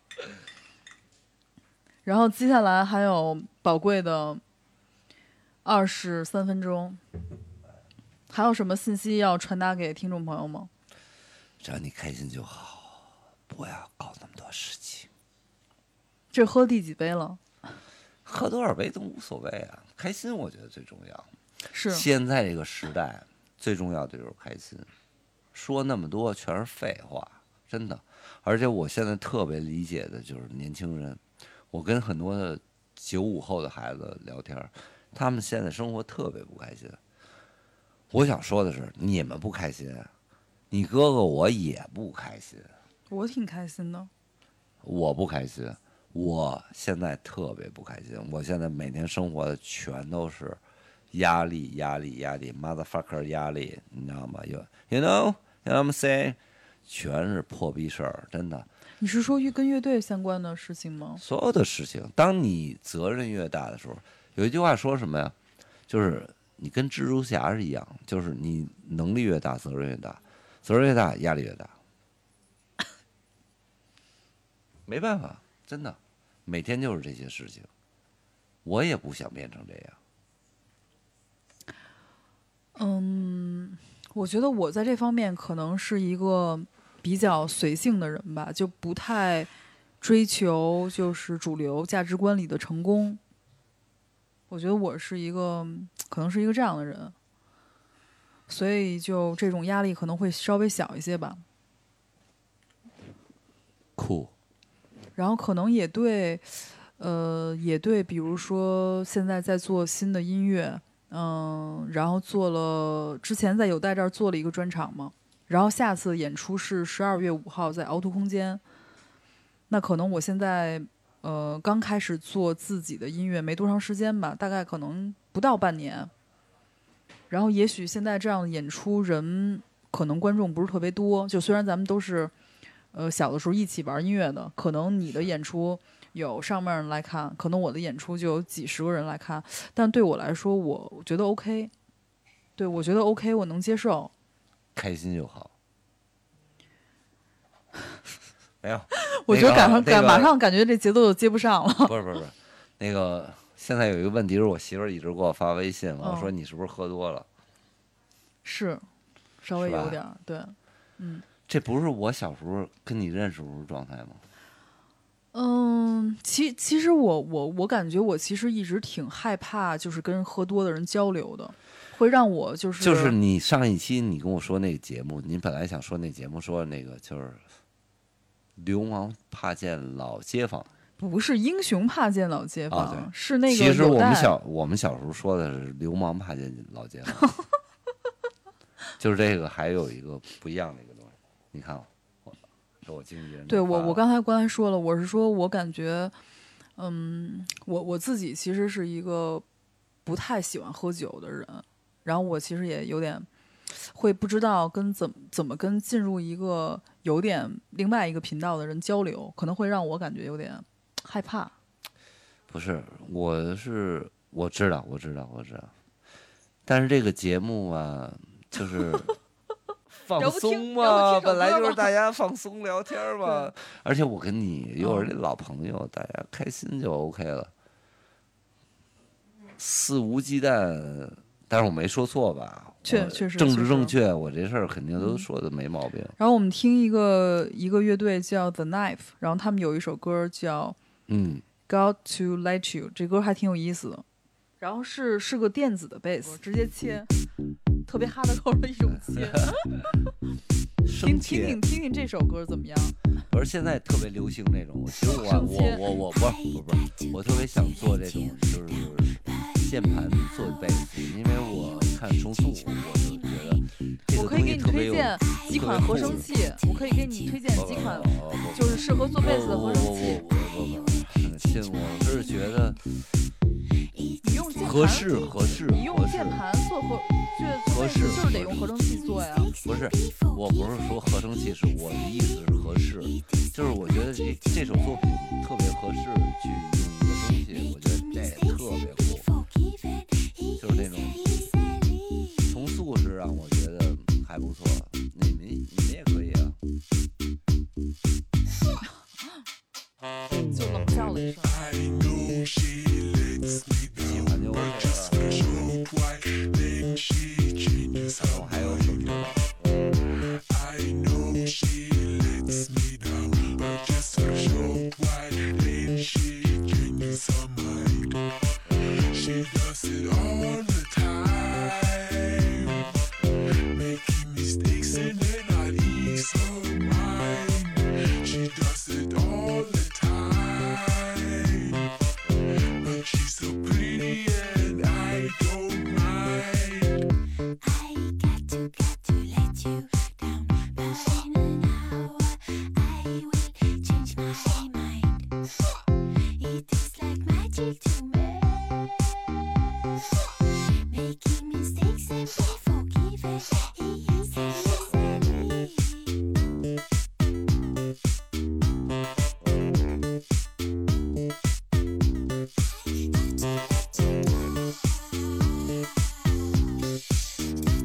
然后接下来还有宝贵的二十三分钟，还有什么信息要传达给听众朋友吗？ 只要你开心就好，不要搞那么多事情。 这喝第几杯了？ 喝多少杯都无所谓啊，开心我觉得最重要。 是现在这个时代最重要的就是开心。说那么多全是废话，真的。而且我现在特别理解的就是年轻人，我跟很多的九五后的孩子聊天，他们现在生活特别不开心。我想说的是，你们不开心，你哥哥我也不开心。 我挺开心的。 我不开心，我现在特别不开心。我现在每天生活的全都是压力，压力，压力 ，motherfucker 压力，你知道吗？有 ，you know，you know what I'm saying， 全是破逼事儿，真的。 你是说跟乐队相关的事情吗？ 所有的事情，当你责任越大的时候，有一句话说什么呀？就是你跟蜘蛛侠是一样，就是你能力越大，责任越大，责任越大，压力越大。没办法，真的，每天就是这些事情。我也不想变成这样。 嗯，我觉得我在这方面可能是一个比较随性的人吧，就不太追求就是主流价值观里的成功。我觉得我是一个可能是一个这样的人，所以就这种压力可能会稍微小一些吧。 酷。 然后可能也对，呃，也对，比如说现在在做新的音乐，嗯，然后做了之前在有代这儿做了一个专场嘛。然后下次演出是十二月五号在凹凸空间。那可能我现在呃刚开始做自己的音乐没多长时间吧，大概可能不到半年。然后也许现在这样的演出人可能观众不是特别多，就虽然咱们都是呃小的时候一起玩音乐的，可能你的演出有上万人来看，可能我的演出就有几十个人来看，但对我来说我觉得 OK， 对我觉得 OK， 我能接受。 开心就好。没有， 我觉得赶上、 那个、 马上感觉这节奏就接不上了。 不是不是不是，那个现在有一个问题是我媳妇儿一直给我发微信，我、嗯、说你是不是喝多了？ 是，稍微有点，对，嗯。 这不是我小时候跟你认识时候状态吗？ 嗯，其其实我我我感觉我其实一直挺害怕，就是跟喝多的人交流的。会让我就是就是你上一期你跟我说那个节目，你本来想说那节目说那个就是流氓怕见老街坊， 不是英雄怕见老街坊， 啊、 是那个。 其实我们小我们小时候说的是流氓怕见老街坊，就是这个还有一个不一样的一个东西。你看我，这我经纪人。 对我我刚才刚才说了，我是说我感觉，嗯，我我自己其实是一个不太喜欢喝酒的人。然后我其实也有点会不知道跟怎么怎么跟进入一个有点另外一个频道的人交流，可能会让我感觉有点害怕。 不是，我是我知道我知道我知道，但是这个节目啊，就是放松嘛，本来就是大家放松聊天嘛，而且我跟你又是这老朋友，大家开心就 OK 了，肆无忌惮。但是我没说错吧？ 确确实政治正确，我这事儿肯定都说的没毛病。 然后我们听一个一个乐队叫 The Knife， 然后他们有一首歌叫嗯 Got to Let You， 这歌还挺有意思的。然后是是个电子的贝斯，直接切，特别哈的口的一种切。听听听听听这首歌怎么样？ 不是现在特别流行那种，其实我我我我不不不是，我特别想做这种就是键盘做贝斯，因为我看重塑，我就觉得这个我可以给你推荐几款合成器，我可以给你推荐几款就是适合做贝斯的合成器。 亲，我是觉得你用键盘合适合适， 你用键盘做合合适就是得用合成器做呀。 不是，我不是说合成器，是我的意思是合适，就是我觉得这这首作品特别合适去用一个东西，我觉得这特别酷，就是那种重塑是让我觉得还不错，你们你们也可以啊。 就冷笑了一声。 喜欢就 OK 了。我还有手机。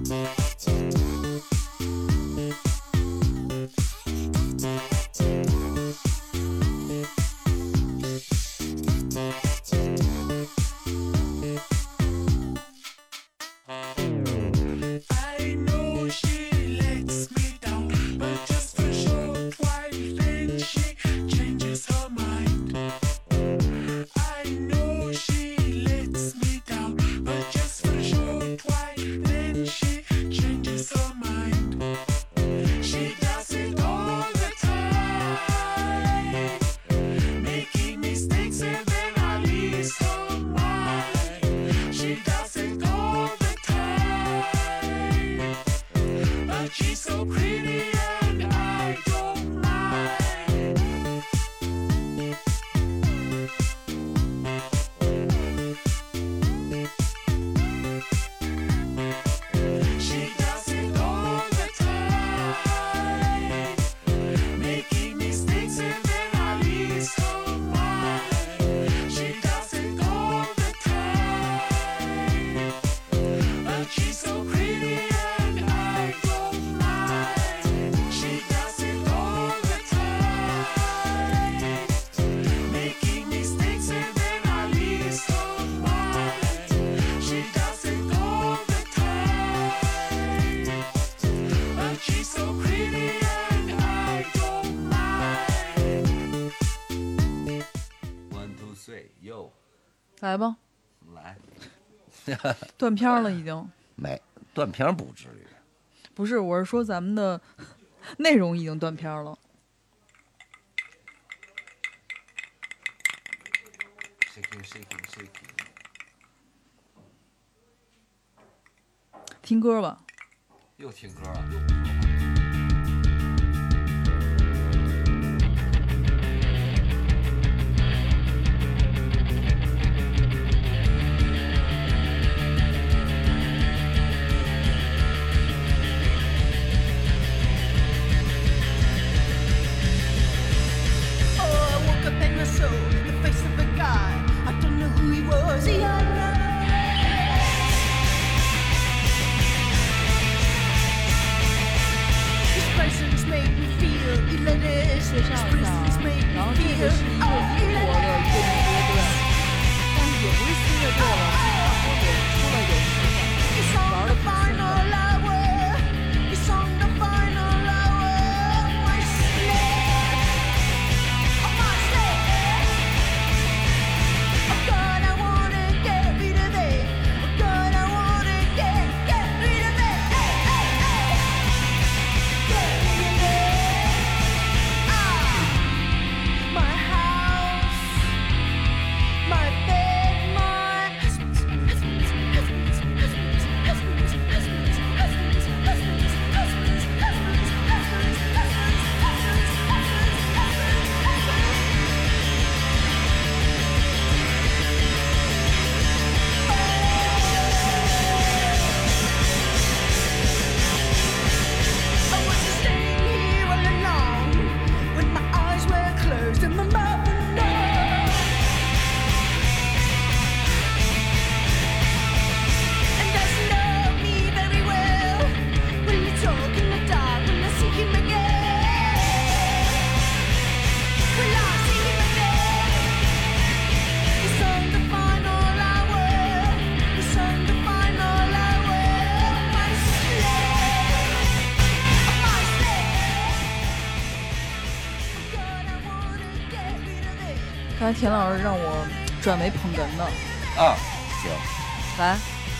来吧， 来， 断片了已经。 没断片不至于。 不是，我是说咱们的内容已经断片了。 shaking shaking shaking。 听歌吧。 又听歌了。 介绍一下，然后这个是一个英国的一个乐队，但是也不是新乐队了，差不多也出了有十年，玩的不新的。刚才田老师让我转为捧哏的啊，行， 来，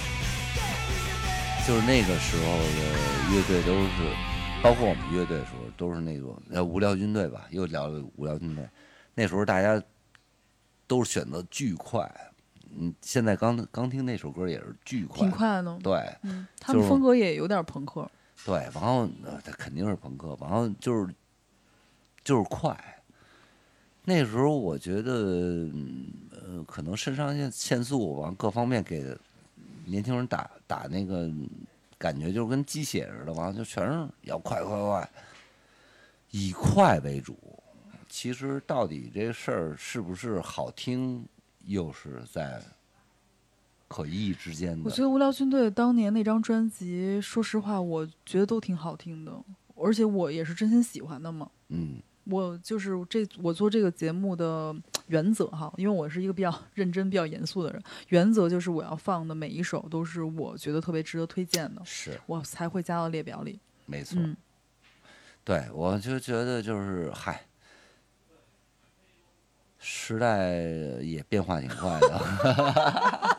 就是那个时候的乐队都是，包括我们乐队的时候都是那种呃无聊军队吧，又聊了无聊军队。那时候大家都是选择巨快，嗯，现在刚刚听那首歌也是巨快， 挺快的， 对， 嗯，他们风格也有点朋克， 对，然后呃，他肯定是朋克，然后就是就是快。那时候我觉得，呃，可能肾上腺腺素往各方面给年轻人打打那个感觉，就是跟鸡血似的，完了就全是要快快快，以快为主。其实到底这事儿是不是好听，又是在可一之间的。 我觉得无聊军队当年那张专辑，说实话，我觉得都挺好听的，而且我也是真心喜欢的嘛。 嗯， 我就是这我做这个节目的原则哈，因为我是一个比较认真、比较严肃的人，原则就是我要放的每一首都是我觉得特别值得推荐的， 是我才会加到列表里。 没错。 嗯， 对，我就觉得就是嗨。时代也变化挺快的，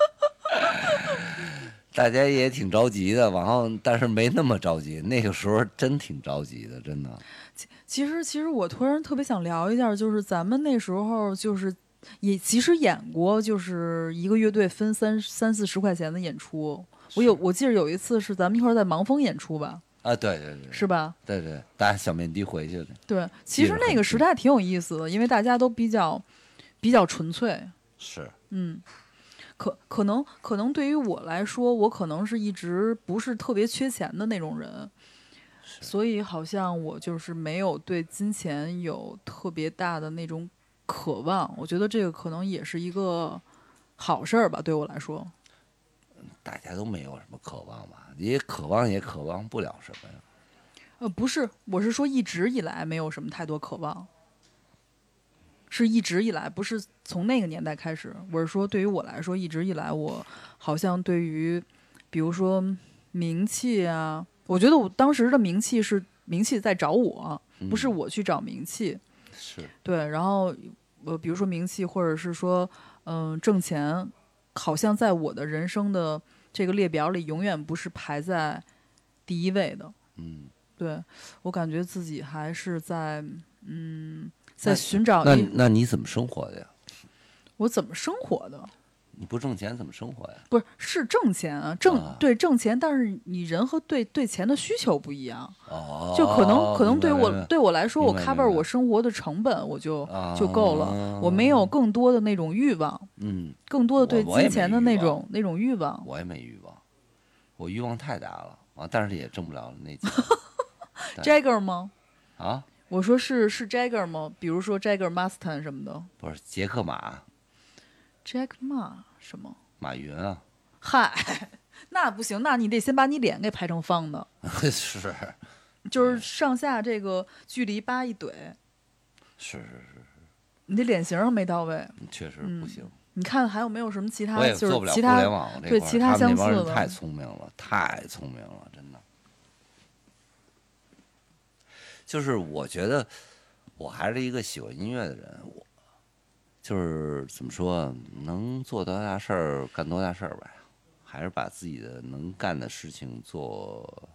大家也挺着急的，然后但是没那么着急。那个时候真挺着急的，真的。 其实，其实我突然特别想聊一下，就是咱们那时候就是也其实演过，就是一个乐队分三三四十块钱的演出。我有我记得有一次是咱们一块儿在盲峰演出吧。 啊，对对对， 是吧？ 对对，大家小面的回去的。 对，其实那个时代挺有意思的，因为大家都比较比较纯粹。 是， 嗯，可可能可能对于我来说，我可能是一直不是特别缺钱的那种人，所以好像我就是没有对金钱有特别大的那种渴望。我觉得这个可能也是一个好事儿吧，对我来说。 大家都没有什么渴望吧，也渴望也渴望不了什么呀。 呃，不是，我是说一直以来没有什么太多渴望，是一直以来，不是从那个年代开始。我是说，对于我来说，一直以来我好像对于，比如说名气啊，我觉得我当时的名气是名气在找我，不是我去找名气。 嗯、是对，然后呃，比如说名气，或者是说嗯、呃、挣钱，好像在我的人生的这个列表里永远不是排在第一位的。 嗯， 对，我感觉自己还是在嗯，在寻找那。那那你怎么生活的呀？ 我怎么生活的？ 你不挣钱怎么生活呀？ 不是，是挣钱啊，挣、 啊、 对挣钱，但是你人和对对钱的需求不一样。 哦， 就可能可能对我对我来说，我 cover 我生活的成本，我就、 啊、 就够了。我没有更多的那种欲望， 嗯， 更多的对金钱的那种那种欲望。 我也没欲望，我欲望太大了啊，但是也挣不了那钱。 Jagger 吗？ 啊？ 我说是是 Jagger 吗？比如说 Jagger Mustang 什么的？ 不是杰克马。 Jack Ma 什么？ 马云啊。 嗨，那不行，那你得先把你脸给拍成方的。 是。 就是上下这个距离扒一怼。 是是是是。 你的脸型没到位。 确实不行。 嗯、你看还有没有什么其他？ 我也做不了互联网这块， 对其他相似的。 太聪明了，太聪明了，真的。就是我觉得，我还是一个喜欢音乐的人，我就是怎么说，能做多大事儿干多大事儿呗，还是把自己的能干的事情做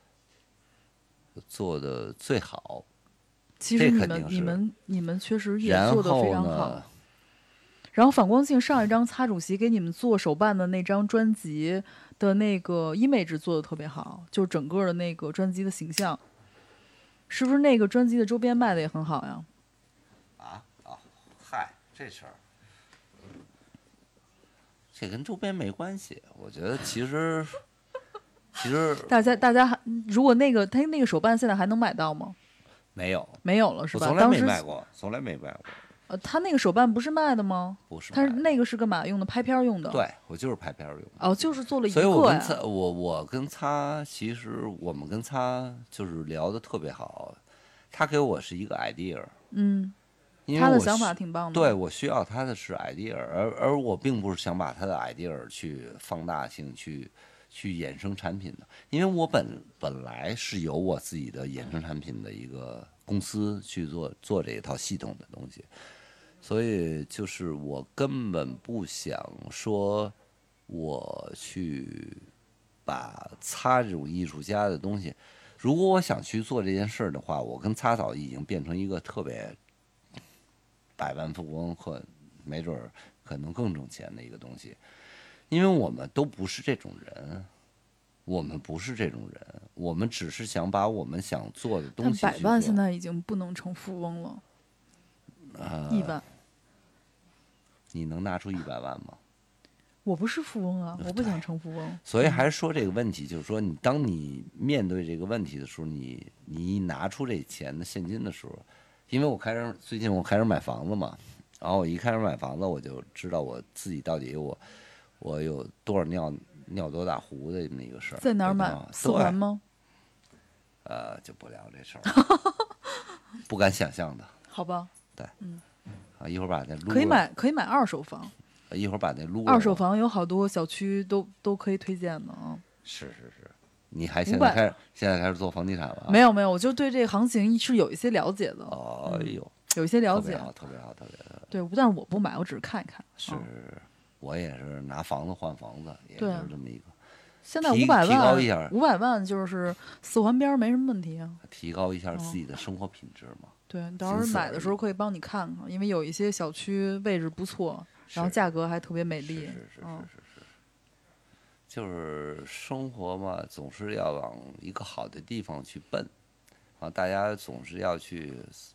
做的最好。 其实你们你们你们确实也做得非常好。然后反光镜上一张擦主席给你们做手办的那张专辑的那个 image 做的特别好，就是整个的那个专辑的形象。是不是那个专辑的周边卖的也很好呀？ 啊啊，嗨，这事儿，这跟周边没关系。我觉得其实，其实大家大家还如果那个他那个手办现在还能买到吗？ 没有， 没有了是吧？ 我从来没卖过，从来没卖过。 呃，他那个手办不是卖的吗？ 不是， 他是那个是干嘛用的？拍片用的。 对，我就是拍片用的。 哦，就是做了一个呀。 所以我跟他，我我跟他，其实我们跟他就是聊得特别好。他给我是一个 idea， 嗯， 因为他的想法挺棒的。 对，我需要他的是 idea， 而而我并不是想把他的 idea 去放大性去去衍生产品的，因为我本本来是有我自己的衍生产品的一个公司去做做这一套系统的东西。所以就是我根本不想说，我去把擦这种艺术家的东西，如果我想去做这件事的话，我跟擦早已经变成一个特别百万富翁和没准可能更挣钱的一个东西，因为我们都不是这种人，我们不是这种人，我们只是想把我们想做的东西去做。 但百万现在已经不能成富翁了。 呃， 亿万， 你能拿出一百万吗？ 我不是富翁啊，我不想成富翁。 所以还是说这个问题，就是说你当你面对这个问题的时候，你你一拿出这钱的现金的时候，因为我开始最近我开始买房子嘛，然后我一开始买房子，我就知道我自己到底我我有多少尿尿多大壶的这么一个事儿。 在哪儿买？四环吗？ 呃，就不聊这事儿，不敢想象的。 好吧。 对， 嗯。 啊，一会儿把那撸。 可以买，可以买二手房。 一会儿把那撸。 二手房有好多小区都都可以推荐的啊。 是是是，你还现在开始现在开始做房地产了？ 没有没有，我就对这个行情是有一些了解的。 哦，哎呦， 有一些了解， 特别好，特别好，特别好。 对，但是我不买，我只是看一看。 是，我也是拿房子换房子，也是这么一个。 现在五百万， 提高一下， 五百万就是四环边没什么问题啊。 提高一下自己的生活品质嘛。 对，你到时候买的时候可以帮你看看，因为有一些小区位置不错，然后价格还特别美丽。 是是是是是是。就是生活嘛，总是要往一个好的地方去奔，啊，大家总是要去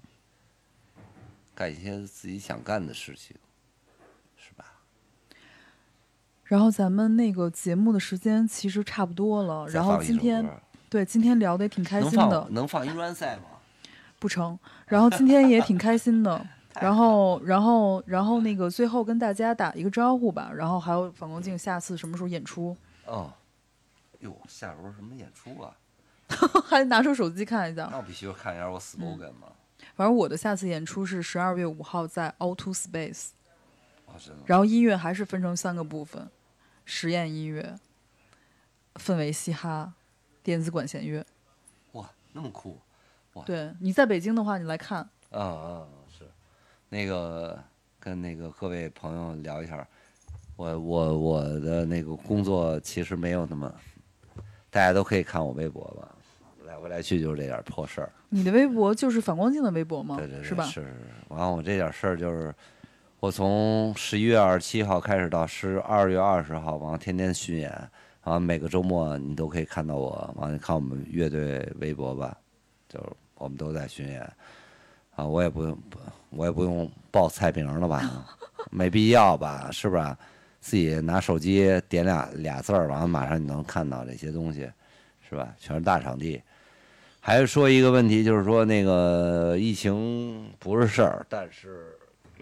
干一些自己想干的事情，是吧？ 然后咱们那个节目的时间其实差不多了，然后今天对今天聊的也挺开心的。 能放音软赛吗？ 不成。然后今天也挺开心的。然后，然后，然后那个最后跟大家打一个招呼吧。然后还有反光镜，下次什么时候演出？ 哦，哟，下周什么演出啊？ 还拿出手机看一下。 那我必须看一下我 slogan 嘛。 嗯、反正我的下次演出是十二月五号在 O 二 Space。 哦，真的。 然后音乐还是分成三个部分：实验音乐、氛围嘻哈、电子管弦乐。 哇，那么酷！哇， 对，你在北京的话，你来看。 啊啊，是。那个跟那个各位朋友聊一下，我我我的那个工作其实没有那么，大家都可以看我微博吧，来回来去就是这点破事儿。 你的微博就是反光镜的微博吗？ 对对对， 是吧？ 是是是。完了，我这点事儿就是，我从十一月二十七号开始到十二月二十号，完了天天巡演，完了每个周末你都可以看到我，完了看我们乐队微博吧，就是我们都在巡演。啊，我也不用，我也不用报菜名了吧，没必要吧，是不是？自己拿手机点俩俩字儿，完了马上你能看到这些东西，是吧？全是大场地。还是说一个问题，就是说那个疫情不是事儿，但是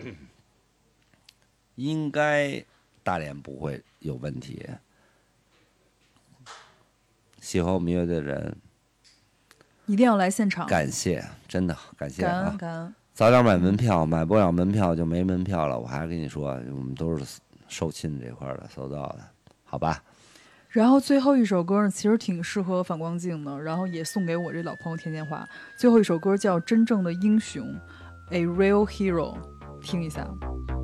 应该大连不会有问题。喜欢我们乐队的人。 一定要来现场， 感谢，真的感谢啊！ 感恩感恩。 早点买门票，买不了门票就没门票了。我还是跟你说，我们都是售罄这块的，搜到的，好吧？ 然后最后一首歌呢，其实挺适合反光镜的，然后也送给我这老朋友甜甜花。最后一首歌叫《真正的英雄》，A Real Hero， 听一下。